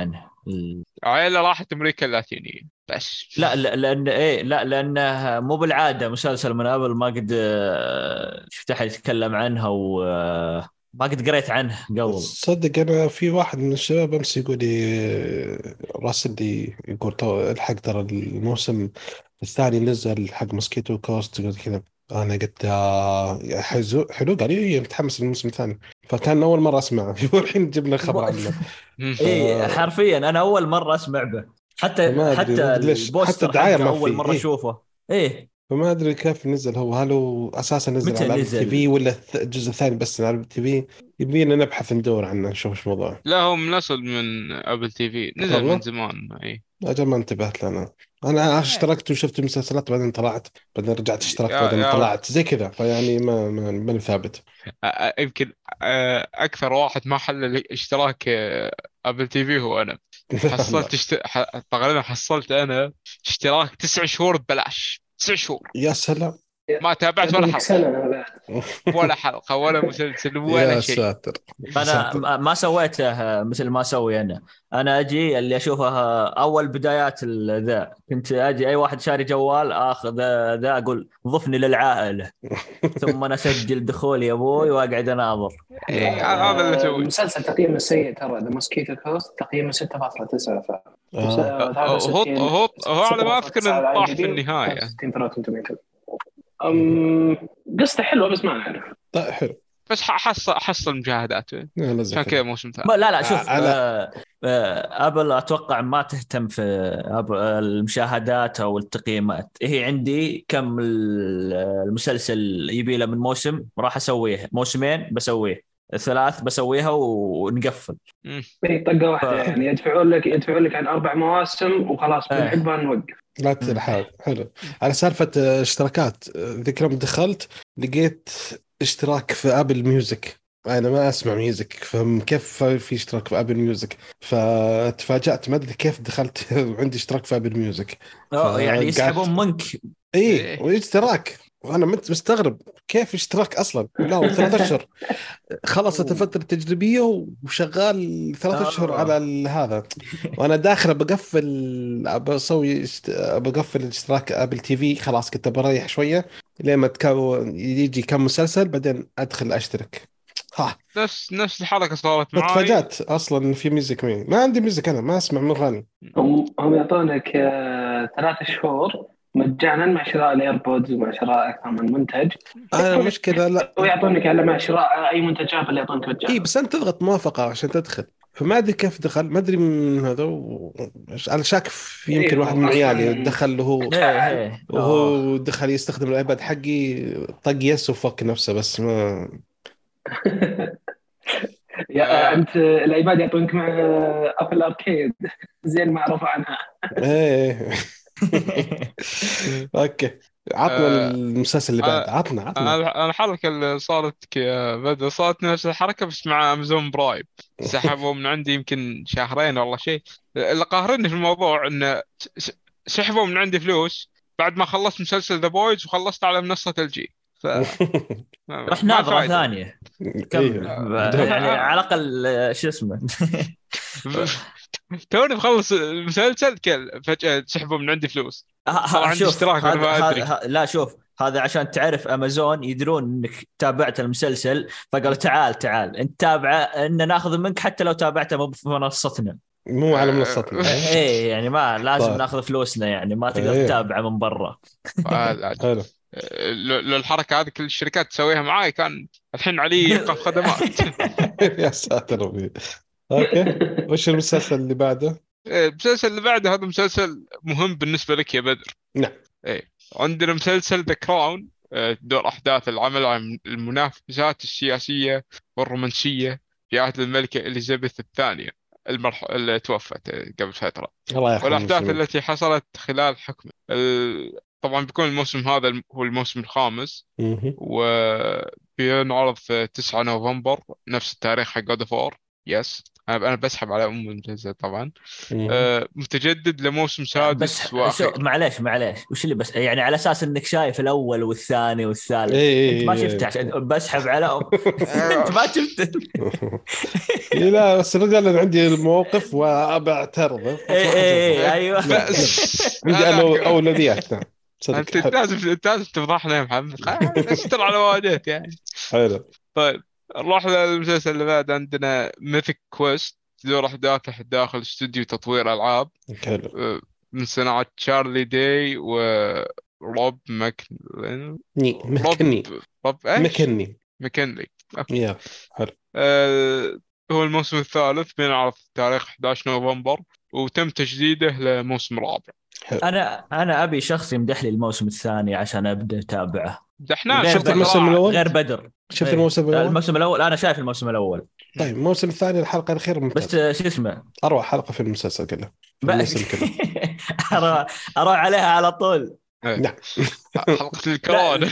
[SPEAKER 2] عائلة راحت أمريكا اللاتينية بس.
[SPEAKER 3] لا لا لان ايه لا لانه مو بالعاده مسلسل من قبل ما قد آه، شفت احد يتكلم عنها وما قد قريت عنه قبل.
[SPEAKER 1] صدق أنا في واحد من الشباب أمس يقول لي راسل لي يقول تو الحق ترى الموسم الثاني نزل حق موسكيتو كوست يقول كذا. أنا قلت آه، يا حزو حلو قال لي متحمس للموسم الثاني فكان أول مرة أسمعه والحين جبنا خبر عنه. ف...
[SPEAKER 3] ايه حرفيا انا اول مره اسمع به، حتى
[SPEAKER 1] فما أدري ما
[SPEAKER 3] حتى
[SPEAKER 1] أدري ليش حتى
[SPEAKER 3] البوستر
[SPEAKER 1] الدعاية
[SPEAKER 3] حقه
[SPEAKER 1] ما
[SPEAKER 3] اول
[SPEAKER 1] فيه
[SPEAKER 3] مره
[SPEAKER 1] إيه.
[SPEAKER 3] اشوفه. ايه
[SPEAKER 1] فما ادري كيف نزل هو، هل هو اساسا نزل
[SPEAKER 3] متى
[SPEAKER 1] على ابل تي
[SPEAKER 3] نزل؟
[SPEAKER 1] في ولا الث- الجزء الثاني بس على ابل تي في؟ يبينا نبحث ندور عنه نشوف ايش موضوعه.
[SPEAKER 2] لا هو منصب من أبل تي في، نزل من
[SPEAKER 1] والله
[SPEAKER 2] زمان. أي
[SPEAKER 1] اجل ما انتبهت لنا. انا اشتركت وشفت المسلسلات بعدين طلعت بعدين رجعت اشتركت
[SPEAKER 2] يا
[SPEAKER 1] بعدين
[SPEAKER 2] يا رجل.
[SPEAKER 1] طلعت زي كذا فيعني ما ما ماني ثابت.
[SPEAKER 2] أ- أ- يمكن أ- أكثر واحد ما حل اشتراك أ، أبل تي في هو أنا.
[SPEAKER 1] لا
[SPEAKER 2] حصلت اشت... ح... تقريبا حصلت أنا اشتراك تسع شهور ببلاش، تسع شهور
[SPEAKER 1] يا سلام.
[SPEAKER 2] ما تابعت ولا
[SPEAKER 4] يعطونك
[SPEAKER 2] حلقة،
[SPEAKER 4] سنه أنا بعد.
[SPEAKER 2] ولا حلقة ولا مسلسل ولا
[SPEAKER 1] يا
[SPEAKER 2] شيء.
[SPEAKER 1] ساتر يا
[SPEAKER 3] انا
[SPEAKER 1] ساتر.
[SPEAKER 3] ما ما سويته مثل ما اسوي انا. انا اجي اللي اشوفه اول بدايات ال- ذا، كنت اجي اي واحد شاري جوال اخذ ذا اقول ضفني للعائله، ثم انا اسجل دخولي يا ابوي واقعد اناظر.
[SPEAKER 2] إيه
[SPEAKER 1] لا.
[SPEAKER 2] هذا اللي
[SPEAKER 4] آه،
[SPEAKER 2] أسويه.
[SPEAKER 4] المسلسل تقييمه السيء ترى، ذا موسكيتو كوست تقييمه ستة فاصلة تسعة. ف
[SPEAKER 1] آه.
[SPEAKER 2] هو
[SPEAKER 4] ثلاثة وستين
[SPEAKER 2] هو هو على ما أذكر
[SPEAKER 4] ستة فاصلة تسعة
[SPEAKER 2] إن
[SPEAKER 4] على اي
[SPEAKER 2] طاح
[SPEAKER 4] دي
[SPEAKER 2] في
[SPEAKER 4] بي
[SPEAKER 2] النهاية.
[SPEAKER 4] خمسة وستين ثلاثمية. أم قصته حلوه بس ما نعرف.
[SPEAKER 1] طيب حلو.
[SPEAKER 2] بس ح- حصل حصل مشاهدات
[SPEAKER 1] يلا زي
[SPEAKER 2] عشان كذا
[SPEAKER 1] كذا.
[SPEAKER 2] موسم ثاني.
[SPEAKER 3] ما لا لا
[SPEAKER 1] ع-
[SPEAKER 3] شوف
[SPEAKER 1] على
[SPEAKER 3] آه آه ابل اتوقع ما تهتم في أب- المشاهدات او التقييمات. هي عندي كم ال- المسلسل يبي له من موسم راح اسويه، موسمين بسويه، ثلاث بسويها ونقفل.
[SPEAKER 2] مم.
[SPEAKER 4] هي طقه
[SPEAKER 3] ف...
[SPEAKER 4] واحده يعني، يدفعون لك يدفعون لك عن اربع مواسم وخلاص من
[SPEAKER 3] آه.
[SPEAKER 4] عقبها نوقف.
[SPEAKER 1] لا
[SPEAKER 3] مم.
[SPEAKER 1] تلحق حلو. على سالفة آه، اشتراكات آه، ذيك يوم دخلت لقيت اشتراك في ابل ميوزك. انا ما اسمع ميوزك فكيف في اشتراك في ابل ميوزك؟ فتفاجأت ما ادري كيف دخلت وعندي اشتراك في ابل ميوزك.
[SPEAKER 3] أوه، يعني يسحبون
[SPEAKER 1] فقعدت
[SPEAKER 3] منك.
[SPEAKER 1] ايه
[SPEAKER 2] إيه.
[SPEAKER 1] واشتراك وانا مت مستغرب كيف اشتراك اصلا. لا ثلاث اشهر خلصت الفترة التجريبية وشغال ثلاث اشهر على
[SPEAKER 3] أوه.
[SPEAKER 1] ال- هذا. وانا داخل بقفل بسوي اشت... بقفل اشتراك ابل تي في خلاص كنت بريح شويه لين ما تكو... يجي كم مسلسل بعدين ادخل اشترك. ها
[SPEAKER 2] نفس نفس الحركة صارت معاي.
[SPEAKER 1] فتفاجأت اصلا إن في ميوزك مين ما عندي ميوزك انا ما اسمع من اغاني.
[SPEAKER 4] هم هم يعطونك آه، ثلاث شهور مجانا مع شراء الايربودز ومع شراء اكثر من منتج.
[SPEAKER 1] انا المشكله لا
[SPEAKER 4] ويعطونك على مع شراء اي منتج ابل يعطونك
[SPEAKER 1] اي
[SPEAKER 4] مجانا.
[SPEAKER 1] بس انت تضغط موافقه عشان تدخل فما ادري كيف دخل ما ادري من هذا و... انا شاك في
[SPEAKER 4] إيه،
[SPEAKER 1] يمكن
[SPEAKER 4] هو
[SPEAKER 1] واحد من عيالي
[SPEAKER 4] أصلاً
[SPEAKER 1] دخل هو
[SPEAKER 3] ايه ايه أوه.
[SPEAKER 1] وهو دخل يستخدم الايباد حقي طق يس وفك نفسه بس ما
[SPEAKER 4] يا
[SPEAKER 2] آه
[SPEAKER 4] انت الايباد يعطونك مع ابل اركيد زين معروفه عنها.
[SPEAKER 1] ايه. اوكي عطنا
[SPEAKER 2] آه
[SPEAKER 1] المسلسل اللي بعد
[SPEAKER 2] آه
[SPEAKER 1] عطنا عطنا.
[SPEAKER 2] أنا الحركة اللي صارت يا بدر صارت نفس الحركة بس مع أمازون برايم. سحبوا من عندي يمكن شهرين والله شيء. اللي قاهرني في الموضوع إنه س- سحبوا من عندي فلوس بعد ما خلصت مسلسل ذا بويز وخلصت على منصة الجي. ف ما
[SPEAKER 3] رح
[SPEAKER 2] ما
[SPEAKER 3] ناظرة
[SPEAKER 2] فايدة.
[SPEAKER 3] ثانية كم
[SPEAKER 1] ايه بدون.
[SPEAKER 3] يعني على الأقل آه، شو اسمه.
[SPEAKER 2] توني بخلص المسلسل كل فجأة سحبوا من عندي فلوس.
[SPEAKER 3] ه-
[SPEAKER 2] صار
[SPEAKER 3] ه-
[SPEAKER 2] عندي
[SPEAKER 3] شوف
[SPEAKER 2] اشتراك وأنا
[SPEAKER 3] هذا
[SPEAKER 2] ما
[SPEAKER 3] هذا
[SPEAKER 2] أدري.
[SPEAKER 3] ه- لا شوف هذا عشان تعرف امازون يدرون انك تابعت المسلسل فقالوا تعال تعال انت تابعه ان ناخذ منك حتى لو تابعته مو في منصتنا.
[SPEAKER 1] مو على منصتنا.
[SPEAKER 3] ايه يعني ما لازم
[SPEAKER 1] طيب.
[SPEAKER 3] ناخذ فلوسنا يعني ما تقدر
[SPEAKER 1] ايه
[SPEAKER 3] تتابعه من برا.
[SPEAKER 1] حلو.
[SPEAKER 2] لو لو الحركة هذه كل الشركات تسويها معاي كان الحين علي إيقاف خدمات.
[SPEAKER 1] يا ساتر ربي. اوكي وش المسلسل اللي بعده؟
[SPEAKER 2] المسلسل اللي بعده هذا مسلسل مهم بالنسبة لك يا بدر.
[SPEAKER 1] نعم.
[SPEAKER 2] إيه عندنا مسلسل ذا كراون، دور أحداث العمل عن المنافسات السياسية والرومانسية في عهد الملكة إليزابيث الثانية المرح... اللي توفت قبل فترة،
[SPEAKER 1] الله يرحمه
[SPEAKER 2] والأحداث
[SPEAKER 1] المسلمين.
[SPEAKER 2] التي حصلت خلال حكمه. ال... طبعا بيكون الموسم هذا الم- هو الموسم الخامس
[SPEAKER 1] مهم.
[SPEAKER 2] وبينعرض في تسعة نوفمبر نفس التاريخ حق جود فور. يس انا أنا بسحب على ام المسلسل طبعا.
[SPEAKER 1] مم.
[SPEAKER 2] آه، متجدد لموسم سادس
[SPEAKER 3] بس شو
[SPEAKER 2] واخير.
[SPEAKER 3] معليش معليش وش اللي بس يعني على اساس انك شايف الاول والثاني والثالث
[SPEAKER 1] إيه
[SPEAKER 3] انت ما
[SPEAKER 1] إيه
[SPEAKER 3] شفته
[SPEAKER 1] إيه.
[SPEAKER 3] عشان بسحب على انت ما شفته.
[SPEAKER 1] إيه لا بس الرجال أنا عندي الموقف وأبعترضه
[SPEAKER 3] ايه ايه
[SPEAKER 1] فصراحة شوفه.
[SPEAKER 3] إيه، ايوه.
[SPEAKER 1] نعم نعم
[SPEAKER 2] بس
[SPEAKER 1] عندي
[SPEAKER 2] انا
[SPEAKER 1] أولو-
[SPEAKER 2] أحكي-
[SPEAKER 1] أولويات. نعم
[SPEAKER 2] انت
[SPEAKER 1] صدق
[SPEAKER 2] أنت
[SPEAKER 1] حلو
[SPEAKER 2] لازم أنت لازم تفضحنا يا محمد، خلاص استر على واجهتي يعني.
[SPEAKER 1] حلو.
[SPEAKER 2] طيب نروح للمسلسل اللي بعد، عندنا ميثيك كويست، تدور أحداثه داخل استوديو تطوير ألعاب
[SPEAKER 1] حلو.
[SPEAKER 2] آه، من صناعة تشارلي داي وروب ماكن
[SPEAKER 1] ني
[SPEAKER 2] روب
[SPEAKER 1] مكني
[SPEAKER 2] روب ايش؟
[SPEAKER 1] مكني
[SPEAKER 2] ماكنلي. أوكي.
[SPEAKER 1] يا حلو.
[SPEAKER 2] آه، هو الموسم الثالث بينعرض تاريخ أحد عشر نوفمبر، وتم تجديده لموسم رابع.
[SPEAKER 1] حلو.
[SPEAKER 3] انا انا ابي شخص يمدح لي الموسم الثاني عشان ابدا اتابعه.
[SPEAKER 2] دحنا
[SPEAKER 3] غير
[SPEAKER 1] شفت
[SPEAKER 3] بدر.
[SPEAKER 1] الموسم الأول؟
[SPEAKER 3] غير بدر.
[SPEAKER 1] شفت
[SPEAKER 3] إيه.
[SPEAKER 1] الموسم الأول؟
[SPEAKER 3] الموسم الاول انا شايف الموسم الاول
[SPEAKER 1] طيب الموسم الثاني الحلقة الأخيرة
[SPEAKER 3] بس
[SPEAKER 1] ممتازة،
[SPEAKER 3] شو اسمه
[SPEAKER 1] أروع حلقة في المسلسل كله في
[SPEAKER 3] بقى-
[SPEAKER 1] الموسم كله.
[SPEAKER 3] اروح اروح عليها على طول.
[SPEAKER 2] إيه.
[SPEAKER 1] نعم.
[SPEAKER 2] حلقة الكورونا.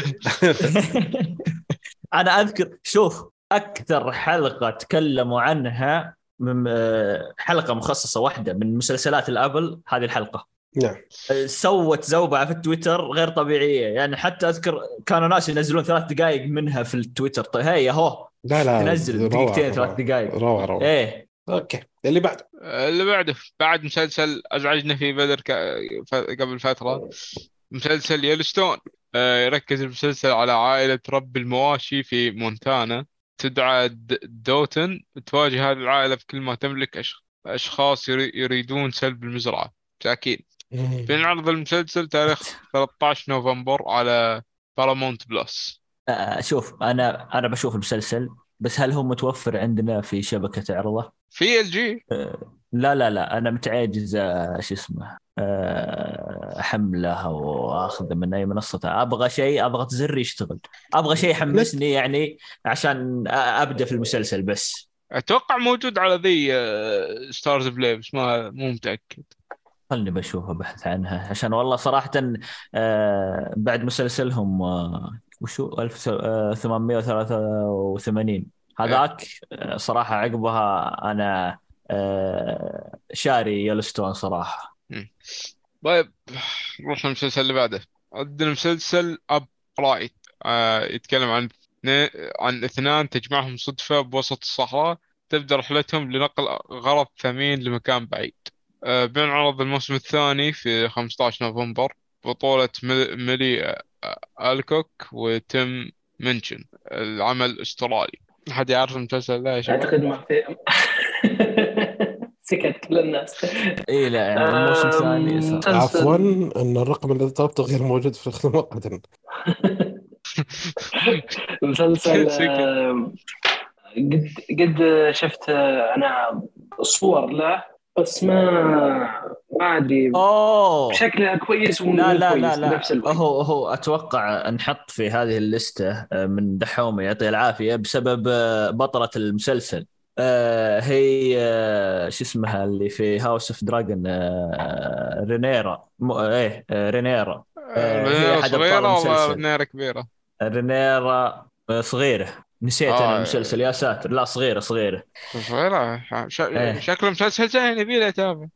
[SPEAKER 3] انا اذكر شوف اكثر حلقه تكلموا عنها من آه، حلقه مخصصه واحده من مسلسلات الابل هذه الحلقه.
[SPEAKER 1] نعم
[SPEAKER 3] آه، سوت زوبعه في التويتر غير طبيعيه يعني، حتى اذكر كانوا ناس ينزلون ثلاث دقائق منها في التويتر. طيب هي اهو
[SPEAKER 1] لا لا
[SPEAKER 3] تنزل
[SPEAKER 1] روعة
[SPEAKER 3] دقيقتين ثلاث
[SPEAKER 1] روعة
[SPEAKER 3] دقائق.
[SPEAKER 1] روعة روعة.
[SPEAKER 3] ايه
[SPEAKER 1] أوكي اللي بعد.
[SPEAKER 2] اللي بعده بعد مسلسل أزعجنا في بدر ك... ف... قبل فترة، مسلسل يلستون. آه، يركز المسلسل على عائلة رب المواشي في مونتانا تدعى د- دوتن. تواجه هذه العائلة في كل ما تملك أش... أشخاص يري... يريدون سلب المزرعة مساكين. بينعرض المسلسل تاريخ ثلاثة عشر نوفمبر على بارامونت بلس.
[SPEAKER 3] آه، شوف انا انا بشوف المسلسل بس هل هو متوفر عندنا في شبكه عرضه؟
[SPEAKER 2] في ال جي.
[SPEAKER 3] لا لا لا انا متعاجز آه، شو اسمه آه، احمله واخذه من اي منصه. ابغى شيء اضغط زر يشتغل، ابغى شيء يحمسني يعني عشان أ- ابدا في المسلسل بس.
[SPEAKER 2] أتوقع موجود على ذي ستارز بلاي بس ما مو متأكد.
[SPEAKER 3] خلني بشوف ابحث عنها عشان والله صراحه آه، بعد مسلسلهم آه، وشو ألف وثمانمائة وثلاثة وثمانين هذاك آه، صراحه عقبها انا آه، شاري يلستون صراحه.
[SPEAKER 2] مم. طيب نروح للمسلسل اللي بعده، عندنا مسلسل أب رايت. آه يتكلم عن اثنين عن اثنان تجمعهم صدفة بوسط الصحراء، تبدأ رحلتهم لنقل غرض ثمين لمكان بعيد. آه بينعرض الموسم الثاني في خمسة عشر نوفمبر، بطولة مل- ميلي آه، ألكوك وتيم منشن. العمل استرالي. أحد يعرف المسلسل ده يا شباب؟
[SPEAKER 4] اعتقد ما في. سكت كل الناس.
[SPEAKER 3] اي لا يعني الموسم الثاني
[SPEAKER 4] أم،
[SPEAKER 3] صار.
[SPEAKER 1] عفوا ان الرقم اللي طلبته غير موجود في الخدمة مؤقتا.
[SPEAKER 4] مسلسل
[SPEAKER 2] سكت.
[SPEAKER 4] أم، قد قد شفت انا صور له بس ما ما ادري
[SPEAKER 3] اوه
[SPEAKER 4] شكله كويس ومو
[SPEAKER 3] لا لا
[SPEAKER 4] كويس
[SPEAKER 3] لا لا
[SPEAKER 4] بنفس الوقت.
[SPEAKER 3] هو هو اتوقع نحط في هذه الليسته من دحومه يعطيه العافيه بسبب آه، بطله المسلسل. آه، هي آه، شو اسمها اللي في هاوس اوف دراجون رينيرا م... ايه آه، رينيرا. آه، هي
[SPEAKER 2] رينيرا
[SPEAKER 3] احد ابطال
[SPEAKER 2] صغيرة ولا
[SPEAKER 3] المسلسل.
[SPEAKER 2] رينيرا كبيرة؟
[SPEAKER 3] رينيرا آه، صغيره نسيت انا المسلسل
[SPEAKER 2] آه
[SPEAKER 3] يا ساتر. لا صغيره صغيره.
[SPEAKER 2] صغيرة. ش...
[SPEAKER 3] ايه
[SPEAKER 2] شكله مسلسل زين يبي له يتابع.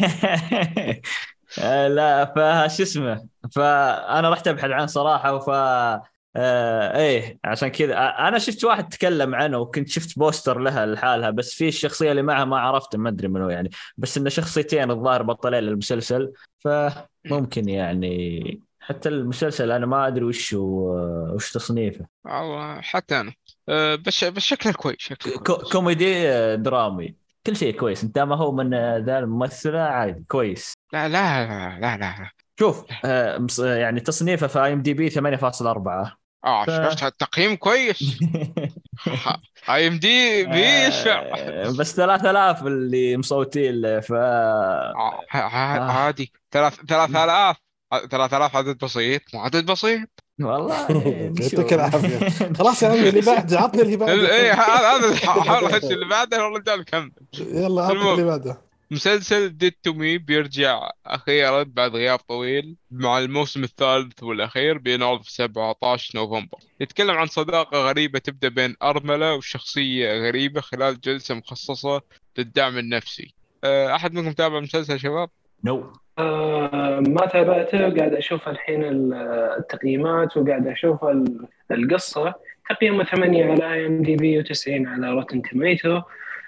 [SPEAKER 3] آه، لا فشو اسمه فانا رحت ابحث عنه صراحه ف آه ايه عشان كذا آه، انا شفت واحد تكلم عنه وكنت شفت بوستر لها لحالها بس في الشخصيه اللي معها ما عرفته ما ادري منه يعني، بس انه شخصيتين الظاهر بطلين للمسلسل فممكن يعني حتى المسلسل انا ما ادري وش هو- وش تصنيفه.
[SPEAKER 2] والله حتى انا أه بس بس شكله كويس، شكله
[SPEAKER 3] كو-
[SPEAKER 2] كويس.
[SPEAKER 3] كوميدي آه، درامي كل شيء كويس. انت ما هو من آه، ذا الممثله عادي كويس.
[SPEAKER 2] لا لا لا لا لا
[SPEAKER 3] شوف آه، مص- يعني تصنيفه في اي ام دي بي ثمانية فاصلة أربعة.
[SPEAKER 2] اه
[SPEAKER 3] ف...
[SPEAKER 2] شفت التقييم كويس. اي ام دي بي يشفع.
[SPEAKER 3] آه، بس ثلاثة آلاف اللي مصوتين له ف
[SPEAKER 2] آه، ع- ع-
[SPEAKER 3] آه.
[SPEAKER 2] عادي. ثلاث ثلاث آلاف ثلاث آلاف عدد بسيط، مو عدد بسيط.
[SPEAKER 3] والله نشوف.
[SPEAKER 1] يعطيك العافية. خلاص يا عمي اللي بعده عطني اللي
[SPEAKER 2] ال-
[SPEAKER 1] بعده.
[SPEAKER 2] ايه هذا هذا حاول اخش اللي بعده الرجال كمل.
[SPEAKER 1] يلا عطني
[SPEAKER 2] المهم.
[SPEAKER 1] اللي بعده.
[SPEAKER 2] مسلسل ديد تو مي بيرجع أخيرا بعد غياب طويل مع الموسم الثالث والأخير، بينعرض في سبعة عشر نوفمبر. يتكلم عن صداقة غريبة تبدأ بين أرملة وشخصية غريبة خلال جلسة مخصصة للدعم النفسي. آه، أحد منكم تابع مسلسل شباب؟
[SPEAKER 3] نو.
[SPEAKER 4] آه ما تابعته، قاعد أشوف الحين ال- التقييمات، وقاعد أشوف ال- القصة. تقييمه ثمانية على اي ام دي بي وتسعين على روتن توميتو.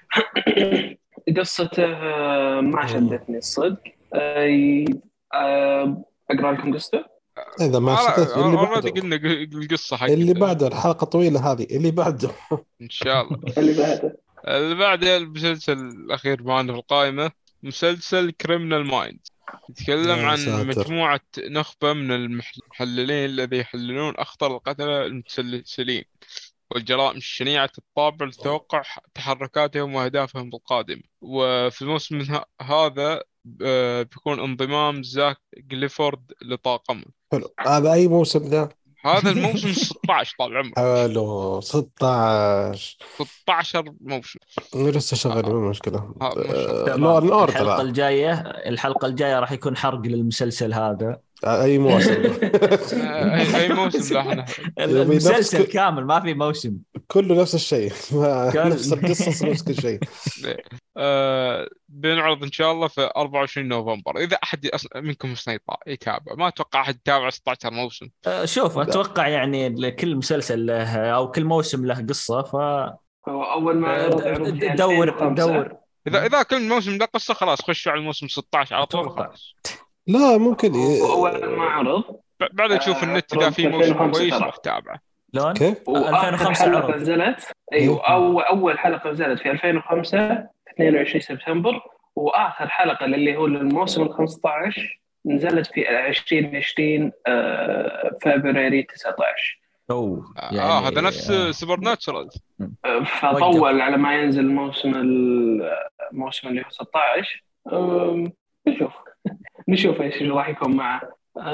[SPEAKER 4] قصته آه، ما شدتني الصدق. آه، ي- آه، أقرأ لكم قصته.
[SPEAKER 1] إذا ما شدت اللي
[SPEAKER 2] أوريدي
[SPEAKER 1] بعده،
[SPEAKER 2] قلنا ق- القصة
[SPEAKER 1] اللي
[SPEAKER 2] حقته.
[SPEAKER 1] بعده الحلقة طويلة هذه، اللي بعده.
[SPEAKER 2] إن شاء الله.
[SPEAKER 4] اللي بعده
[SPEAKER 2] اللي بعده المسلسل الأخير معنا في القائمة، مسلسل كريمنال مايند. يتكلم
[SPEAKER 1] يا
[SPEAKER 2] عن
[SPEAKER 1] ساتر.
[SPEAKER 2] مجموعة نخبة من المحللين الذي يحللون أخطر القتلة المتسلسلين والجرائم الشنيعة الطابع لتوقع تحركاتهم وأهدافهم القادمة. وفي الموسم ه- هذا آه، بيكون انضمام زاك جليفورد لطاقمه.
[SPEAKER 1] حلو، هذا أي موسم ذا؟
[SPEAKER 2] هذا الموسم ستة عشر طال عمرك.
[SPEAKER 1] حلو، ستة عشر.
[SPEAKER 2] ستة عشر موسم.
[SPEAKER 1] لسه شغال،
[SPEAKER 2] آه،
[SPEAKER 1] ما مشكلة.
[SPEAKER 2] آه، ما شاء الله.
[SPEAKER 1] آه، لو
[SPEAKER 3] تمام.
[SPEAKER 1] الأوردر
[SPEAKER 3] الحلقة
[SPEAKER 1] هذا.
[SPEAKER 3] الجاية الحلقة الجاية راح يكون حرق للمسلسل هذا.
[SPEAKER 1] أي موسم؟
[SPEAKER 2] آه، أي أي موسم لا احنا
[SPEAKER 1] يبي نفس
[SPEAKER 3] المسلسل
[SPEAKER 1] ك-
[SPEAKER 3] كامل ما في موسم.
[SPEAKER 1] كله نفس الشيء. ما-
[SPEAKER 3] كل-
[SPEAKER 1] نفس القصص، نفس كل شيء.
[SPEAKER 2] آه، بنعرض ان شاء الله في أربعة وعشرين نوفمبر. اذا احد أص- منكم سنيطة يتابع، ما اتوقع احد يتابع ستة عشر موسم.
[SPEAKER 3] آه، شوف اتوقع يعني كل مسلسل له او كل موسم له قصة. ف
[SPEAKER 4] هو أول ما عرض عرض في
[SPEAKER 3] دور
[SPEAKER 4] ألفين وخمسة.
[SPEAKER 3] دور
[SPEAKER 2] اذا اذا كل موسم له قصه خلاص خشوا على الموسم ستة عشر على طول
[SPEAKER 3] أتوقع.
[SPEAKER 2] خلاص.
[SPEAKER 1] لا ممكن ي...
[SPEAKER 4] هو أول ما عرض
[SPEAKER 2] ب- بعدين تشوف
[SPEAKER 4] آه،
[SPEAKER 2] النت اذا
[SPEAKER 4] عرض
[SPEAKER 2] في
[SPEAKER 4] في
[SPEAKER 2] موسم
[SPEAKER 4] ألفين وخمسة
[SPEAKER 2] كويس
[SPEAKER 4] ترى.
[SPEAKER 2] روح تابعه.
[SPEAKER 3] لون
[SPEAKER 1] كيف؟
[SPEAKER 4] وآخر
[SPEAKER 3] ألفين وخمسة
[SPEAKER 4] حلقة
[SPEAKER 3] عرض.
[SPEAKER 4] نزلت أيوة أو أول حلقة نزلت في ألفين وخمسة اثنين وعشرين سبتمبر، وآخر حلقة اللي هو الموسم ال خمسة عشر نزلت في عشرين عشرين آه، فبراير تسعة عشر.
[SPEAKER 3] أوه.
[SPEAKER 2] اه
[SPEAKER 3] يعني
[SPEAKER 2] هذا نفس
[SPEAKER 3] آه.
[SPEAKER 2] سوبر ناتشرال.
[SPEAKER 4] آه، فطول على ما ينزل الموسم الموسم اللي هو ستة عشر. أم، نشوف نشوف ايش راح يكون معه.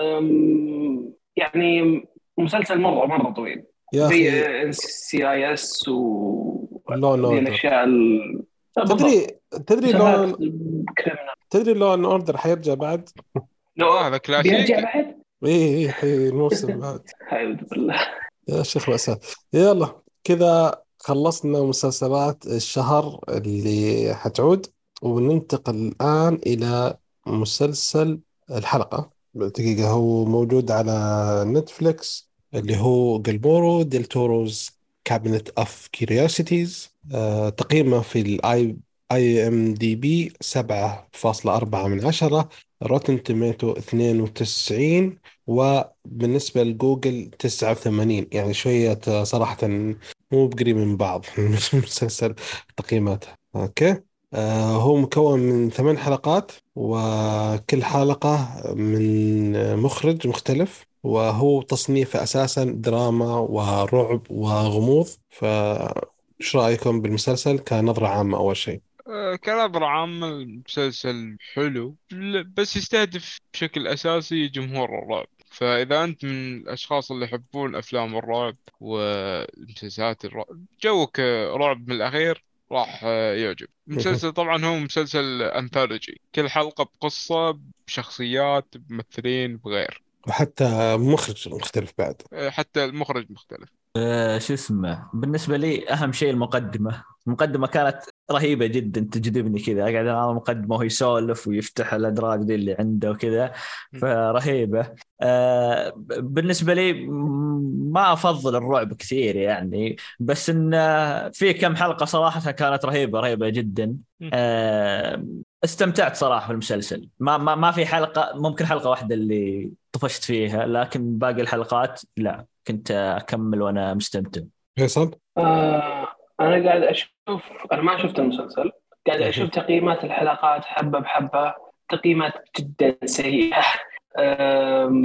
[SPEAKER 4] أم، يعني مسلسل مرة مرة طويل،
[SPEAKER 1] يا
[SPEAKER 4] زي
[SPEAKER 1] أخي
[SPEAKER 4] سي اي اس و
[SPEAKER 1] لون
[SPEAKER 4] دي
[SPEAKER 1] اوردر.
[SPEAKER 4] الاشياء ال...
[SPEAKER 1] تدري تدري
[SPEAKER 4] مسلسلات
[SPEAKER 1] لون
[SPEAKER 4] كريمنال.
[SPEAKER 1] تدري لون اوردر حيرجع بعد؟
[SPEAKER 4] لو
[SPEAKER 2] آه هذا كلاسيك.
[SPEAKER 4] بيرجع بعد.
[SPEAKER 1] ايه ايه إيه، الموسم بعد.
[SPEAKER 4] أعوذ بالله.
[SPEAKER 1] يا شيخ مأساة. يلا كذا خلصنا مسلسلات الشهر اللي حتعود، وننتقل الآن إلى مسلسل الحلقة. دقيقة، هو موجود على نتفليكس، اللي هو جلبورو ديل توروز كابينت اوف كيوريوسيتيز. تقييمه في الاي اي ام دي بي سبعة فاصلة أربعة من عشرة، روتن توميتو اثنين وتسعين، وبالنسبة لجوجل تسعة وثمانين. يعني شوية صراحة مو بقريب من بعض. المسلسل تقييماته اوكي. آه هو مكون من ثمان حلقات، وكل حلقة من مخرج مختلف، وهو تصنيفه أساسا دراما ورعب وغموض. فإيش رأيكم بالمسلسل كنظرة عامة أول شيء؟
[SPEAKER 2] آه، كنظرة عامة المسلسل حلو، ل- بس يستهدف بشكل أساسي جمهور الرعب. فإذا أنت من الأشخاص اللي يحبون أفلام الرعب ومسلسلات الرعب، جوك رعب من الأخير، راح آه، يعجب. المسلسل طبعا هو مسلسل أنثولوجي، كل حلقة بقصة بشخصيات بممثلين بغير.
[SPEAKER 1] وحتى مخرج مختلف بعد.
[SPEAKER 2] آه، حتى المخرج مختلف.
[SPEAKER 3] آه، شو اسمه بالنسبة لي أهم شيء المقدمة. المقدمة كانت رهيبة جدا، تجذبني كذا، أقعد على المقدمة وهو يسولف ويفتح الأدراج دي اللي عنده وكذا، فرهيبة. آه، بالنسبة لي م- ما أفضل الرعب كثير يعني، بس إن في كم حلقة صراحة كانت رهيبة رهيبة جدا. آه، استمتعت صراحة بالمسلسل. ما ما ما في حلقة، ممكن حلقة واحدة اللي طفشت فيها، لكن باقي الحلقات لا، كنت أكمل وأنا مستمتع.
[SPEAKER 1] فيصل؟
[SPEAKER 4] آه أنا قاعد أشوف، أنا ما شفت المسلسل، قاعد أشوف تقييمات الحلقات حبة بحبة، تقييمات جدا سيئة. آم،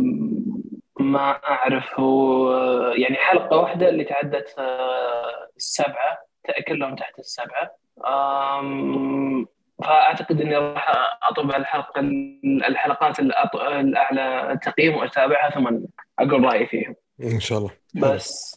[SPEAKER 4] ما أعرف هو يعني حلقة واحدة اللي تعدت آه، السبعة، كلهم تحت السبعة. آم، فأعتقد إني راح أطلب الحلقة الحلقات الأط- الأعلى تقييم وأتابعها ثم أقول رأيي فيهم.
[SPEAKER 1] إن شاء الله.
[SPEAKER 4] بس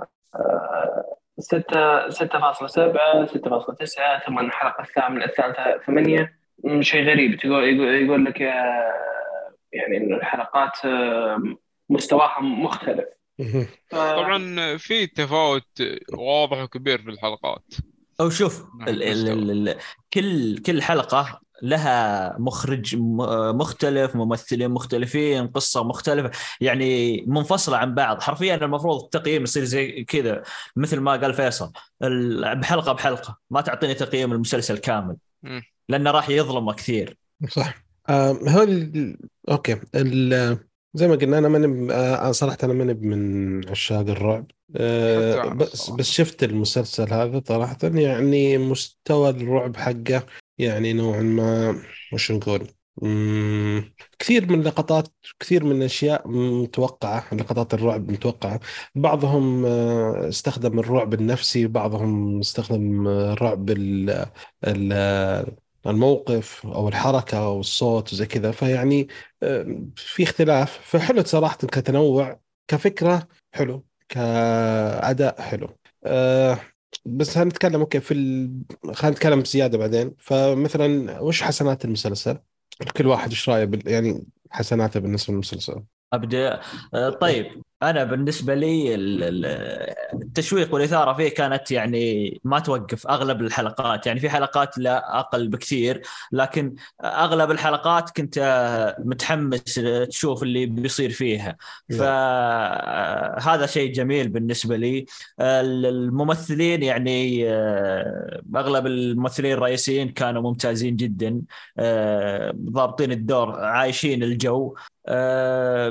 [SPEAKER 4] آه، ستة ستة فاصلة سبعة ستة فاصلة تسعة ثم الحلقة الثامنة الثالثة ثمانية. م، شيء غريب، تقول يقول, يقول لك يا- يعني إن الحلقات آه، مستواها مختلف.
[SPEAKER 1] مهم.
[SPEAKER 4] ف-
[SPEAKER 2] طبعا في تفاوت واضح وكبير في الحلقات.
[SPEAKER 3] او شوف
[SPEAKER 2] نعم،
[SPEAKER 3] ال ال
[SPEAKER 2] مستوى.
[SPEAKER 3] ال ال كل كل حلقه لها مخرج م- مختلف، ممثلين مختلفين، قصه مختلفه، يعني منفصله عن بعض حرفيا. المفروض التقييم يصير زي كذا مثل ما قال فيصل، ال- بحلقه بحلقه، ما تعطيني تقييم المسلسل كامل
[SPEAKER 2] مم.
[SPEAKER 3] لانه راح يظلمه كثير.
[SPEAKER 1] صح. آه هو ال... اوكي ال... زي ما قلنا انا ماني آه صراحه انا ماني من عشاق الرعب. آه
[SPEAKER 2] حتى أنا
[SPEAKER 1] بس بس
[SPEAKER 2] الصراحة.
[SPEAKER 1] شفت المسلسل هذا صراحه، يعني مستوى الرعب حقه يعني نوعا ما، وش نقول، مم، كثير من اللقطات، كثير من الاشياء متوقعه، لقطات الرعب متوقعه. بعضهم آه استخدم الرعب النفسي، بعضهم استخدم آه، رعب ال... ال... الموقف او الحركه او الصوت وزي كذا. فيعني آه، في اختلاف. فحلو صراحه كتنوع، كفكره حلو، كاداء حلو. أه بس هنتكلم اوكي في ال... خلينا نتكلم بزياده بعدين. فمثلا وش حسنات المسلسل؟ كل واحد ايش رايه بال... يعني حسناته بالنسبه للمسلسل.
[SPEAKER 3] أبدأ. آه، طيب أنا بالنسبة لي ال- ال- التشويق والإثارة فيه كانت يعني ما توقف أغلب الحلقات، يعني في حلقات لا أقل بكثير، لكن أغلب الحلقات كنت آه، متحمس تشوف اللي بيصير فيها.
[SPEAKER 1] نعم.
[SPEAKER 3] فهذا شيء جميل بالنسبة لي. آه، الممثلين يعني آه، أغلب الممثلين الرئيسيين كانوا ممتازين جدا، آه، ضابطين الدور، عايشين الجو. آه،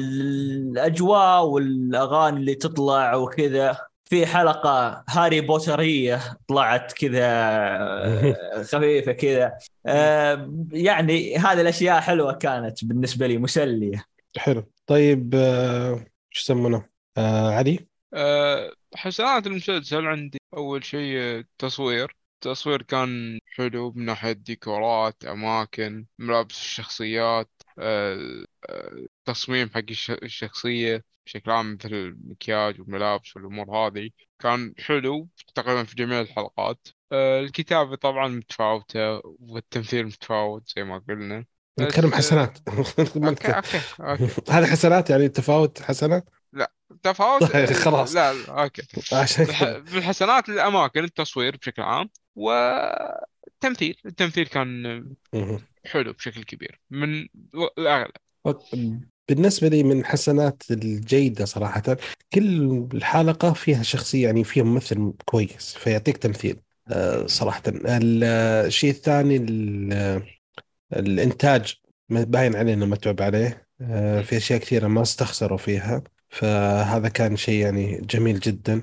[SPEAKER 3] الأجواء والأغاني اللي تطلع وكذا. في حلقة هاري بوترية طلعت كذا آه، خفيفة كذا.
[SPEAKER 2] مم.
[SPEAKER 3] آه، يعني هذه الأشياء حلوة كانت بالنسبة لي، مسلية.
[SPEAKER 1] حلو. طيب آه، ايش يسمونه، آه علي؟
[SPEAKER 2] أه حسنات المسلسل عندي أول شيء آه، التصوير. التصوير كان حلو من ناحية ديكورات، أماكن، ملابس الشخصيات، أه أه تصميم حق الش- الشخصية بشكل عام، مثل المكياج والملابس والأمور هذه، كان حلو تقريبا في جميع الحلقات. أه الكتابة طبعا متفاوتة، والتمثيل متفاوت زي ما قلنا.
[SPEAKER 1] نتكلم
[SPEAKER 2] بس أه
[SPEAKER 1] حسنات ما
[SPEAKER 2] أوكي
[SPEAKER 1] نتكلم.
[SPEAKER 2] أوكي أوكي.
[SPEAKER 1] هذه حسنات يعني تفاوت حسنة.
[SPEAKER 2] لا، تفاوت.
[SPEAKER 1] طيب
[SPEAKER 2] آه،
[SPEAKER 1] خلاص،
[SPEAKER 2] لا لا اوكي.
[SPEAKER 1] عشان
[SPEAKER 2] بالح...
[SPEAKER 1] كذا.
[SPEAKER 2] بالحسنات الاماكن، التصوير بشكل عام، والتمثيل. التمثيل كان
[SPEAKER 1] مهم.
[SPEAKER 2] حلو بشكل كبير من الاغلب.
[SPEAKER 1] بالنسبة لي من حسنات الجيدة صراحة، كل الحلقة فيها شخصية، يعني فيها ممثل كويس فيعطيك تمثيل. آه، صراحة الشيء الثاني ال- الإنتاج ما باين عليه إنه متعب عليه. آه،
[SPEAKER 2] م.
[SPEAKER 1] في أشياء كثيرة ما استخسروا فيها، فهذا كان شيء يعني جميل جدا.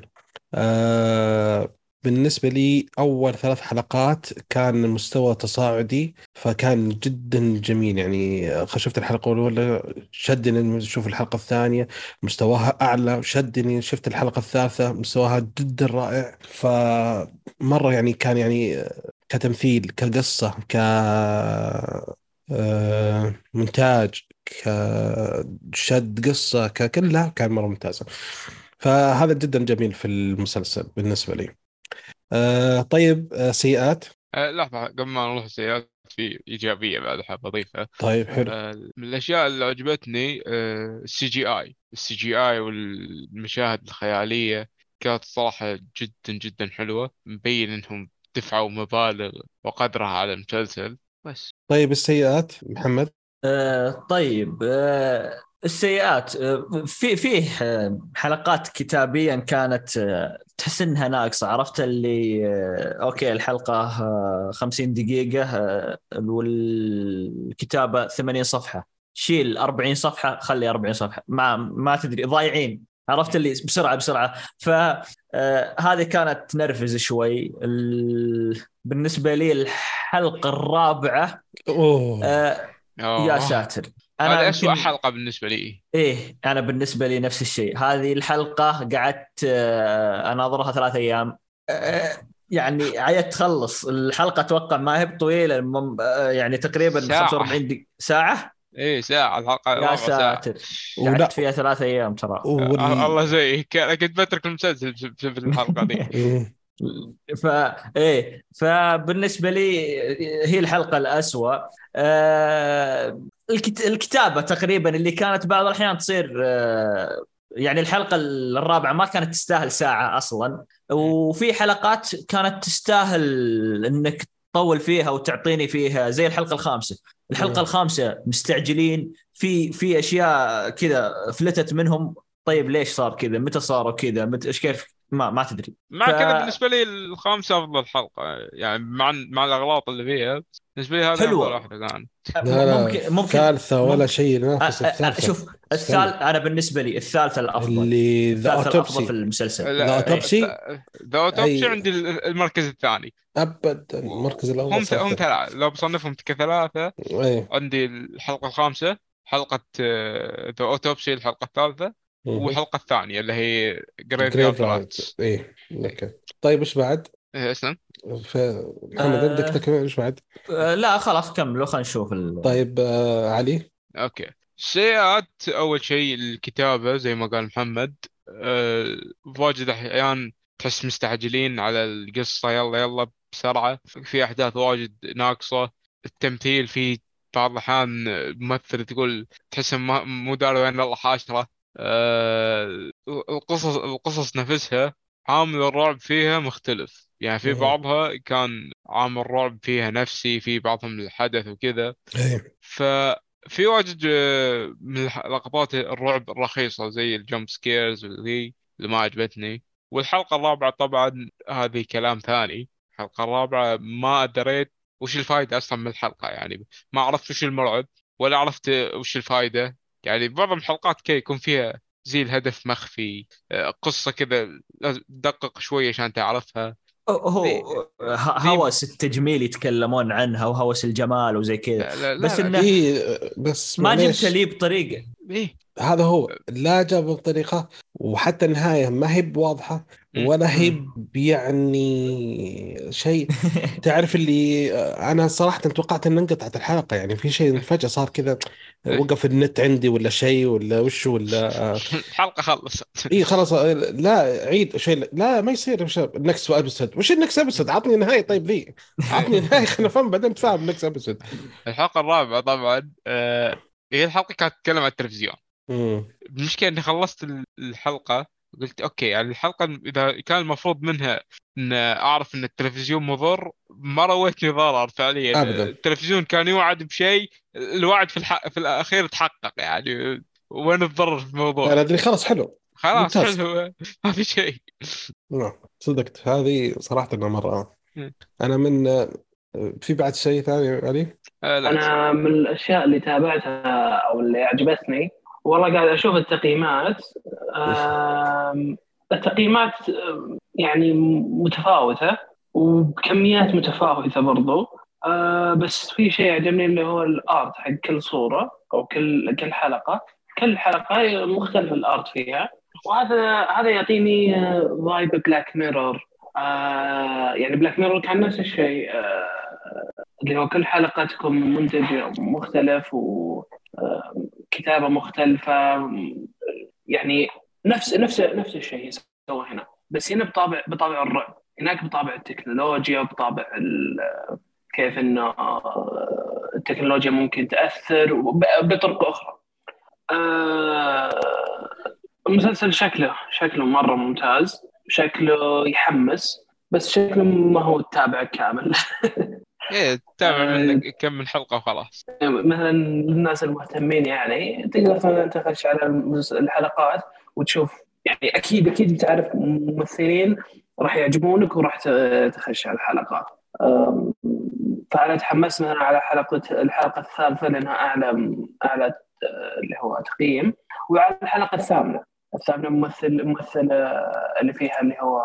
[SPEAKER 1] آه بالنسبة لي أول ثلاث حلقات كان مستوى تصاعدي، فكان جدا جميل. يعني خ- شفت الحلقة الأولى شدني إني أشوف الحلقة الثانية، مستواها أعلى شدني. شفت الحلقة الثالثة مستواها جدا رائع. فمرة يعني كان يعني كتمثيل، كقصة، ك آه، مونتاج، كشد قصة، ككلها كان مرة ممتازة. فهذا جدا جميل في المسلسل بالنسبة لي. آه طيب آه سيئات.
[SPEAKER 2] آه لحظة قبل ما نروح السيئات، في إيجابية بعد حاب أضيفها.
[SPEAKER 1] طيب حلو.
[SPEAKER 2] آه من الأشياء اللي عجبتني آه السي جي آي السي جي آي والمشاهد الخيالية كانت صراحة جدا جدا حلوة، مبين إنهم دفعوا مبالغ وقدرها على المسلسل. بس.
[SPEAKER 1] طيب السيئات محمد.
[SPEAKER 3] آه، طيب آه، السيئات آه، في فيه آه، حلقات كتابيا كانت آه، تحس انها ناقصه، عرفت اللي آه، اوكي الحلقه آه، خمسين دقيقه آه، والكتابه ثمانين صفحه، شيل أربعين صفحه خلي أربعين صفحه، ما ما تدري ضايعين، عرفت اللي بسرعه بسرعه. فهذه كانت تنرفز شوي. ال- بالنسبه لي الحلقه الرابعه
[SPEAKER 1] اوه.
[SPEAKER 3] آه، يا
[SPEAKER 2] آه
[SPEAKER 3] ساتر. انا
[SPEAKER 2] هذه أسوأ
[SPEAKER 3] يمكن
[SPEAKER 2] حلقة بالنسبة لي.
[SPEAKER 3] ايه، انا بالنسبه لي نفس الشيء. هذه الحلقه قعدت آه، اناظرها ثلاث ايام. آه، يعني عيت تخلص الحلقه، اتوقع ما هي بطويله، المم- آه، يعني تقريبا
[SPEAKER 2] ساعة.
[SPEAKER 3] خمسة وأربعين دق- ساعه.
[SPEAKER 2] إيه ساعة، الحلقة
[SPEAKER 3] يا
[SPEAKER 2] الرابعة ساعة.
[SPEAKER 3] ساتر، قعدت
[SPEAKER 1] ولا
[SPEAKER 3] فيها ثلاث ايام ترى.
[SPEAKER 2] آه
[SPEAKER 1] وال...
[SPEAKER 2] الله زي ك- كنت بترك المسلسل بس- بسبب الحلقة دي.
[SPEAKER 1] مم.
[SPEAKER 3] ف ايه فبالنسبه لي هي الحلقه الأسوأ. آه، الكت... الكتابه تقريبا اللي كانت بعض الاحيان تصير آه، يعني الحلقة الرابعة ما كانت تستاهل ساعة أصلا، وفي حلقات كانت تستاهل إنك تطول فيها وتعطيني فيها، زي الحلقة الخامسة. الحلقة الخامسة مستعجلين في في أشياء كذا فلتت منهم. طيب ليش صار كذا؟ متى صاروا كذا؟ متى إيش كيف؟ ما ما تدري.
[SPEAKER 2] مع كذا بالنسبة لي الخامسة أفضل حلقة، يعني مع مع الأغلاط اللي فيها بالنسبة لي هذه أفضل واحدة كانت.
[SPEAKER 1] لا لا
[SPEAKER 3] ممكن ممكن
[SPEAKER 1] الثالثة ولا
[SPEAKER 3] ممكن
[SPEAKER 1] شيء ينافس الثالثة.
[SPEAKER 3] شوف الثالث، انا بالنسبه لي الثالثه الافضل،
[SPEAKER 1] اللي ذا
[SPEAKER 3] الثالثه الافضل
[SPEAKER 1] اوتوبسي.
[SPEAKER 3] في المسلسل.
[SPEAKER 1] ذا اوتوبسي
[SPEAKER 2] ذا اوتوبسي
[SPEAKER 1] أي...
[SPEAKER 2] عندي المركز الثاني
[SPEAKER 1] ابد المركز الاول.
[SPEAKER 2] هم هم ثلاثة لو بصنفهم كثلاثة.
[SPEAKER 1] أي.
[SPEAKER 2] عندي الحلقة الخامسة، حلقة ذا اوتوبسي الحلقة الثالثة، والحلقة الثانية اللي هي جريف يارد.
[SPEAKER 1] ايه اوكي. طيب ايش بعد؟
[SPEAKER 2] ايه اسلم.
[SPEAKER 1] محمد عندك تكمل ايش بعد؟
[SPEAKER 3] آه لا خلاص كملوا خلينا نشوف ال...
[SPEAKER 1] طيب آه علي.
[SPEAKER 2] اوكي سيئات. اول شيء الكتابة زي ما قال محمد، أه واجد احيان تحس مستعجلين على القصة، يلا يلا بسرعة، في احداث واجد ناقصة. التمثيل في بعض الأحيان ممثل تقول تحس مو داري وين الله حاشرة. أه القصص القصص نفسها عامل الرعب فيها مختلف، يعني في بعضها كان عامل رعب فيها نفسي، في بعضهم الحدث وكذا. ففي واجد من لقطات الرعب الرخيصة زي الجمب سكيرز اللي ما عجبتني. والحلقة الرابعة طبعا هذه كلام ثاني. الحلقة الرابعة ما دريت وش الفائدة أصلا من الحلقة، يعني ما عرفت وش المرعب ولا عرفت وش الفائدة. يعني بعض الحلقات كي يكون فيها زي الهدف مخفي، قصة كذا دقق شوية عشان تعرفها.
[SPEAKER 3] هو هوس التجميل يتكلمون عنها وهوس الجمال وزي كذا، بس
[SPEAKER 2] لا
[SPEAKER 3] انه
[SPEAKER 1] إيه بس
[SPEAKER 3] ما جبت لي بطريقة.
[SPEAKER 2] إيه؟
[SPEAKER 1] هذا هو لا جاب بطريقة، وحتى النهاية ما هي بواضحة ولا هي يعني شيء. تعرف اللي أنا صراحة توقعت أن انقطعت الحلقة، يعني في شيء فجأة صار كذا، وقف النت عندي ولا شيء ولا وش ولا
[SPEAKER 2] الحلقة خلصت.
[SPEAKER 1] إيه خلاص لا عيد شيء، لا ما يصير. وش النكست أبسود؟ وش النكست أبسود؟ عطني نهاية. طيب ذي عطني نهاية خلنا نفهم بعدين نتفاهم النكست أبسود.
[SPEAKER 2] الحلقة الرابعة طبعا آه هي الحلقة كانت تتكلم عن التلفزيون.
[SPEAKER 1] مم.
[SPEAKER 2] المشكلة إني خلصت الحلقة قلت أوكي، يعني الحلقة إذا كان المفروض منها إن أعرف إن التلفزيون مضر، ما رويتني ضرر فعليا
[SPEAKER 1] أبدا.
[SPEAKER 2] التلفزيون كان يوعد بشيء، الوعد في الح... في الأخير تحقق، يعني وين الضرر في الموضوع؟
[SPEAKER 1] أنا أدري خلاص حلو
[SPEAKER 2] خلاص
[SPEAKER 1] ممتاز.
[SPEAKER 2] حلو ما في شيء.
[SPEAKER 1] نعم صدقت، هذه صراحة أنا مرة
[SPEAKER 2] م.
[SPEAKER 1] أنا من في بعد شيء ثاني علي؟
[SPEAKER 2] آه لا.
[SPEAKER 4] أنا من الأشياء اللي تابعتها أو اللي عجبتني، والله قاعد أشوف التقييمات. آم، التقييمات آم، يعني متفاوتة وبكميات متفاوتة برضو. آه، بس في شيء عجبني اللي هو الآرت حق كل صورة أو كل كل حلقة. كل حلقة مختلف الآرت فيها، وهذا هذا يعطيني فايب بلاك ميرور. آه يعني بلاك ميرور كان نفس الشيء، آه اللي هو كل حلقة تكون منتج مختلف وكتابة مختلفة، يعني نفس نفس نفس الشيء يسوى هنا، بس هنا بطابع بطابع الرعب، هناك بطابع التكنولوجيا وبطابع كيف إنه التكنولوجيا ممكن تأثر بطرق أخرى. آه المسلسل شكله شكله مرة ممتاز، شكله يحمس، بس شكله ما هو التابع كامل.
[SPEAKER 2] ايه تتابع منك كم من حلقة وخلاص.
[SPEAKER 4] مثلا الناس المهتمين يعني تقدر تخش على الحلقات وتشوف، يعني أكيد أكيد تعرف ممثلين راح يعجبونك وراح تخش على الحلقات. فأنا تحمست مثلا على حلقة الحلقة الثالثة لأنها أعلى أعلى اللي هو تقييم، وعلى الحلقة الثامنة الثامنة ممثل ممثل اللي فيها اللي هو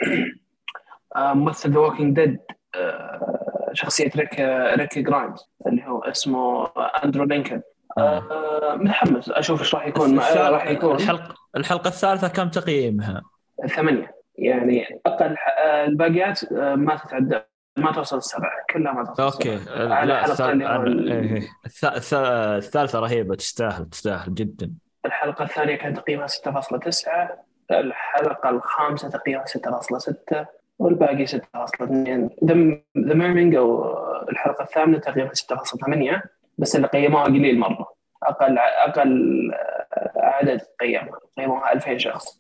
[SPEAKER 4] ممثل The Walking Dead، شخصية ريك ريك جرايمز اللي هو اسمه أندرو لينكولن. آه. متحمس أشوف إيش راح يكون راح يكون
[SPEAKER 3] الحلقة الحلقة الثالثة كم تقييمها؟
[SPEAKER 4] ثمانية، يعني أقل. الباقيات ما تتعدى، ما توصل السبعة كلها، ما توصل
[SPEAKER 3] أوكي.
[SPEAKER 4] السبعة. على حلقة اللي هو
[SPEAKER 3] ال... الثالثة رهيبة، تستاهل تستاهل جدا.
[SPEAKER 4] الحلقة الثانية كان تقييمها ستة فاصلة تسعة، الحلقة الخامسة تقييمها ستة فاصلة ستة، والباقي ستة فاصلة اثنين. ذا ميرمينج أو الحلقة الثامنة تقييمها ستة فاصلة ثمانية، بس اللي قيموها قليل مرة، أقل أقل عدد قيم قيموها ألفين شخص.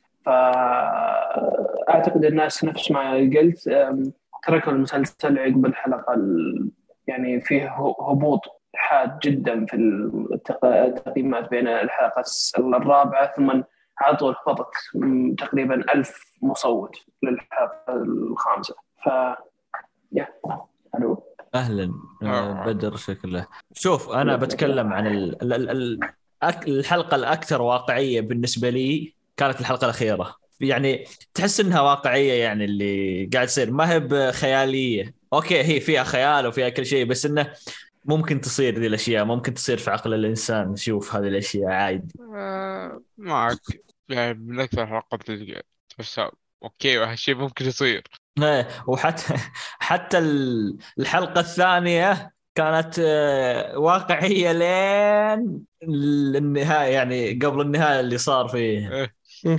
[SPEAKER 4] فأعتقد الناس نفس ما قلت تركوا المسلسل عقب الحلقة يعني فيه هبوط حاد جدا في التقييمات بين الحلقة الرابعة، ثم عطوا الخبط تقريبا ألف مصوت للحلقة الخامسة. ف يا ألو
[SPEAKER 3] أهلا بدر شكله. شوف أنا بتكلم عن ال... ال... ال... الحلقة الأكثر واقعية بالنسبة لي كانت الحلقة الأخيرة. يعني تحس إنها واقعية، يعني اللي قاعد يصير ما هي بخيالية. أوكي هي فيها خيال وفيها كل شيء، بس إنه ممكن تصير ذي الأشياء، ممكن تصير في عقل الإنسان. شوف هذه الأشياء عادي.
[SPEAKER 2] آه معك، يعني من أكثر حلقات اللي بس أوكي وهالشيء ممكن يصير.
[SPEAKER 3] وحتى حتى الحلقة الثانية كانت واقعية لين النهاية، يعني قبل النهاية اللي صار فيه.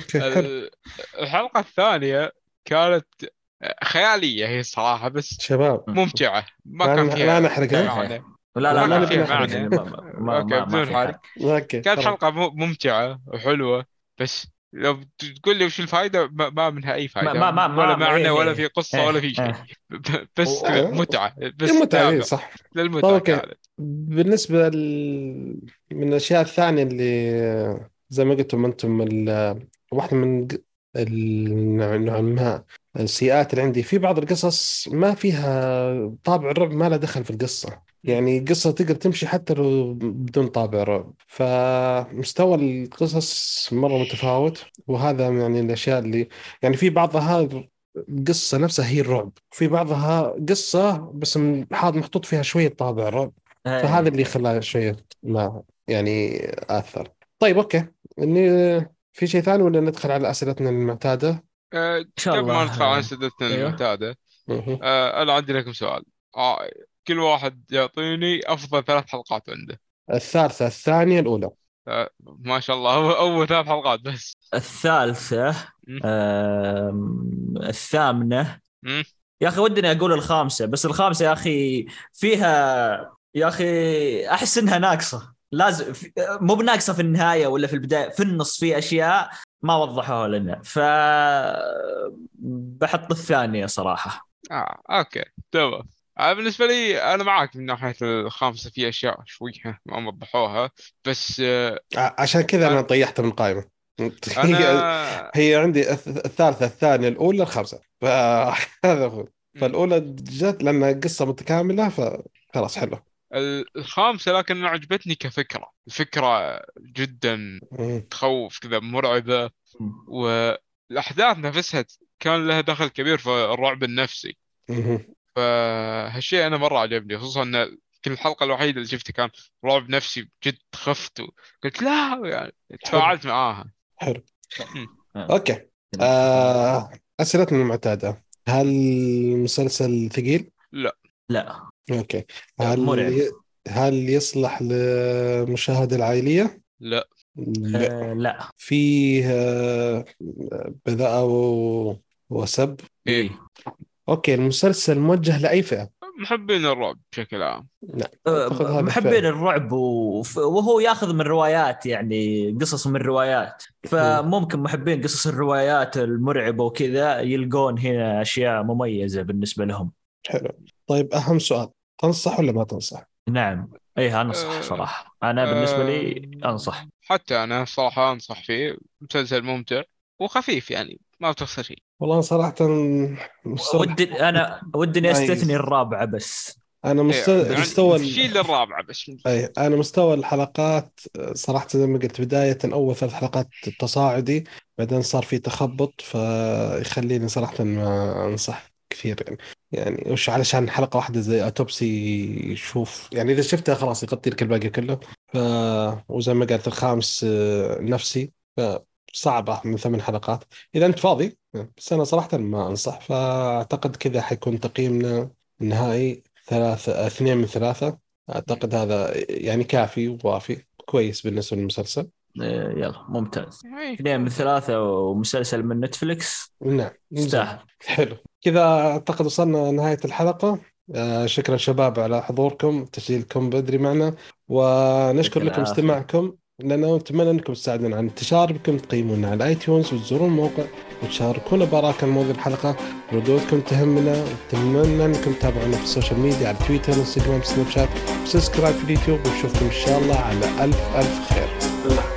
[SPEAKER 2] الحلقة الثانية كانت خيالية هي صراحة، بس
[SPEAKER 1] شباب
[SPEAKER 2] ممتعة. ما
[SPEAKER 1] لا
[SPEAKER 2] كان فيها
[SPEAKER 1] لا نحرق
[SPEAKER 2] معنى.
[SPEAKER 3] لا لا
[SPEAKER 2] ما
[SPEAKER 3] ما
[SPEAKER 2] كان فيها معنى.
[SPEAKER 3] يعني ما ما
[SPEAKER 2] أوكي
[SPEAKER 3] ما,
[SPEAKER 2] بدون
[SPEAKER 3] ما في
[SPEAKER 2] حرق.
[SPEAKER 1] أوكي.
[SPEAKER 2] كانت حلقة ممتعة وحلوة، بس لو تقول لي وش الفائدة ما منها أي فائدة.
[SPEAKER 3] ما ما
[SPEAKER 2] ولا
[SPEAKER 3] ما
[SPEAKER 2] معنى
[SPEAKER 3] إيه
[SPEAKER 2] ولا في قصة
[SPEAKER 3] إيه
[SPEAKER 2] ولا في شيء.
[SPEAKER 3] إيه.
[SPEAKER 2] بس كذا متعة، بس
[SPEAKER 1] المتعة
[SPEAKER 2] تابع
[SPEAKER 1] صح.
[SPEAKER 2] للمتعة
[SPEAKER 1] أوكي.
[SPEAKER 2] كانت.
[SPEAKER 1] بالنسبة ل... من الأشياء الثانية اللي زي ما قلتم أنتم ال... واحدة من ال... نوعا ما السيئات اللي عندي في بعض القصص ما فيها طابع الرعب، ما له دخل في القصة. يعني قصة تقدر تمشي حتى لو بدون طابع رعب، فمستوى القصص مرة متفاوت. وهذا يعني الأشياء اللي يعني في بعضها القصة نفسها هي الرعب، في بعضها قصة بس حاط محطوط فيها شوية طابع رعب، فهذا اللي خلاها شوية ما يعني آثر. طيب أوكي، إني في شيء ثاني ولا ندخل على أسئلتنا المعتادة؟
[SPEAKER 2] أه
[SPEAKER 3] إن شاء
[SPEAKER 2] قبل ما
[SPEAKER 3] الله.
[SPEAKER 2] ندخل على سدتنا
[SPEAKER 3] أيوه.
[SPEAKER 2] المعتادة، أه أنا عندي لكم سؤال. أه كل واحد يعطيني أفضل ثلاث حلقات عنده.
[SPEAKER 1] الثالثة، الثانية، الأولى.
[SPEAKER 2] أه ما شاء الله، أول, أول ثلاث حلقات بس.
[SPEAKER 3] الثالثة، الثامنة.
[SPEAKER 2] م?
[SPEAKER 3] يا أخي ودني أقول الخامسة، بس الخامسة يا أخي فيها يا أخي أحس إنها ناقصة. لازم مو بناقصة في النهاية ولا في البداية، في النص في أشياء ما وضحوها لنا، فبحط الثانية صراحة.
[SPEAKER 2] آه أوكي تمام. آه بالنسبة لي أنا معاك من ناحية الخامسة، في أشياء شوية ما وضحوها، بس آه
[SPEAKER 1] عشان كذا أنا طيحتها من القائمة.
[SPEAKER 2] أنا
[SPEAKER 1] هي عندي الثالثة، الثانية، الأولى، الخامسة، فهذا هو. فالأولى جت لأنها قصة متكاملة، فخلاص حلو.
[SPEAKER 2] الخامسة لكن أنا عجبتني كفكرة، الفكرة جدا تخوف كذا، مرعبة، والأحداث نفسها كان لها دخل كبير في الرعب النفسي. فهالشيء أنا مرة عجبني، خصوصا أن كل الحلقة الوحيدة اللي شفتها كان رعب نفسي، جد خفت قلت لا، يعني تفاعلت معاها.
[SPEAKER 1] حلو. أوكي. آه أسئلتنا المعتادة، هل المسلسل ثقيل؟
[SPEAKER 2] لا.
[SPEAKER 3] لا.
[SPEAKER 1] أوكي. هل ي... هل يصلح للمشاهدة العائلية؟
[SPEAKER 2] لا.
[SPEAKER 1] لا.
[SPEAKER 3] آه لا.
[SPEAKER 1] فيه بذاءة و... وسب؟
[SPEAKER 2] إيه.
[SPEAKER 1] أوكي. المسلسل موجه لأي فئة؟
[SPEAKER 2] محبين الرعب بشكل عام.
[SPEAKER 1] لا.
[SPEAKER 3] محبين الرعب وهو ياخذ من روايات، يعني قصص من روايات، فممكن محبين قصص الروايات المرعبة وكذا يلقون هنا أشياء مميزة بالنسبة لهم.
[SPEAKER 1] حلو. طيب أهم سؤال، تنصح ولا ما تنصح؟
[SPEAKER 3] نعم أيه أنصح
[SPEAKER 2] أه
[SPEAKER 3] صراحة. أنا بالنسبة لي أنصح.
[SPEAKER 2] حتى أنا صراحة أنصح فيه، مسلسل ممتع وخفيف، يعني ما بتخسر شيء.
[SPEAKER 1] والله صراحة
[SPEAKER 3] ودي أنا ودي أستثني الرابعة بس.
[SPEAKER 1] أنا مستوى
[SPEAKER 2] يعني
[SPEAKER 1] مستوى
[SPEAKER 2] شيل الرابعة بس.
[SPEAKER 1] أي أنا مستوى الحلقات صراحة زي ما قلت، بداية أول ثلاث حلقات تصاعدي، بعدين صار في تخبط، فيخليني صراحة ما أنصح كثير. يعني يعني وش علشان حلقة واحدة زي أوتوبسي يشوف، يعني إذا شفتها خلاص يغطي لك الباقي كله. ف وزي ما قلت الخامس نفسي، فصعبة من ثمان حلقات إذا أنت فاضي. بس أنا صراحة ما أنصح، فأعتقد كذا حيكون تقييمنا النهائي ثلاثة اثنين من ثلاثة. أعتقد هذا يعني كافي ووافي كويس بالنسبة للمسلسل.
[SPEAKER 3] يلا ممتاز. اثنين من ثلاثة ومسلسل من نتفليكس.
[SPEAKER 1] نعم
[SPEAKER 3] يستاهل.
[SPEAKER 1] حلو كذا. أعتقد وصلنا نهاية الحلقة. آه شكرا شباب على حضوركم، تسجيلكم بدري معنا، ونشكر لكم استماعكم. لنا، ونتمنى أنكم تساعدونا على انتشار بكم، تقيمونا على الاي تيونز وتزورون الموقع وتشاركونا براء موضوع الحلقة. ردودكم تهمنا، ونتمنى أنكم تتابعونا في السوشيال ميديا على تويتر وانستغرام وسناب شات وسبسكرايب في اليوتيوب، ونشوفكم إن شاء الله على ألف ألف خير.